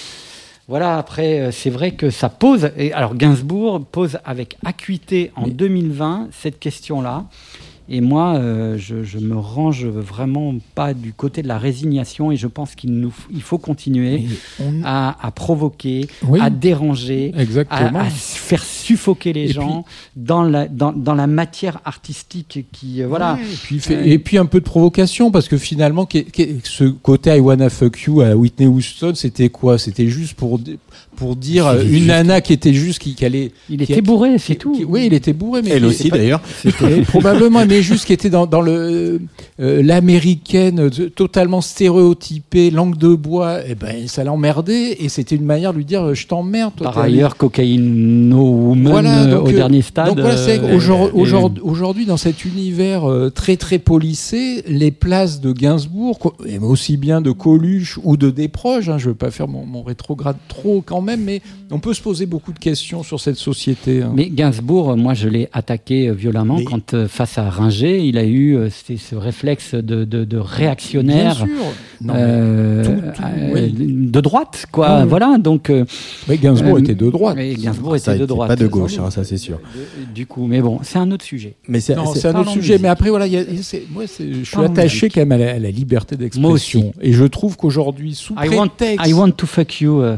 Voilà, après, c'est vrai que ça pose... Et alors, Gainsbourg pose avec acuité en Mais... deux mille vingt cette question-là. Et moi, euh, je, je me range vraiment pas du côté de la résignation et je pense qu'il nous, il faut continuer on... à, à provoquer, oui. à déranger, à, à faire suffoquer les et gens puis... dans, la, dans, dans la matière artistique qui, euh, voilà. Oui, et, puis, fait, et puis un peu de provocation parce que finalement, ce côté I Wanna Fuck You à Whitney Houston, c'était quoi ? C'était juste pour... pour dire c'est une juste... nana qui était juste qui, qui allait il qui était a, bourré c'est qui, tout qui, oui il était bourré mais elle aussi pas, d'ailleurs c'était probablement mais juste qui était dans, dans le euh, l'américaine euh, totalement stéréotypée langue de bois et ben ça l'emmerdait et c'était une manière de lui dire je t'emmerde toi, par ailleurs cocaïne no woman voilà, donc, au euh, dernier stade donc voilà c'est euh, aujourd'hui, euh, aujourd'hui, aujourd'hui dans cet univers euh, très très policé les places de Gainsbourg et aussi bien de Coluche ou de Desproges hein, je veux pas faire mon, mon rétrograde trop quand même mais on peut se poser beaucoup de questions sur cette société. Hein. Mais Gainsbourg, moi je l'ai attaqué violemment mais... quand euh, face à Ringer, il a eu euh, ce réflexe de, de, de réactionnaire non, euh, tout, tout, euh, oui. de droite, quoi. Oui. Voilà, donc. Euh, mais Gainsbourg euh, était de droite. Mais Gainsbourg ça, était de droite. Pas de gauche, hein, ça c'est sûr. Du coup, mais bon, c'est un autre sujet. Mais c'est, non, c'est, c'est un autre sujet. Mais après, voilà, y a, c'est, moi, c'est, je suis Parlons attaché quand même à la, à la liberté d'expression. Moi aussi. Et je trouve qu'aujourd'hui, sous I prétexte, want, I want to fuck you. Euh.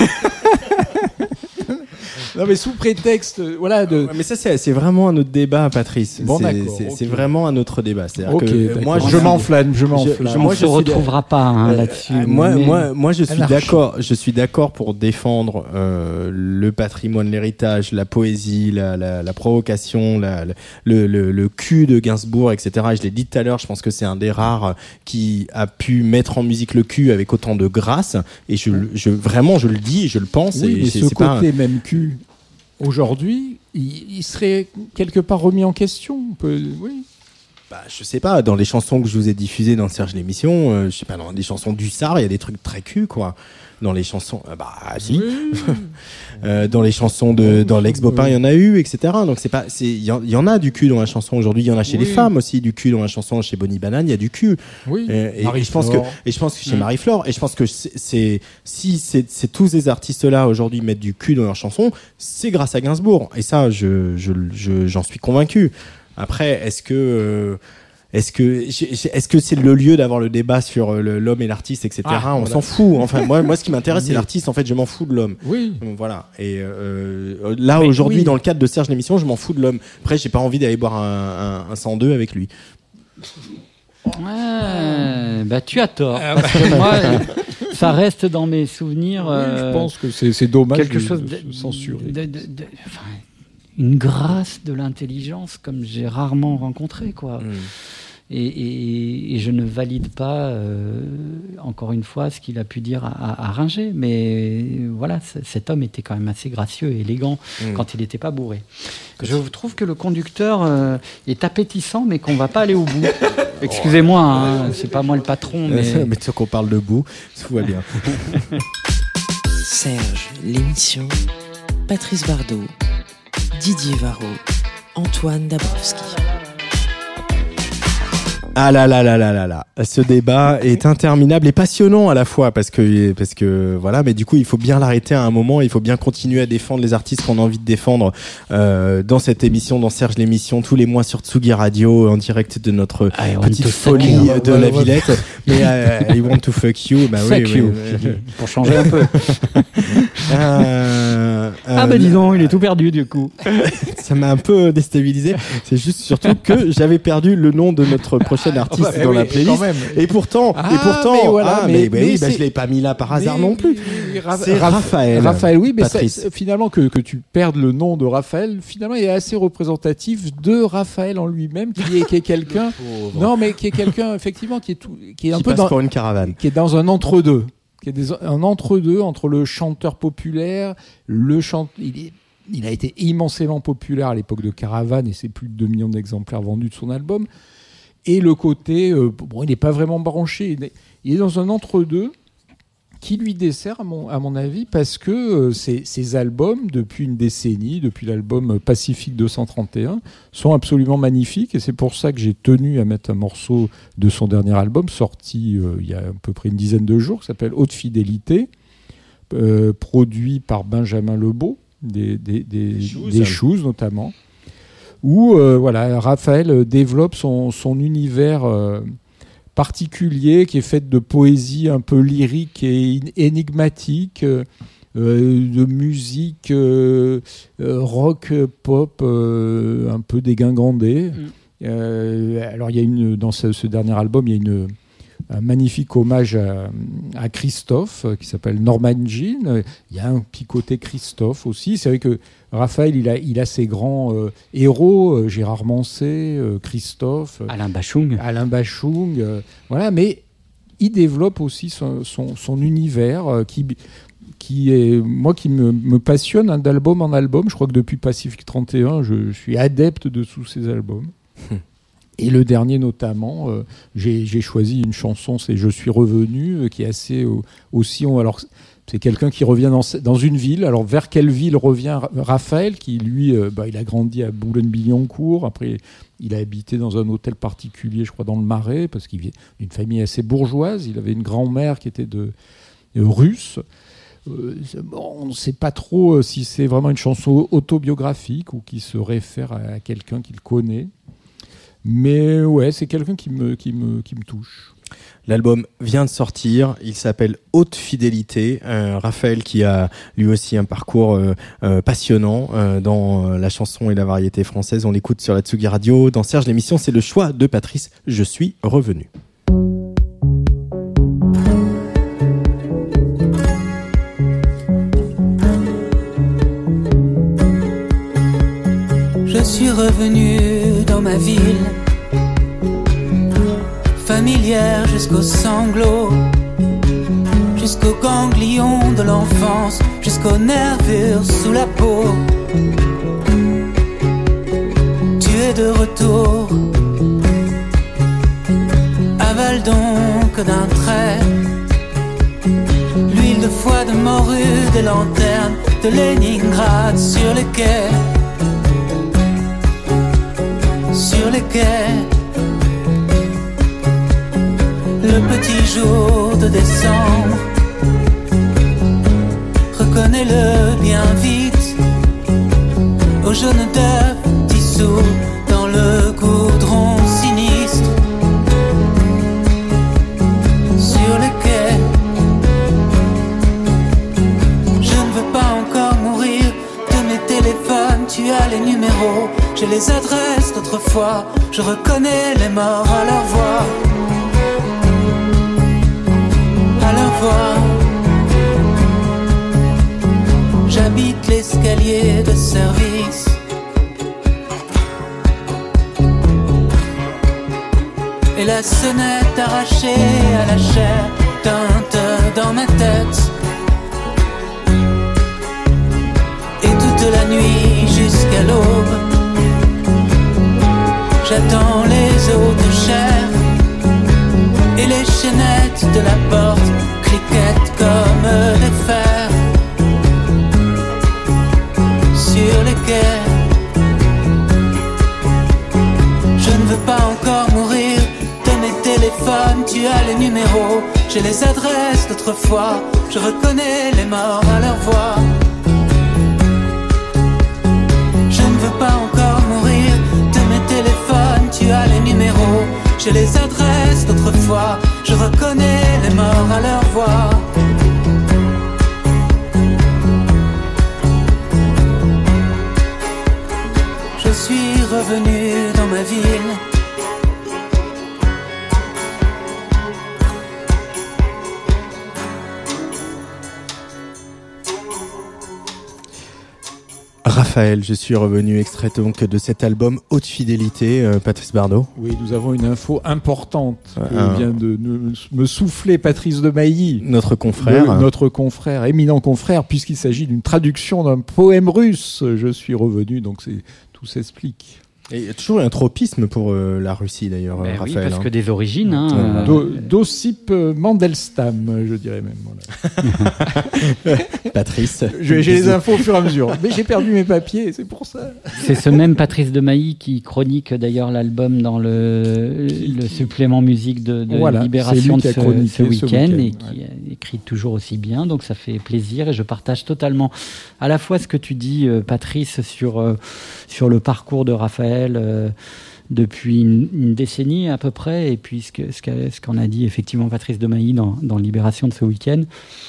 Non mais sous prétexte, euh, voilà. De... Mais ça c'est, c'est vraiment un autre débat, Patrice. Bon, c'est, d'accord, c'est, okay. c'est vraiment un autre débat. C'est-à-dire okay, que moi, je, je m'enflamme, je m'enflamme. Je, moi, on ne se retrouvera pas hein, euh, là-dessus. Euh, moi, mais... moi, moi, je suis d'accord. Je suis d'accord pour défendre euh, le patrimoine, l'héritage, la poésie, la, la, la provocation, la, la, le, le, le cul de Gainsbourg, et cetera. Et je l'ai dit tout à l'heure. Je pense que c'est un des rares qui a pu mettre en musique le cul avec autant de grâce. Et je, je vraiment, je le dis, et je le pense. Oui, et mais c'est, ce c'est côté pas un... même cul. Aujourd'hui, il, il serait quelque part remis en question. On peut, oui. bah, je sais pas, dans les chansons que je vous ai diffusées dans Serge l'émission, euh, je sais pas, dans les chansons du Sar, il y a des trucs très cul, quoi. Dans les chansons, euh, bah si. Oui. euh, dans les chansons de, dans l'ex-Bopin, il y en a eu, et cetera. Donc c'est pas, c'est, il y, y en a du cul dans la chanson aujourd'hui. Il y en a chez oui. les femmes aussi du cul dans la chanson. Chez Bonnie Banane, il y a du cul. Oui. Et, et, et je pense que, et je pense que chez mmh. Marie-Flore, et je pense que c'est, c'est si c'est, c'est tous ces artistes-là aujourd'hui mettent du cul dans leurs chansons, c'est grâce à Gainsbourg. Et ça, je, je, je j'en suis convaincu. Après, est-ce que euh, Est-ce que, est-ce que c'est le lieu d'avoir le débat sur le, l'homme et l'artiste, et cetera. Ah, on voilà. s'en fout. Enfin, moi, moi, ce qui m'intéresse, c'est l'artiste. En fait, je m'en fous de l'homme. Oui. Donc, voilà. Et euh, là, mais aujourd'hui, oui. dans le cadre de Serge l'émission, je m'en fous de l'homme. Après, j'ai pas envie d'aller boire un, un, un cent deux avec lui. Ouais, bah tu as tort. Ah, parce que moi, ça reste dans mes souvenirs. Oui, euh, je pense que c'est, c'est dommage quelque de, chose de, de censurer. De, de, de, enfin, une grâce de l'intelligence comme j'ai rarement rencontré, quoi. Mm. Et, et, et je ne valide pas, euh, encore une fois, ce qu'il a pu dire à, à Ringer. Mais voilà, c- cet homme était quand même assez gracieux et élégant mmh. quand il n'était pas bourré. Je trouve que le conducteur euh, est appétissant, mais qu'on ne va pas aller au bout. Excusez-moi, hein, c'est pas moi le patron. Mais, mais tu sais qu'on parle de bout, tout va bien. Serge, l'émission, Patrice Bardot, Didier Varro, Antoine Dabrowski. Ah là là là là là là, ce débat est interminable et passionnant à la fois parce que parce que voilà, mais du coup il faut bien l'arrêter à un moment, il faut bien continuer à défendre les artistes qu'on a envie de défendre euh, dans cette émission, dans Serge l'émission, tous les mois sur Tsugi Radio en direct de notre ah, petite folie fuck, de ouais, la ouais, Villette. Ouais. Mais euh, I want to fuck you, bah fuck oui, you. Oui, pour changer un peu. euh, euh, ah bah dis donc, il est tout perdu du coup. Ça m'a un peu déstabilisé. C'est juste surtout que j'avais perdu le nom de notre prochain artiste ah bah, dans oui, la playlist et pourtant ah, et pourtant mais voilà, ah, mais, mais, mais oui bah, je l'ai pas mis là par hasard mais, non plus mais, Ra- c'est Raphaël Raphaël oui mais ça, finalement que, que tu perdes le nom de Raphaël finalement il est assez représentatif de Raphaël en lui-même qui est, qui est quelqu'un non mais qui est quelqu'un effectivement qui est tout qui est un qui peu passe dans pour une caravane qui est dans un entre-deux qui est des, un entre-deux entre le chanteur populaire le chante il est il a été immensément populaire à l'époque de Caravane et c'est plus de deux millions d'exemplaires vendus de son album. Et le côté, euh, bon, il n'est pas vraiment branché, il est, il est dans un entre-deux qui lui dessert, à mon, à mon avis, parce que euh, ces, ces albums, depuis une décennie, depuis l'album Pacifique deux cent trente et un, sont absolument magnifiques. Et c'est pour ça que j'ai tenu à mettre un morceau de son dernier album, sorti euh, il y a à peu près une dizaine de jours, qui s'appelle Haute Fidélité, euh, produit par Benjamin Lebeau, des, des, des, des Shoes, des Shoes notamment. Où euh, voilà, Raphaël développe son, son univers euh, particulier qui est fait de poésie un peu lyrique et énigmatique, euh, de musique euh, rock, pop, euh, un peu dégingandée. Mm. Euh, alors il y a une, dans ce, ce dernier album, il y a une, un magnifique hommage à, à Christophe qui s'appelle Norman Jean. Il y a un petit côté Christophe aussi. C'est vrai que Raphaël, il a, il a ses grands euh, héros, euh, Gérard Manset, euh, Christophe, euh, Alain Bachung. Alain Bachung, euh, voilà. Mais il développe aussi son, son, son univers euh, qui, qui est, moi, qui me, me passionne hein, d'album en album. Je crois que depuis Pacifique trente et un, je, je suis adepte de tous ces albums. Et le dernier notamment, euh, j'ai, j'ai choisi une chanson, c'est Je suis revenu, euh, qui est assez euh, aussi... On, alors, c'est quelqu'un qui revient dans, dans une ville. Alors, vers quelle ville revient Raphaël, qui, lui, euh, bah, il a grandi à Boulogne-Billancourt. Après, il a habité dans un hôtel particulier, je crois, dans le Marais, parce qu'il vient d'une famille assez bourgeoise. Il avait une grand-mère qui était de, de russe. Euh, bon, on ne sait pas trop euh, si c'est vraiment une chanson autobiographique ou qui se réfère à, à quelqu'un qu'il connaît. Mais ouais, c'est quelqu'un qui me, qui me, qui me touche. L'album vient de sortir, il s'appelle Haute Fidélité. Euh, Raphaël qui a lui aussi un parcours euh, euh, passionnant euh, dans euh, la chanson et la variété française. On l'écoute sur la Tsugi Radio. Dans Serge l'émission, c'est le choix de Patrice. Je suis revenu. Je suis revenu dans ma ville, familière jusqu'aux sanglots, jusqu'aux ganglions de l'enfance, jusqu'aux nervures sous la peau. Tu es de retour, donc d'un trait. L'huile de foie de morue, des lanternes de Leningrad sur les quais. Sur les quais. Le petit jour de décembre, reconnais-le bien vite, au jaune d'œuf dissous dans le goudron sinistre. Sur les quais, je ne veux pas encore mourir de mes téléphones, tu as les numéros, j'ai les adresses d'autrefois, je reconnais les morts à leur voix. À leur voix. J'habite l'escalier de service. Et la sonnette arrachée à la chair teinte dans ma tête. Et toute la nuit jusqu'à l'aube, j'attends les os de chair. Et les chaînettes de la porte cliquettent comme des fers. Sur les quais, je ne veux pas encore mourir de mes téléphones, tu as les numéros, j'ai les adresses d'autrefois, je reconnais les morts à leur voix. Je ne veux pas encore mourir de mes téléphones, tu as les numéros, j'ai les adresses d'autrefois, je reconnais les morts à leur voix. Je suis revenu dans ma ville. Raphaël, je suis revenu, extrait donc de cet album Haute Fidélité, euh, Patrice Bardot. Oui, nous avons une info importante que Ah. vient de nous- me souffler Patrice de Mailly. Notre confrère. Le- notre confrère, éminent confrère, puisqu'il s'agit d'une traduction d'un poème russe. Je suis revenu, donc c'est, tout s'explique. Et il y a toujours un tropisme pour euh, la Russie d'ailleurs, Ben euh, oui, Raphaël. parce hein. que des origines. Hein, Euh, euh, Do- Dosip Mandelstam, je dirais même. Voilà. Patrice. Je- J'ai les Bisous. infos au fur et à mesure. Mais j'ai perdu mes papiers, c'est pour ça. C'est ce même Patrice de Mailly qui chronique d'ailleurs l'album dans le, le supplément musique de, de Voilà, c'est Libération lui de qui a ce, chroniqué ce ce week-end week-end, et qui écrit toujours aussi bien, donc ça fait plaisir et je partage totalement à la fois ce que tu dis, euh, Patrice, sur, euh, sur le parcours de Raphaël euh, depuis une, une décennie à peu près, et puis ce, que, ce, qu'a- ce qu'en a dit effectivement Patrice de Mailly dans, dans Libération de ce week-end.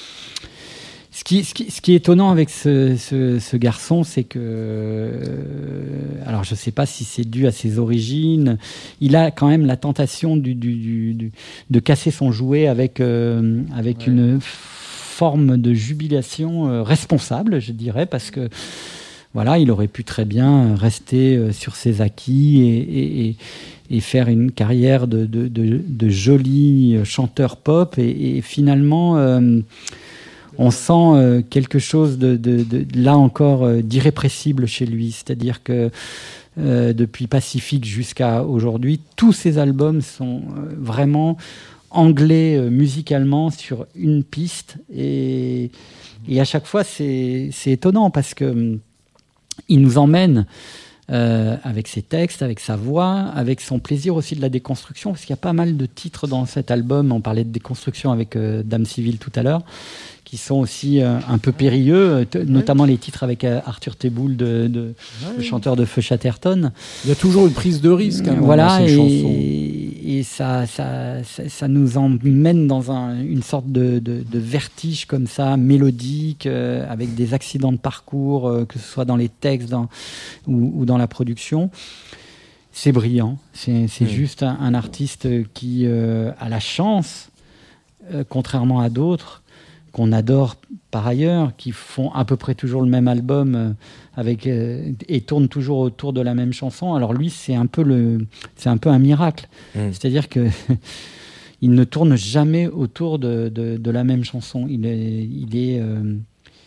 Ce qui, ce, qui, ce qui est étonnant avec ce, ce, ce garçon, c'est que, euh, alors je ne sais pas si c'est dû à ses origines, il a quand même la tentation du, du, du, du- de casser son jouet avec, euh, avec ouais. une forme de jubilation euh, responsable, je dirais, parce que voilà, il aurait pu très bien rester euh, sur ses acquis et, et, et, et faire une carrière de, de, de, de joli chanteur pop, et, et finalement... Euh, on sent euh, quelque chose de, de, de, là encore euh, d'irrépressible chez lui, c'est-à-dire que euh, depuis Pacifique jusqu'à aujourd'hui, tous ses albums sont euh, vraiment anglais euh, musicalement sur une piste, et, et à chaque fois c'est, c'est étonnant parce que euh, il nous emmène euh, avec ses textes, avec sa voix, avec son plaisir aussi de la déconstruction, parce qu'il y a pas mal de titres dans cet album. On parlait de déconstruction avec euh, Dame Civile tout à l'heure, qui sont aussi euh, un peu périlleux, t- ouais. notamment les titres avec euh, Arthur Teboul, de, de, ouais. le chanteur de Feu Chatterton. Il y a toujours une prise de risque hein, voilà, dans ces et, chansons. Et ça, ça, ça, ça nous emmène dans un, une sorte de, de, de vertige comme ça, mélodique, euh, avec des accidents de parcours, euh, que ce soit dans les textes dans, ou, ou dans la production. C'est brillant, c'est, c'est mmh. juste un, un artiste qui euh, a la chance, euh, contrairement à d'autres, qu'on adore par ailleurs, qui font à peu près toujours le même album euh, avec, euh, et tournent toujours autour de la même chanson. Alors lui, c'est un peu, le, c'est un, peu un miracle. Mmh. C'est-à-dire que il ne tourne jamais autour de, de, de la même chanson. Il est, il est, euh,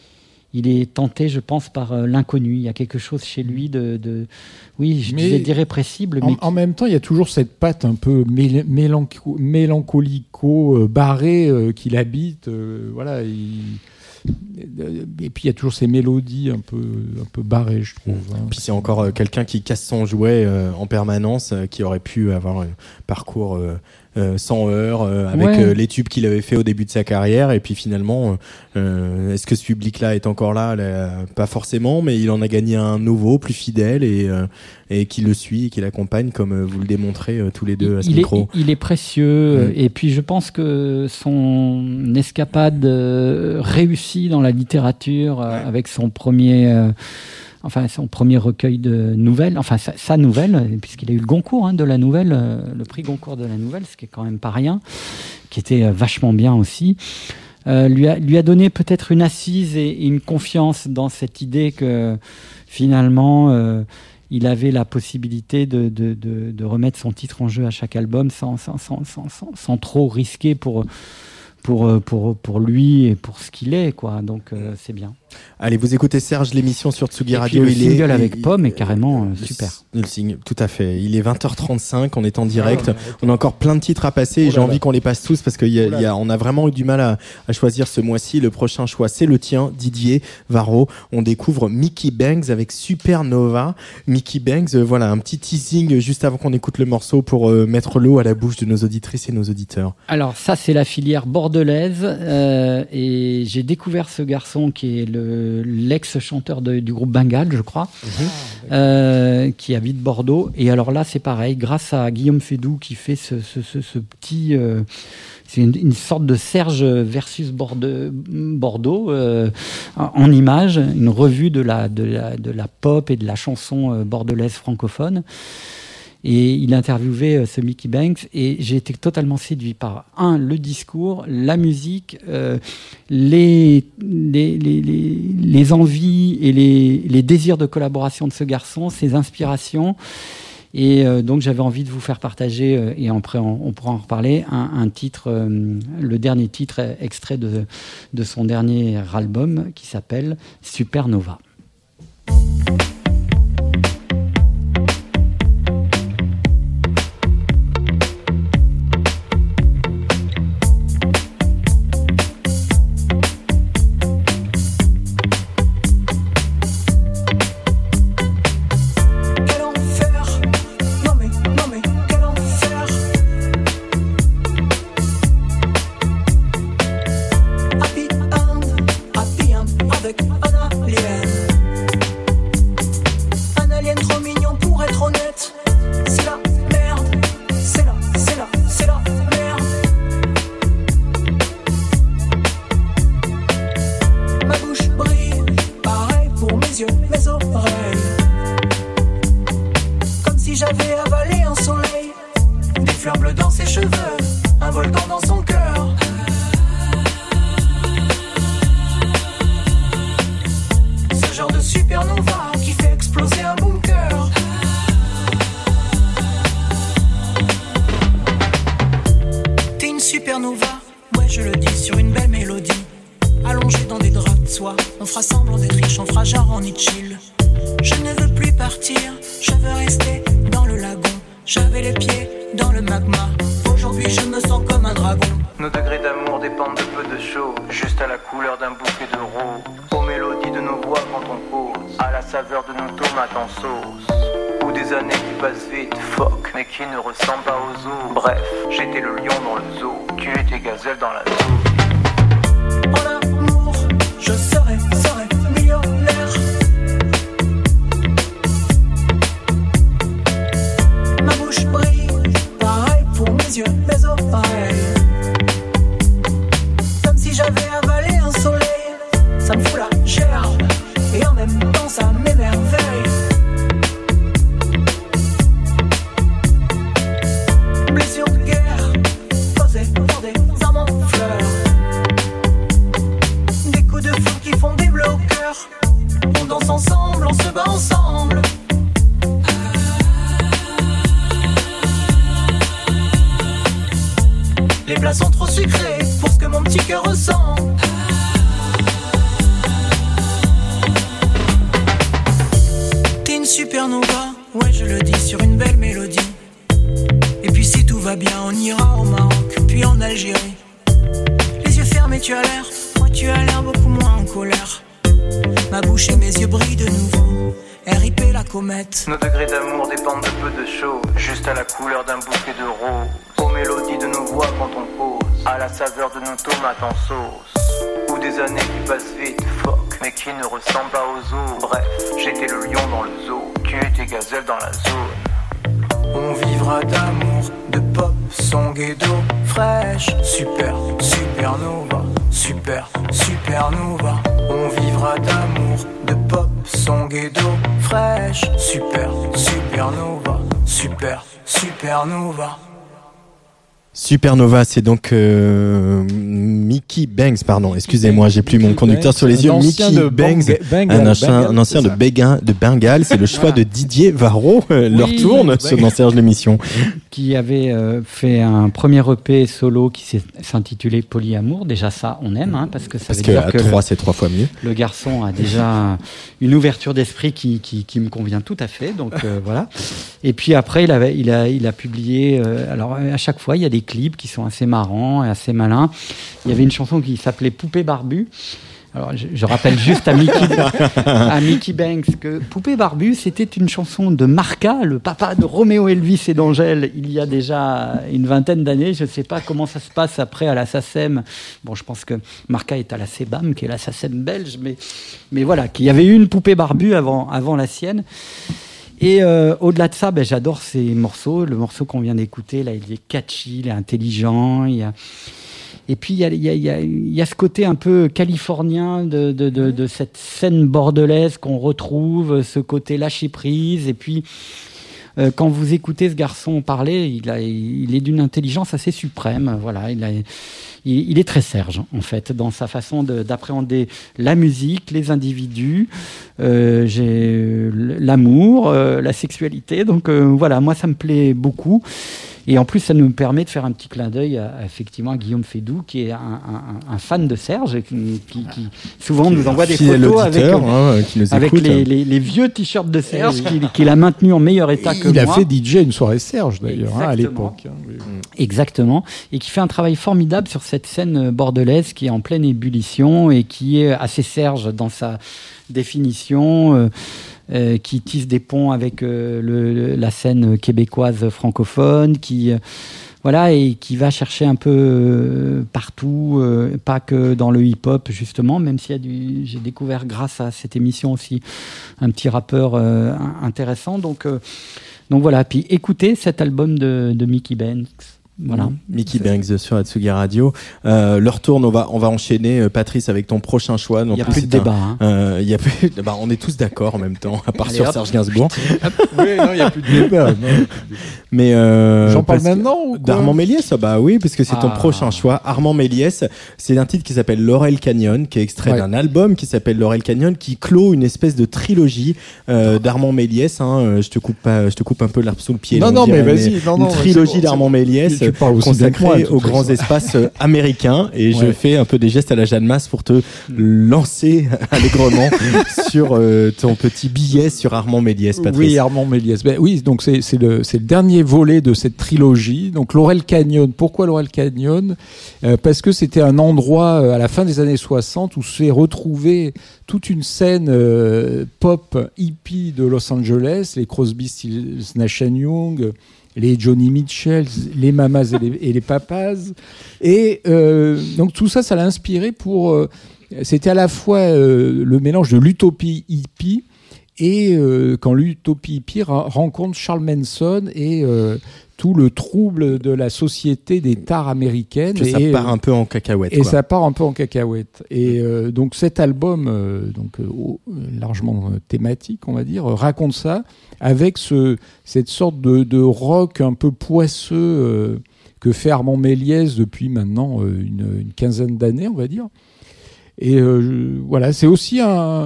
il est tenté, je pense, par euh, l'inconnu. Il y a quelque chose chez lui de, de oui, je Mais disais d'irrépressible. En, Mais en même temps, il y a toujours cette patte un peu mél- mélanco- mélancolico-barrée euh, qu'il habite. Euh, voilà. Il... Et puis il y a toujours ces mélodies un peu, un peu barrées, je trouve. Hein. Puis c'est encore euh, quelqu'un qui casse son jouet euh, en permanence, euh, qui aurait pu avoir un parcours euh, euh, sans heurts, euh, avec Ouais. euh, les tubes qu'il avait fait au début de sa carrière. Et puis finalement, euh, est-ce que ce public-là est encore là, là? Pas forcément, mais il en a gagné un nouveau, plus fidèle et, euh, et qui le suit et qui l'accompagne, comme euh, vous le démontrez euh, tous les deux à ce il micro. Est, il est précieux. Mm. Et puis je pense que son escapade euh, réussie dans la littérature, euh, avec son premier... Euh, Enfin, son premier recueil de nouvelles, enfin sa, sa nouvelle, puisqu'il a eu le Goncourt hein, de la nouvelle, euh, le prix Goncourt de la nouvelle, ce qui est quand même pas rien, qui était euh, vachement bien aussi, euh, lui, a, lui a donné peut-être une assise et, et une confiance dans cette idée que finalement euh, il avait la possibilité de, de, de, de remettre son titre en jeu à chaque album sans, sans, sans, sans, sans, sans trop risquer pour, pour, pour, pour lui et pour ce qu'il est, quoi. Donc euh, c'est bien. Allez, vous écoutez Serge, l'émission sur Tsugi Et Radio. puis le il single est, avec il- Pomme est carrément euh, Le- super. Le signe, tout à fait. Il est vingt heures trente-cinq, on est en direct. Ah, On a encore plein de titres à passer et Oh j'ai là envie là. qu'on les passe tous parce qu'on y a, il y a, on a vraiment eu du mal à, à choisir ce mois-ci. Le prochain choix, c'est le tien, Didier Varro. On découvre Mickey Bangs avec Supernova. Mickey Bangs, euh, voilà, un petit teasing juste avant qu'on écoute le morceau pour euh, mettre l'eau à la bouche de nos auditrices et nos auditeurs. Alors ça, c'est la filière bordelaise euh, et j'ai découvert ce garçon qui est le, l'ex-chanteur de- du groupe Bengal, je crois, euh, qui habite Bordeaux. Et alors là, c'est pareil, grâce à Guillaume Fédou qui fait ce, ce, ce, ce petit... euh, c'est une, une sorte de Serge versus Bordeaux, Bordeaux euh, en, en images, une revue de la, de, la, de la pop et de la chanson euh, bordelaise francophone. Et il a interviewé euh, ce Mickey Banks et j'ai été totalement séduit par, un, le discours, la musique, euh, les, les, les, les, les envies et les, les désirs de collaboration de ce garçon, ses inspirations. Et euh, donc j'avais envie de vous faire partager, euh, et après on, on pourra en reparler, un, un titre, euh, le dernier titre euh, extrait de, de son dernier album qui s'appelle Supernova. Quel enfer! Non mais, non mais, quel enfer! Happy end, happy end avec un alien. Un alien trop mignon pour être honnête. C'est la merde, c'est la, c'est la, c'est la merde. Ma bouche brille, pareil pour mes yeux, mes oreilles. Comme si j'avais avalé un soleil. Des fleurs bleues dans ses cheveux, un volcan dans son cœur. Ce genre de supernova qui fait exploser un bunker. T'es une supernova, ouais je le dis sur une belle mélodie. Allongée dans des draps de soie, on fera semblant d'être riche, on fera genre en chill. Je ne veux plus partir, je veux rester dans le lagon. J'avais les pieds dans le magma, aujourd'hui je me sens comme un dragon. Nos degrés d'amour dépendent de peu de choses, juste à la couleur d'un bouquet de roses, aux mélodies de nos voix quand on pose, à la saveur de nos tomates en sauce, ou des années qui passent vite, fuck, mais qui ne ressemblent pas aux autres. Bref, j'étais le lion dans le zoo, tu étais gazelle dans la zone. En amour, je serai, serai millionnaire. Ma bouche brille, pareil pour mes yeux, mes oreilles. Comme si j'avais avalé un soleil. Ça me fout la gerbe, et en même temps ça m'émerveille. Blessure de guerre, posée pour des armes en fleurs. Des coups de feu qui font des bleus au cœur. On danse ensemble, on se bat ensemble. Les plats sont trop sucrés pour ce que mon petit cœur ressent. supernova, ouais je le dis, sur une belle mélodie. Et puis si tout va bien, on ira au Maroc, puis en Algérie. Les yeux fermés, tu as l'air, moi tu as l'air beaucoup moins en colère. Ma bouche et mes yeux brillent de nouveau, R I P la comète. Nos degrés d'amour dépendent de peu de choses, juste à la couleur d'un bouquet de roses, aux mélodies de nos voix quand on pose, à la saveur de nos tomates en sauce, ou des années qui passent vite, fuck, mais qui ne ressemblent pas aux autres. Bref, j'étais le lion dans le zoo, tu étais gazelle dans la zone. On vivra d'amour, de pop, song et d'eau fraîche. Super, supernova, super, supernova. On vivra d'amour, de pop, song et d'eau fraîche. Super, supernova, super, supernova. Supernova, c'est donc euh, Mickey Banks, pardon, excusez-moi, j'ai plus mon conducteur sur les yeux. Mickey Banks, un ancien, un ancien de Béguin, de Bengale, c'est le choix de Didier Varro, euh, Oui, leur tourne sur dans Serge l'émission. Qui avait euh, fait un premier E P solo qui s'est- s'intitulait Polyamour. Déjà ça, on aime, hein, parce que ça Parce veut que dire à que trois, le, c'est trois fois mieux. le garçon a déjà une ouverture d'esprit qui, qui, qui me convient tout à fait. Donc euh, voilà. Et puis après, il, avait, il, a, il a publié. Euh, alors à chaque fois, il y a des clips qui sont assez marrants et assez malins. Il y avait une chanson qui s'appelait Poupée Barbue. Alors, je, je rappelle juste à Mickey, à Mickey Banks que Poupée Barbue, c'était une chanson de Marca, le papa de Roméo Elvis et d'Angèle, il y a déjà une vingtaine d'années. Je ne sais pas comment ça se passe après à la SACEM. Bon, je pense que Marca est à la CEBAM, qui est la SACEM belge, mais, mais voilà, qu'il y avait eu une Poupée Barbue avant, avant la sienne. Et euh, au-delà de ça, ben, j'adore ces morceaux. Le morceau qu'on vient d'écouter, là, il est catchy, il est intelligent. Il y a... Et puis, il y a, il y, a, il y, a, il y a ce côté un peu californien de, de, de, de cette scène bordelaise qu'on retrouve, ce côté lâcher-prise. Et puis, euh, quand vous écoutez ce garçon parler, il, a, il est d'une intelligence assez suprême. Voilà, il a... Il, il est très Serge, en fait, dans sa façon de, d'appréhender la musique, les individus, euh, j'ai l'amour, euh, la sexualité. Donc euh, voilà, moi, ça me plaît beaucoup. Et en plus, ça nous permet de faire un petit clin d'œil à, à, effectivement, à Guillaume Fédoux, qui est un, un, un fan de Serge, qui, qui, qui souvent qui nous envoie des photos avec, hein, qui nous avec écoute. les, les, les vieux t-shirts de Serge, qu'il, qu'il a maintenu en meilleur état que il moi. Il a fait D J une soirée Serge, d'ailleurs, hein, à l'époque. Hein, oui. Exactement. Et qui fait un travail formidable sur cette scène bordelaise qui est en pleine ébullition et qui est assez Serge dans sa définition, euh, euh, qui tisse des ponts avec euh, le, la scène québécoise francophone, qui... Euh, Voilà, et qui va chercher un peu euh, partout, euh, pas que dans le hip-hop, justement, même s'il y a du... J'ai découvert, grâce à cette émission aussi, un petit rappeur euh, intéressant. Donc, euh, donc voilà, puis écoutez cet album de, de Mickey Banks. Voilà. Mmh. Mickey Banks sur Atsugi Radio. Euh, leur tourne, on va, on va enchaîner, euh, Patrice, avec ton prochain choix. Il n'y a plus de débat. Hein. Euh, y a plus, bah, on est tous d'accord en même temps, à part Allez, sur hop. Serge Gainsbourg. Oui, non, il n'y a plus de débat. Mais euh, J'en parle parce que- maintenant ou quoi d'Armand Méliès, ah bah oui, parce que c'est ton Ah. prochain choix. Armand Méliès, c'est un titre qui s'appelle Laurel Canyon, qui est extrait Ouais. d'un album qui s'appelle Laurel Canyon, qui clôt une espèce de trilogie euh, d'Armand Méliès. Hein. Euh, Je te coupe pas, je te coupe un peu l'arbre sous le pied. Non, on non, dirait, mais vas-y, non, une non, trilogie c'est bon, d'Armand c'est bon. Méliès Tu parles aussi bien que moi, consacrée de toute aux grands façon. espaces euh, américains. Et je Ouais. fais un peu des gestes à la Jeanne Masse pour te lancer allègrement sur euh, ton petit billet sur Armand Méliès, Patrice. Oui, Armand Méliès. Ben oui, donc c'est, c'est, le, c'est le dernier volet de cette trilogie. Donc Laurel Canyon. Pourquoi Laurel Canyon ? Euh, Parce que c'était un endroit euh, à la fin des années soixante où s'est retrouvé toute une scène euh, pop hippie de Los Angeles, les Crosby, Stills, Nash and Young, les Johnny Mitchell, les Mamas et les, et les Papas. Et euh, donc tout ça, ça l'a inspiré pour... Euh, c'était à la fois euh, le mélange de l'utopie hippie et euh, quand l'utopie hippie ra- rencontre Charles Manson et euh, tout le trouble de la société des tares américaines. Que ça et, part un peu en cacahuète. Et quoi. ça part un peu en cacahuète. Et euh, donc cet album, euh, donc euh, au- largement euh, thématique, on va dire, euh, raconte ça avec ce, cette sorte de, de rock un peu poisseux euh, que fait Armand Méliès depuis maintenant euh, une, une quinzaine d'années, on va dire. Et euh, je- voilà, c'est aussi un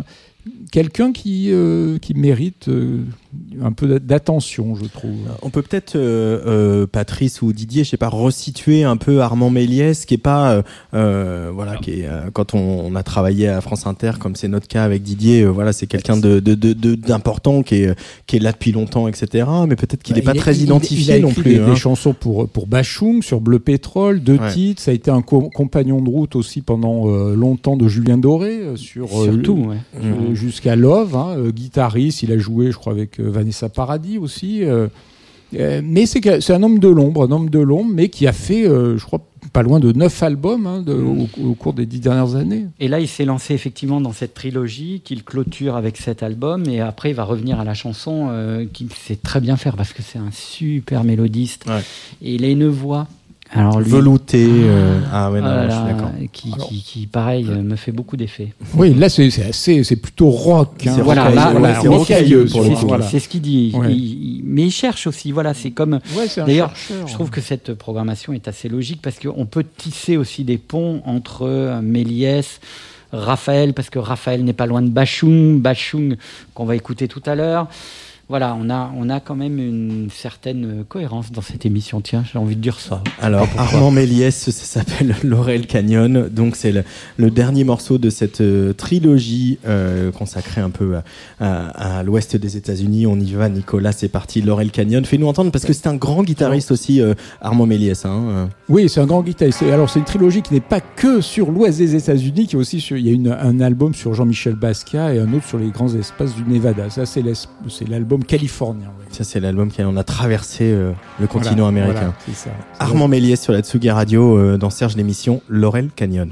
quelqu'un qui, euh, qui mérite euh, un peu d'attention, je trouve. On peut peut-être, euh, euh, Patrice ou Didier, je sais pas, resituer un peu Armand Méliès, qui est pas, euh, euh, voilà, qui est, euh, quand on, on a travaillé à France Inter, comme c'est notre cas avec Didier, euh, voilà, c'est quelqu'un de, de, de, de, d'important, qui est, qui est là depuis longtemps, et cetera. Mais peut-être qu'il n'est bah, pas il très est, identifié il, il a non écrit plus. Des, hein. des chansons pour, pour Bachung, sur Bleu Pétrole, deux ouais. titres. Ça a été un co- compagnon de route aussi pendant euh, longtemps de Julien Doré, euh, sur, euh, Surtout, le, ouais. euh, mmh. jusqu'à Love, hein, euh, guitariste. Il a joué, je crois, avec euh, Vanessa Paradis aussi. Euh, euh, mais c'est, c'est un homme de l'ombre, un homme de l'ombre, mais qui a fait, euh, je crois, pas loin de neuf albums hein, de, au, au cours des dix dernières années. Et là, il s'est lancé effectivement dans cette trilogie qu'il clôture avec cet album. Et après, il va revenir à la chanson euh, qu'il sait très bien faire parce que c'est un super mélodiste. Ouais. Et il a une voix. Alors lui, velouté, euh... ah ouais, non, voilà, je suis d'accord. Qui, qui, qui, pareil, euh, me fait beaucoup d'effets. Oui, là c'est, c'est assez, c'est plutôt rock. Hein. C'est voilà, là, voilà, c'est, rocailleux, c'est, c'est, voilà. c'est ce qu'il dit. Ouais. Il, il, mais il cherche aussi. Voilà, c'est comme. Ouais, c'est un D'ailleurs, chercheur. je trouve que cette programmation est assez logique parce qu'on peut tisser aussi des ponts entre Méliès, Raphaël, parce que Raphaël n'est pas loin de Bachung, Bachung qu'on va écouter tout à l'heure. Voilà, on a, on a quand même une certaine cohérence dans cette émission. Tiens, j'ai envie de dire ça. Alors, Armand Méliès, ça s'appelle Laurel Canyon. Donc, c'est le, le dernier morceau de cette euh, trilogie euh, consacrée un peu à, à, à l'ouest des États-Unis. On y va, Nicolas, c'est parti. Laurel Canyon, fais-nous entendre, parce que c'est un grand guitariste aussi, euh, Armand Méliès. Hein. Oui, c'est un grand guitariste. Alors, c'est une trilogie qui n'est pas que sur l'ouest des États-Unis, qui est aussi sur, il y a une, un album sur Jean-Michel Basquiat et un autre sur les grands espaces du Nevada. Ça, c'est, c'est l'album californien. Oui. Ça, c'est l'album qui on a traversé euh, le continent voilà, américain. Voilà, c'est ça, c'est Armand vrai. Méliès sur la Tsugi Radio euh, dans Serge l'émission Laurel Canyon.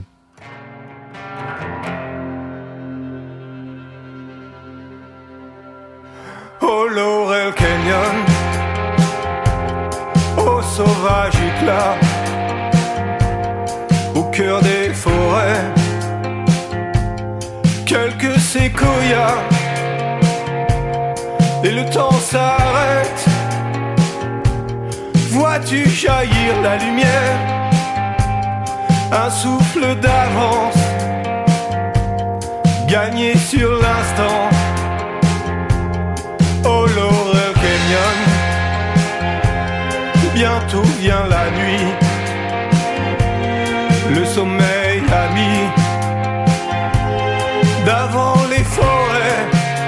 Oh Laurel Canyon, oh sauvage éclat, au cœur des forêts, quelques séquoias. Et le temps s'arrête. Vois-tu jaillir la lumière, un souffle d'avance, gagné sur l'instant. Oh Laurel Canyon, bientôt vient la nuit, le sommeil ami d'avant les forêts.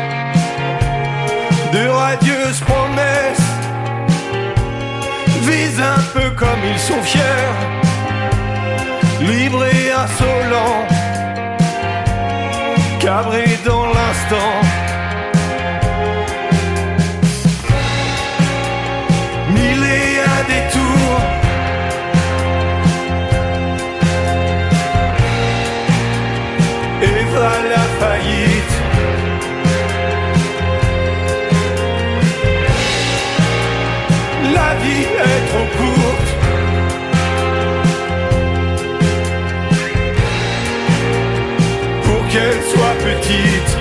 De radieuses promesses visent un peu comme ils sont fiers, libres et insolents, cabrés dans l'instant. Mille et un détours, et va la faillite. La vie est trop courte pour qu'elle soit petite.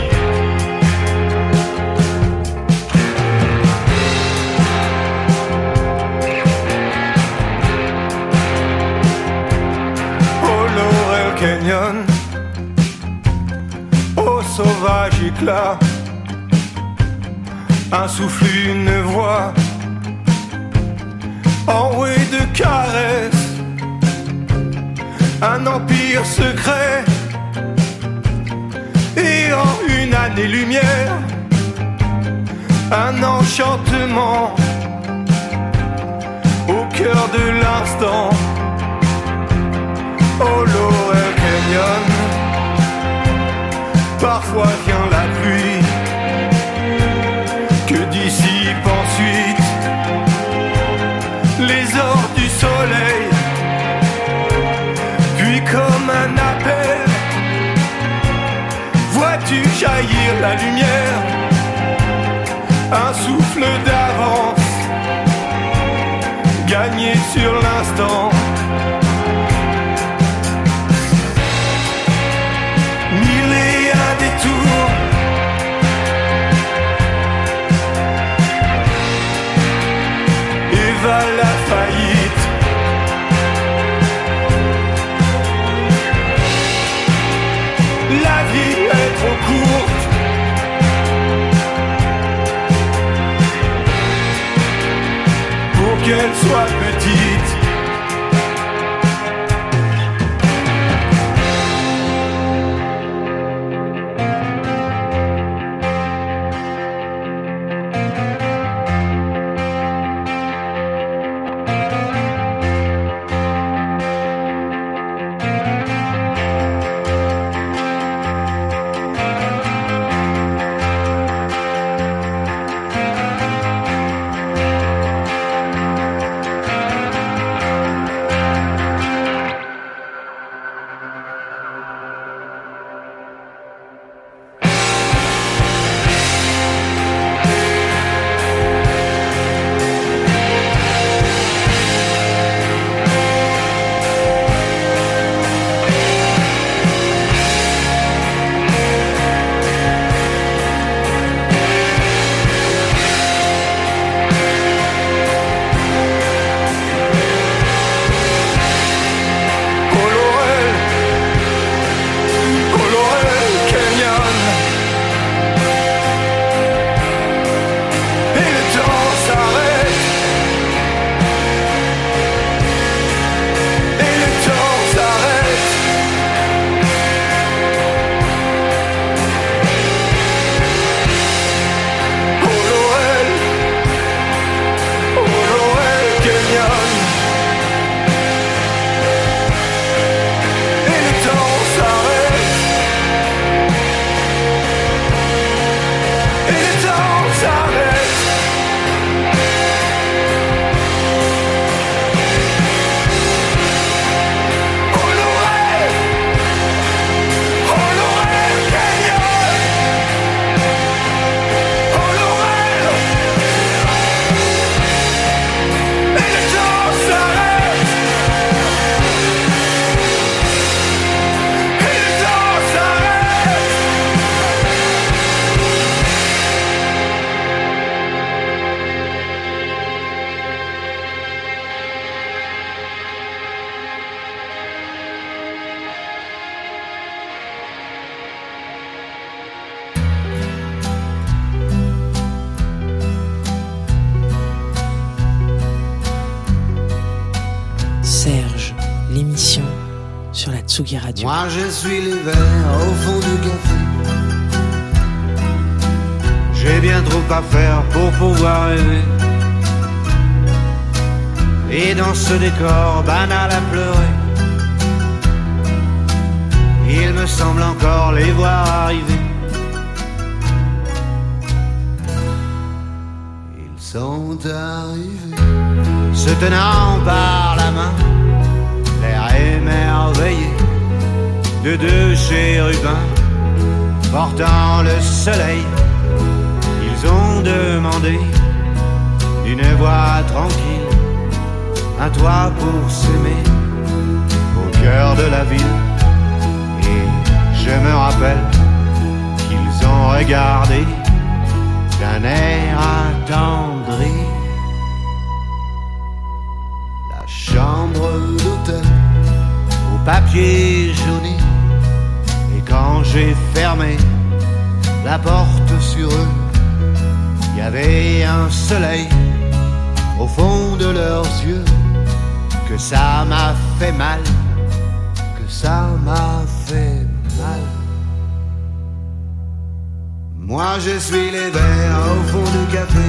Oh Laurel Canyon, oh sauvage éclat, un souffle, une voix, enroué de caresses, un empire secret, et en une année-lumière, un enchantement au cœur de l'instant. Oh Laurel Canyon, parfois vient la pluie, que dissipe ensuite les ors du soleil, puis comme un appel, vois-tu jaillir la lumière, un souffle d'avance, gagné sur l'instant. Mille et un détours, et va la faillite. La vie est trop courte qu'elle soit petite. Serge, l'émission sur la Tsugi Radio. Moi je suis les verres au fond du café. J'ai bien trop à faire pour pouvoir rêver. Et dans ce décor banal à pleurer, il me semble encore les voir arriver. Ils sont arrivés, se tenant par la main, l'air émerveillé de deux chérubins portant le soleil. Ils ont demandé d'une voix tranquille un toit pour s'aimer au cœur de la ville. Et je me rappelle qu'ils ont regardé d'un air attendri la chambre d'hôtel au papier jauni. Et quand j'ai fermé la porte sur eux, il y avait un soleil au fond de leurs yeux. Que ça m'a fait mal, que ça m'a fait mal. Moi je suis les verres au fond du café.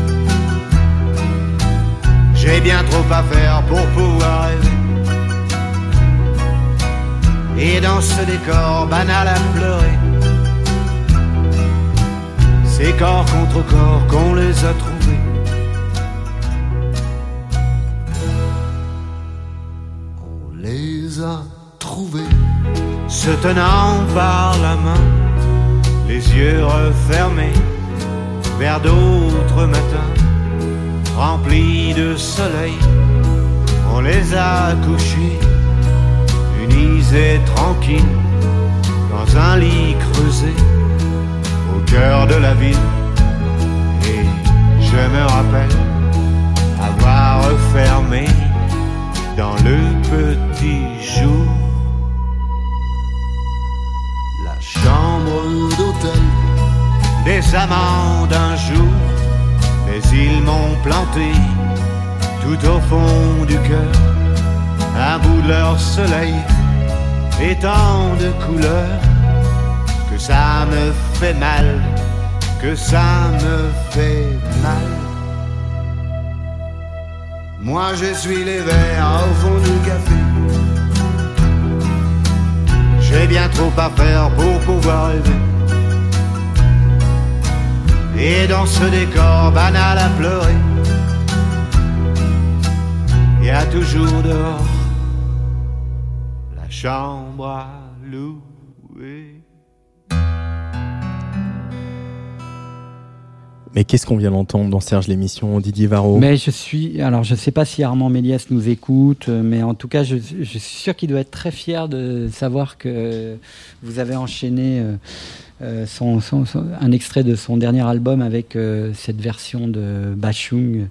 J'ai bien trop à faire pour pouvoir rêver. Et dans ce décor banal à pleurer, c'est corps contre corps qu'on les a trouvés. A trouvé, se tenant par la main, les yeux refermés vers d'autres matins remplis de soleil. On les a couchés unis et tranquilles dans un lit creusé au cœur de la ville. Et je me rappelle avoir refermé dans le petit jour la chambre d'hôtel des amants d'un jour. Mais ils m'ont planté tout au fond du cœur, un bout de leur soleil, et tant de couleurs, que ça me fait mal, que ça me fait mal. Moi je suis les vers au fond du café, j'ai bien trop à faire pour pouvoir rêver. Et dans ce décor banal à pleurer, il y a toujours dehors la chambre à louer. Mais qu'est-ce qu'on vient d'entendre dans Serge l'émission, Didier Varro? Mais je suis, alors je ne sais pas si Armand Méliès nous écoute, mais en tout cas, je, je suis sûr qu'il doit être très fier de savoir que vous avez enchaîné euh, euh, son, son, son, un extrait de son dernier album avec euh, cette version de Bashung.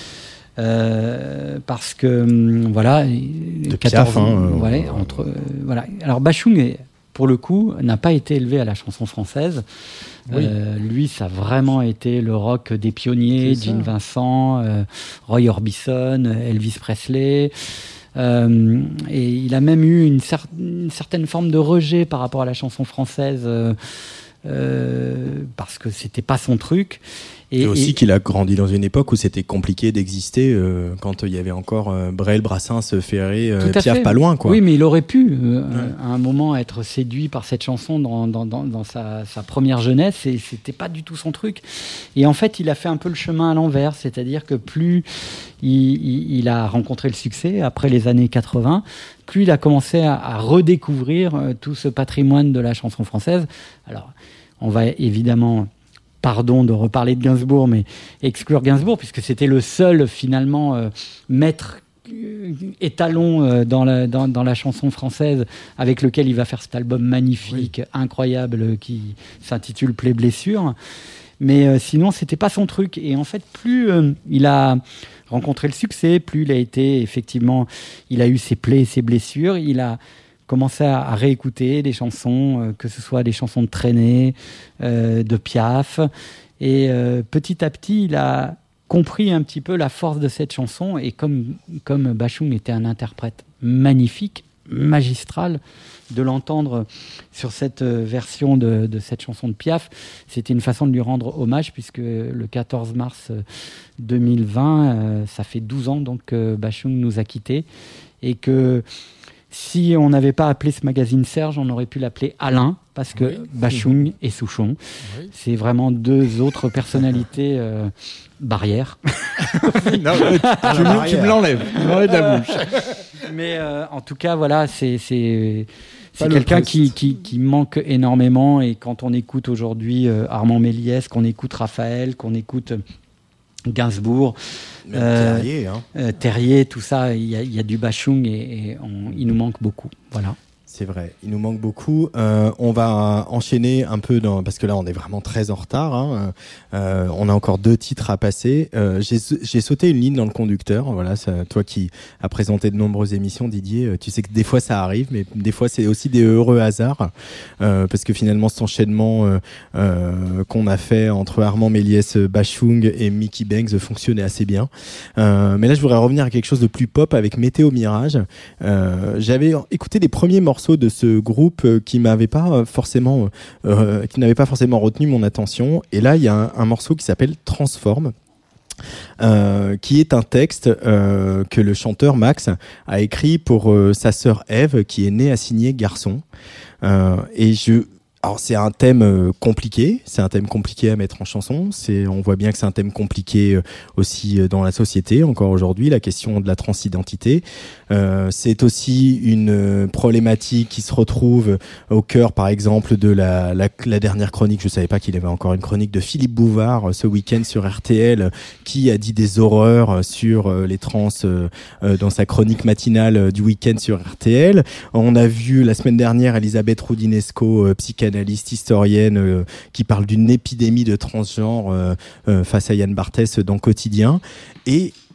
Euh, parce que hum, voilà, de quatorze Piaf, hein, ans, ouais, euh, entre, euh, voilà. Alors Bashung est, pour le coup, n'a pas été élevé à la chanson française. Oui. Euh, lui, ça a vraiment été le rock des pionniers, Gene Vincent, euh, Roy Orbison, Elvis Presley. Euh, et il a même eu une, cer- une certaine forme de rejet par rapport à la chanson française euh, euh, parce que c'était pas son truc. Et, et aussi et... qu'il a grandi dans une époque où c'était compliqué d'exister, euh, quand il y avait encore euh, Brel, Brassens, Ferré, euh, Piaf fait. Pas loin, quoi. Oui, mais il aurait pu euh, ouais. à un moment être séduit par cette chanson dans, dans, dans, dans sa, sa première jeunesse, et c'était pas du tout son truc. Et en fait, il a fait un peu le chemin à l'envers, c'est-à-dire que plus il, il, il a rencontré le succès après les années quatre-vingts, plus il a commencé à, à redécouvrir euh, tout ce patrimoine de la chanson française. Alors, on va évidemment... Pardon de reparler de Gainsbourg, mais exclure Gainsbourg, puisque c'était le seul, finalement, euh, maître euh, étalon euh, dans, la, dans, dans la chanson française, avec lequel il va faire cet album magnifique, oui. incroyable, euh, qui s'intitule Plaie Blessure. Mais euh, sinon, c'était pas son truc. Et en fait, plus euh, il a rencontré le succès, plus il a été, effectivement, il a eu ses plaies et ses blessures, il a commencé à, à réécouter des chansons, euh, que ce soit des chansons de Trenet, euh, de Piaf, et euh, petit à petit, il a compris un petit peu la force de cette chanson, et comme, comme Bashung était un interprète magnifique, magistral, de l'entendre sur cette version de, de cette chanson de Piaf, c'était une façon de lui rendre hommage, puisque le quatorze mars deux mille vingt, euh, ça fait douze ans donc que Bashung nous a quittés, et que si on n'avait pas appelé ce magazine Serge, on aurait pu l'appeler Alain, parce que oui. Bashung et Souchon, oui. c'est vraiment deux autres personnalités euh, barrières. non, tu, tu, me, tu me l'enlèves, tu m'enlèves la bouche. Mais euh, en tout cas, voilà, c'est, c'est, c'est quelqu'un qui, qui, qui manque énormément. Et quand on écoute aujourd'hui euh, Armand Méliès, qu'on écoute Raphaël, qu'on écoute Gainsbourg, euh, Terrier, hein. euh, Terrier, tout ça, il y, y a du Bashung, et, et on, il nous manque beaucoup. Voilà. C'est vrai, il nous manque beaucoup. Euh, on va enchaîner un peu dans, parce que là on est vraiment très en retard. Hein. Euh, on a encore deux titres à passer. Euh, j'ai, j'ai sauté une ligne dans le conducteur. Voilà, ça, toi qui as présenté de nombreuses émissions, Didier, tu sais que des fois ça arrive, mais des fois c'est aussi des heureux hasards, euh, parce que finalement cet enchaînement euh, euh, qu'on a fait entre Armand Méliès, Bashung et Mickey Banks fonctionnait assez bien. Euh, mais là je voudrais revenir à quelque chose de plus pop avec Météo Mirage. Euh, j'avais écouté les premiers morceaux de ce groupe qui m'avait pas forcément, euh, qui n'avait pas forcément retenu mon attention. Et là, il y a un, un morceau qui s'appelle Transforme, euh, qui est un texte euh, que le chanteur Max a écrit pour euh, sa sœur Ève, qui est née assignée garçon. Euh, et je Alors c'est un thème euh, compliqué, c'est un thème compliqué à mettre en chanson. C'est, on voit bien que c'est un thème compliqué euh, aussi euh, dans la société encore aujourd'hui, la question de la transidentité. Euh, c'est aussi une euh, problématique qui se retrouve au cœur, par exemple, de la, la, la dernière chronique. Je savais pas qu'il avait encore une chronique de Philippe Bouvard euh, ce week-end sur R T L, euh, qui a dit des horreurs euh, sur euh, les trans euh, euh, dans sa chronique matinale euh, du week-end sur R T L. On a vu la semaine dernière Elisabeth Roudinesco, euh, psychanalyste, historienne, euh, qui parle d'une épidémie de transgenre euh, euh, face à Yann Barthès dans Quotidien. Et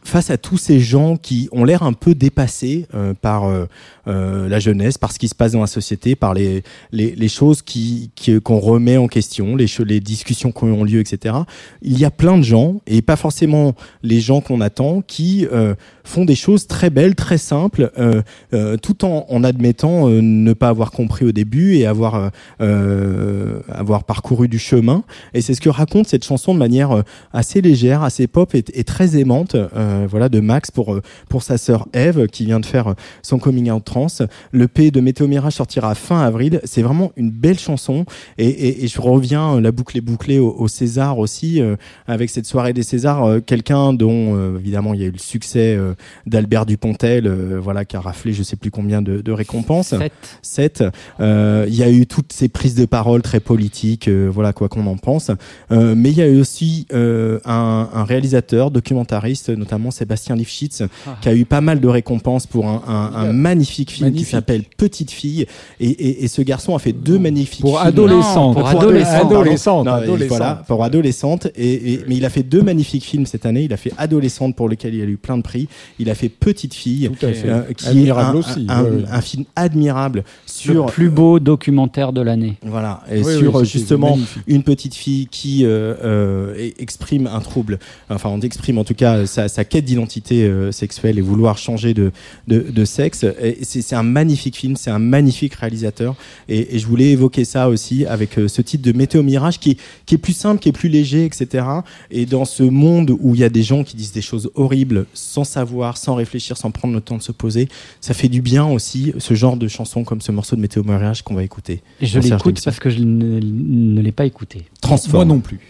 face à tous ces gens qui ont l'air un peu dépassés euh, par euh, euh, la jeunesse, par ce qui se passe dans la société, par les les, les choses qui, qui qu'on remet en question, les les discussions qui ont lieu, et cetera. Il y a plein de gens, et pas forcément les gens qu'on attend, qui euh, font des choses très belles, très simples, euh, euh, tout en, en admettant euh, ne pas avoir compris au début et avoir euh, avoir parcouru du chemin. Et c'est ce que raconte cette chanson de manière euh, assez légère, assez pop et, et très aimante. Euh, voilà, de Max pour pour sa sœur Eve qui vient de faire son coming out trans. Le P de Météo Mirage sortira fin avril. C'est vraiment une belle chanson et, et, et je reviens, la boucle est bouclée au, au César aussi, euh, avec cette soirée des Césars, euh, quelqu'un dont euh, évidemment il y a eu le succès euh, d'Albert Dupontel, euh, voilà, qui a raflé je sais plus combien de, de récompenses. Sept. Sept. Euh, il y a eu toutes ces prises de parole très politiques, euh, voilà, quoi qu'on en pense. Euh, mais il y a eu aussi euh, un, un réalisateur, documentariste, notamment Sébastien Lifshitz, ah. qui a eu pas mal de récompenses pour un, un, un magnifique film magnifique. qui s'appelle Petite Fille. Et, et, et ce garçon a fait deux magnifiques pour films. Adolescentes. Non, pour, pour adolescentes. Adolescentes. Non, adolescentes. Voilà, pour adolescentes. Et, et, mais il a fait deux magnifiques films cette année. Il a fait Adolescente, pour lequel il a eu plein de prix. Il a fait Petite Fille, euh, qui admirable est un, aussi. un, ouais, un, ouais. un film admirable sur le plus beau documentaire de l'année. Voilà, et oui, sur oui, justement une petite fille qui euh, euh, exprime un trouble. Enfin, on exprime en tout cas sa, sa quête d'identité euh, sexuelle et vouloir changer de de, de sexe. Et c'est, c'est un magnifique film, c'est un magnifique réalisateur. Et, et je voulais évoquer ça aussi avec euh, ce titre de Météo Mirage qui qui est plus simple, qui est plus léger, et cetera. Et dans ce monde où il y a des gens qui disent des choses horribles sans savoir, sans réfléchir, sans prendre le temps de se poser, ça fait du bien aussi, ce genre de chanson comme ce morceau de Météo Mirage qu'on va écouter. Et je l'écoute parce que je ne, ne l'ai pas écouté. Transforme. Moi non plus.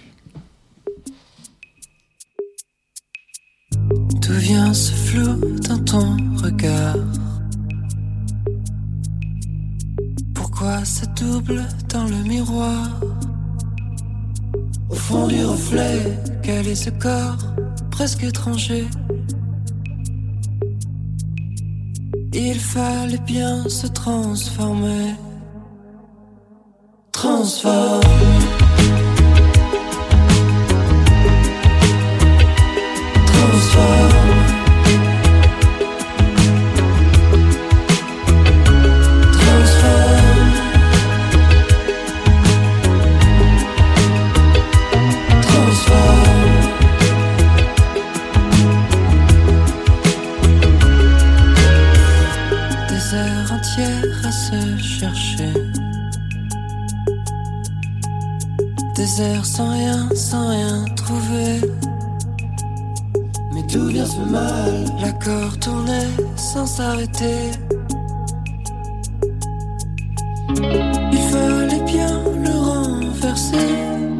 D'où vient ce flou dans ton regard? Pourquoi ça double dans le miroir? Au fond du reflet, quel est ce corps presque étranger? Il fallait bien se transformer. Transforme. Transforme. Transforme. Transforme. Des heures entières à se chercher. Des heures sans rien, sans rien trouver. Mais d'où vient ce mal? L'accord tournait sans s'arrêter. Il fallait bien le renverser.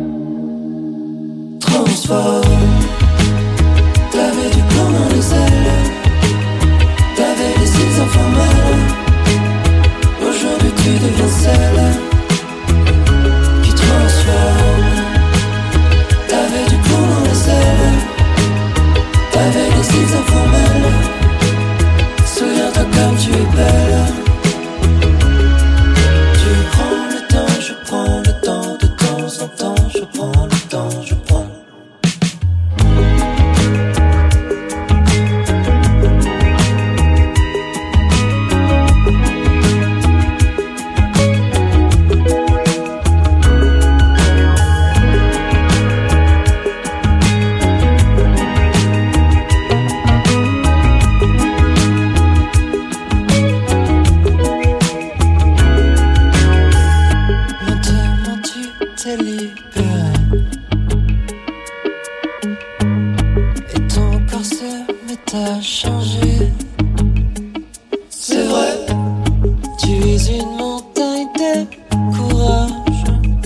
Transforme. T'avais du plomb dans les ailes. T'avais les cils informels. Aujourd'hui tu deviens celle qui transforme. T'avais du plomb dans les ailes. T'avais les cils informels. Souviens-toi comme tu es belle. Tu prends le temps, je prends le temps. De temps en temps, je prends le temps, je prends. Lentement tu t'es libéré. Et ton corps se met à changer. C'est vrai, tu es une montagne de courage.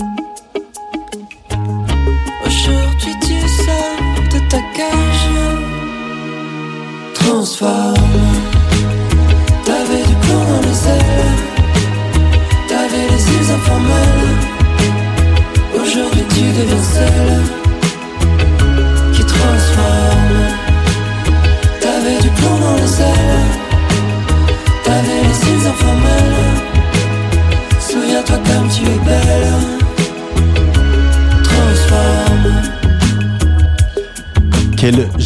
Aujourd'hui tu sors de ta cage. Transforme. T'avais du plomb dans les ailes. T'avais les cils informels. Aujourd'hui tu deviens celle qui transforme. T'avais du plomb dans les ailes. T'avais les cils informels. Souviens-toi comme tu es belle. Transforme. Quelle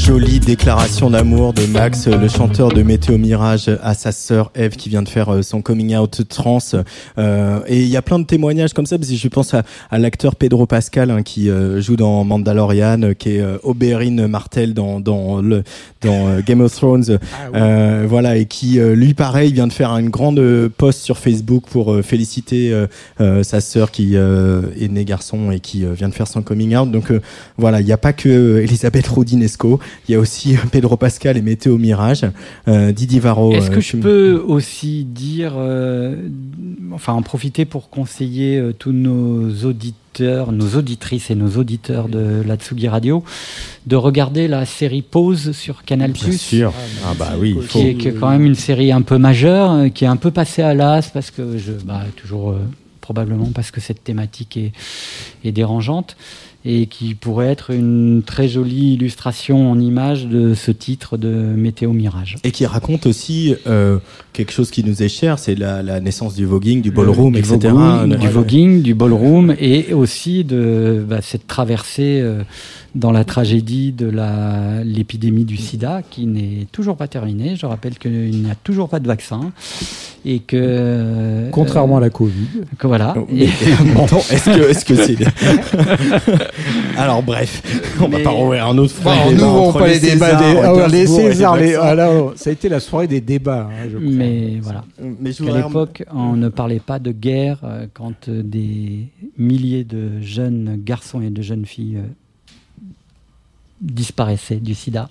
jolie déclaration d'amour de Max, le chanteur de Météo Mirage, à sa sœur Eve qui vient de faire son coming out trans. Euh, et il y a plein de témoignages comme ça, parce que je pense à, à l'acteur Pedro Pascal hein, qui euh, joue dans Mandalorian, qui est euh, Oberyn Martell dans dans le dans euh, Game of Thrones. Ah, oui. euh, voilà, et qui euh, lui pareil vient de faire une grande post sur Facebook pour euh, féliciter euh, euh, sa sœur qui euh, est née garçon et qui euh, vient de faire son coming out. Donc euh, voilà, il n'y a pas que euh, Elisabeth Roudinesco, il y a aussi Pedro Pascal et Météo Mirage. Euh, Didier Varro. Est-ce que euh, je tu... peux aussi dire, euh, enfin en profiter pour conseiller euh, tous nos auditeurs, nos auditrices et nos auditeurs de la Tsugi Radio, de regarder la série Pause sur Canal+. Bien sûr. Ah bah oui. Qui est, qui est quand même une série un peu majeure, qui est un peu passée à l'as parce que je, bah toujours euh, probablement parce que cette thématique est, est dérangeante. Et qui pourrait être une très jolie illustration en images de ce titre de Météo Mirage. Et qui raconte aussi euh, quelque chose qui nous est cher, c'est la, la naissance du voguing, du ballroom, du et cetera. Voguing, du voguing, du ballroom, et aussi de bah, cette traversée euh, dans la tragédie de la, l'épidémie du sida, qui n'est toujours pas terminée. Je rappelle qu'il n'y a toujours pas de vaccin. Et que... Contrairement euh, à la Covid. Que voilà. Mais, et, attends, est-ce que, est-ce que c'est... Alors bref, on mais... va pas rouvrir un autre front. Bon, nous, on pas les débats des ah, les Césars. Les... Ah, là, ça a été la soirée des débats. Hein, je mais voilà. Mais je à l'époque, on ne parlait pas de guerre euh, quand euh, des milliers de jeunes garçons et de jeunes filles euh, disparaissaient du sida.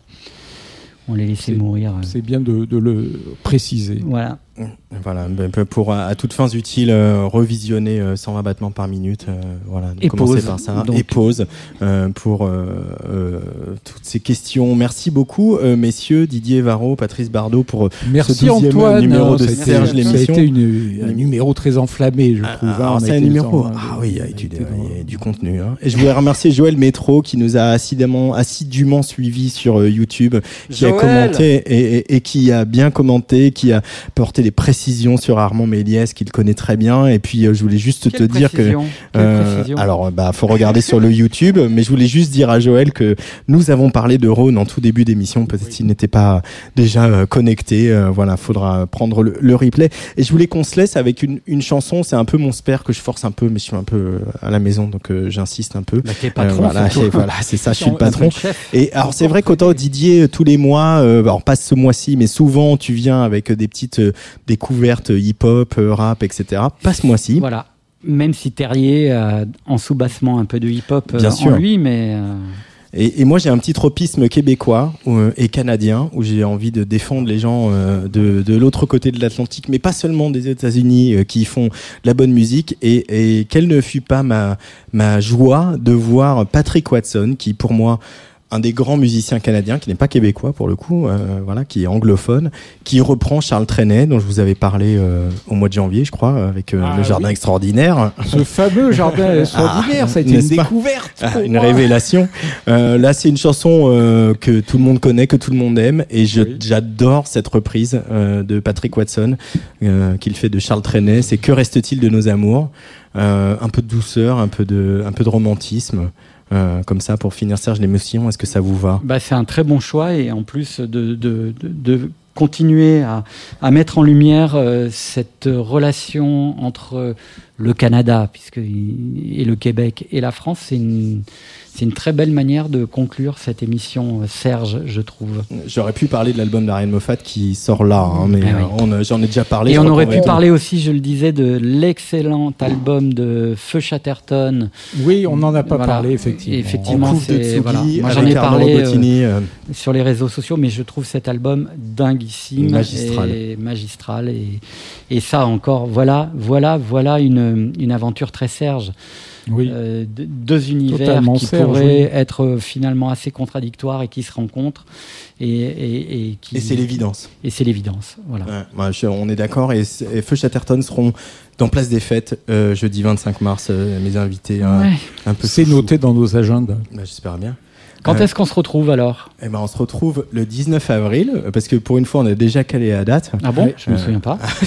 On les laissait c'est, mourir. Euh... C'est bien de, de le préciser. Voilà. Voilà, pour à toutes fins utiles euh, revisionner euh, cent vingt battements par minute, euh, voilà, et commencer pause, par ça donc. et pause euh, pour euh, euh, toutes ces questions. Merci beaucoup, euh, messieurs Didier Varro, Patrice Bardot pour Merci ce douzième Antoine, numéro hein, de Serge l'émission. Ça a été une, un numéro très enflammé, je trouve. Ah, hein, c'est un numéro. Temps, ah oui, il y a, du, il y a du contenu. Hein. Et je voulais remercier Joël Métro qui nous a assidûment, assidûment suivi sur euh, YouTube, qui Joël. a commenté et, et, et qui a bien commenté, qui a porté des précisions sur Armand Méliès qu'il connaît très bien. Et puis euh, je voulais juste Quelle te dire que euh, alors bah faut regarder sur le YouTube, mais je voulais juste dire à Joël que nous avons parlé de Rhône en tout début d'émission, peut-être oui. qu'il n'était pas déjà euh, connecté, euh, voilà, faudra prendre le, le replay. Et je voulais qu'on se laisse avec une, une chanson, c'est un peu mon spare que je force un peu, mais je suis un peu à la maison donc euh, j'insiste un peu. Bah, t'es patron, euh, voilà, c'est, voilà, c'est ça, je suis le patron. Et alors c'est vrai qu'autant Didier tous les mois, euh, alors pas ce mois-ci, mais souvent tu viens avec des petites euh, découvertes hip-hop, rap, et cetera. Pas ce mois-ci. Voilà. Même si Terrier a en sous-bassement un peu de hip-hop euh, Bien en sûr. lui, mais... Euh... Et, et moi, j'ai un petit tropisme québécois euh, et canadien où j'ai envie de défendre les gens euh, de, de l'autre côté de l'Atlantique, mais pas seulement des États-Unis euh, qui font de la bonne musique. Et, et quelle ne fut pas ma, ma joie de voir Patrick Watson, qui pour moi... un des grands musiciens canadiens, qui n'est pas québécois pour le coup, euh, voilà, qui est anglophone, qui reprend Charles Trenet, dont je vous avais parlé euh, au mois de janvier, je crois, avec euh, ah, le Jardin oui. Extraordinaire. Ce fameux Jardin Extraordinaire, ah, ça a été une découverte. Ah, une révélation. Euh, là, c'est une chanson euh, que tout le monde connaît, que tout le monde aime, et je, oui. j'adore cette reprise euh, de Patrick Watson euh, qu'il fait de Charles Trenet. C'est Que reste-t-il de nos amours ? euh, Un peu de douceur, un peu de, un peu de romantisme. Euh, comme ça pour finir Serge l'émotion, est-ce que ça vous va ? Bah, c'est un très bon choix et en plus de, de, de, de continuer à, à mettre en lumière euh, cette relation entre le Canada puisque, et le Québec et la France, c'est une, c'est une très belle manière de conclure cette émission, Serge, je trouve. J'aurais pu parler de l'album d'Ariane Moffat qui sort là, hein, mais ah oui. on, j'en ai déjà parlé. Et on aurait pu parler aussi, je le disais, de l'excellent album de Feu Chatterton. Oui, on n'en a pas voilà. parlé, effectivement. Effectivement, en c'est, Tsugi, voilà. Moi, j'en ai parlé Bottini, euh, sur les réseaux sociaux, mais je trouve cet album dinguissime, magistral, et magistral, et, et ça encore, voilà, voilà, voilà une, une aventure très Serge. Oui. Euh, de, deux univers Totalement qui Serge, pourraient oui. être finalement assez contradictoires et qui se rencontrent et, et, et qui et c'est l'évidence et c'est l'évidence voilà ouais, bah, je, on est d'accord et, et Feu Chatterton seront dans Place des Fêtes euh, jeudi vingt-cinq mars euh, mes invités ouais. euh, un peu c'est noté dans nos agendas. Bah, j'espère bien. Quand euh, est-ce qu'on se retrouve alors ? Eh ben on se retrouve le dix-neuf avril parce que pour une fois on a déjà calé la date. Ah bon ? Je me euh, souviens pas.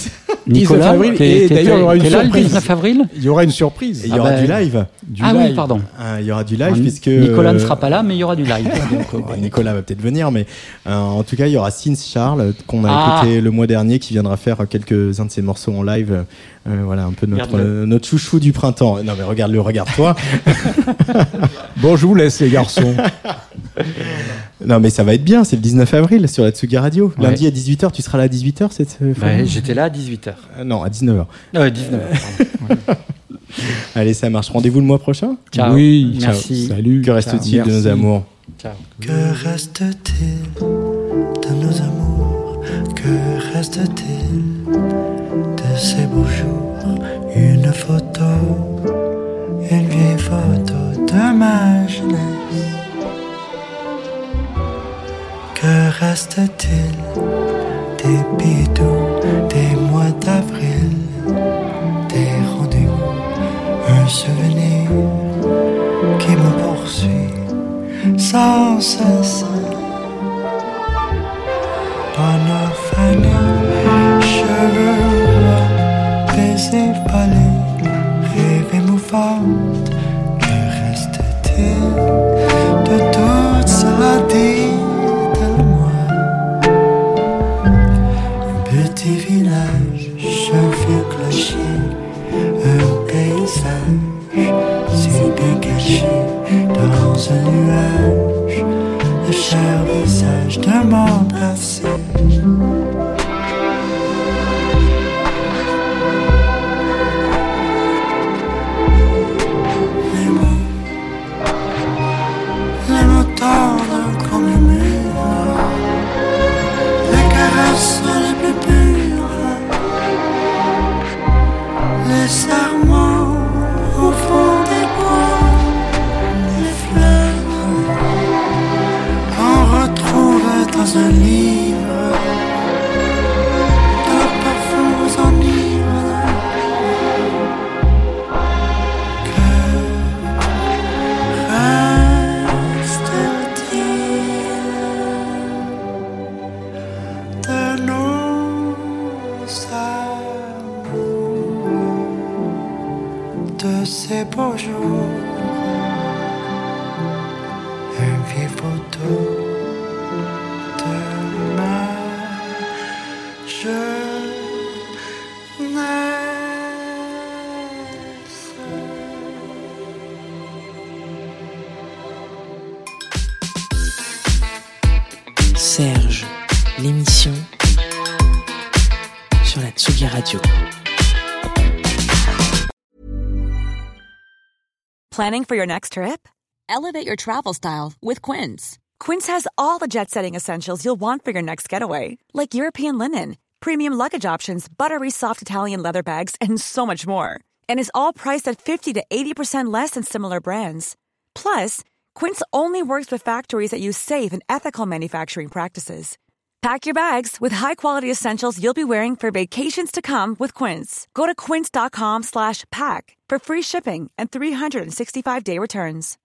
Nicolas, avril. t'es- Et t'es- d'ailleurs, il y aura une t'es là le surprise. dix-neuf avril Il y aura une surprise. Et il y Ah aura bah, du live. Du ah live. oui, pardon. Ah, il y aura du live Ah, puisque Nicolas ne euh, sera pas là, mais il y aura du live. Donc, euh, Bon, Nicolas va peut-être venir, mais euh, en tout cas, il y aura Sins Charles qu'on a Ah. écouté le mois dernier, qui viendra faire quelques-uns de ses morceaux en live. Euh, voilà, un peu notre, Regarde-le. euh, notre chouchou du printemps. Non, mais regarde-le, regarde-toi. Bon, je vous laisse, les garçons. Non, mais ça va être bien, c'est le dix-neuf avril sur la Tsugi Radio. Ouais. Lundi à dix-huit heures, tu seras là à dix-huit heures cette fois Ouais, j'étais là à dix-huit heures. Euh, Non, à dix-neuf heures. Euh, dix-neuf heures. Allez, ça marche. Rendez-vous le mois prochain. Ciao. Oui, Ciao. Merci. Salut. Que reste-t-il Ciao. de nos Merci. amours? Ciao. Que reste-t-il de nos amours? Que reste-t-il de ces beaux jours? Une photo, une vieille photo de ma jeunesse. Que reste-t-il des bidous, des mois d'avril, des rendez-vous, un souvenir qui me poursuit sans cesse. Dans nos familles, cheveux, baisers palais, rêves émouvantes. Que reste-t-il de tout cela dit de moi? Un petit village, un vieux clocher, un paysage si bien caché dans un nuage, le cher visage de mon passé. Les mots, les mots tendres comme les murs, les caresses les plus pures, les serments au fond des bois, les fleurs qu'on retrouve dans un livre, de leurs parfums enivrent. De nos amours, de ces beaux jours, une vieille photo de ma jeunesse. Serge, l'émission sur la Tsugi Radio. Planning for your next trip? Elevate your travel style with Quince. Quince has all the jet-setting essentials you'll want for your next getaway, like European linen, premium luggage options, buttery soft Italian leather bags, and so much more. And is all priced at fifty to eighty percent less than similar brands. Plus, Quince only works with factories that use safe and ethical manufacturing practices. Pack your bags with high-quality essentials you'll be wearing for vacations to come with Quince. Go to quince.com slash pack for free shipping and three sixty-five day returns.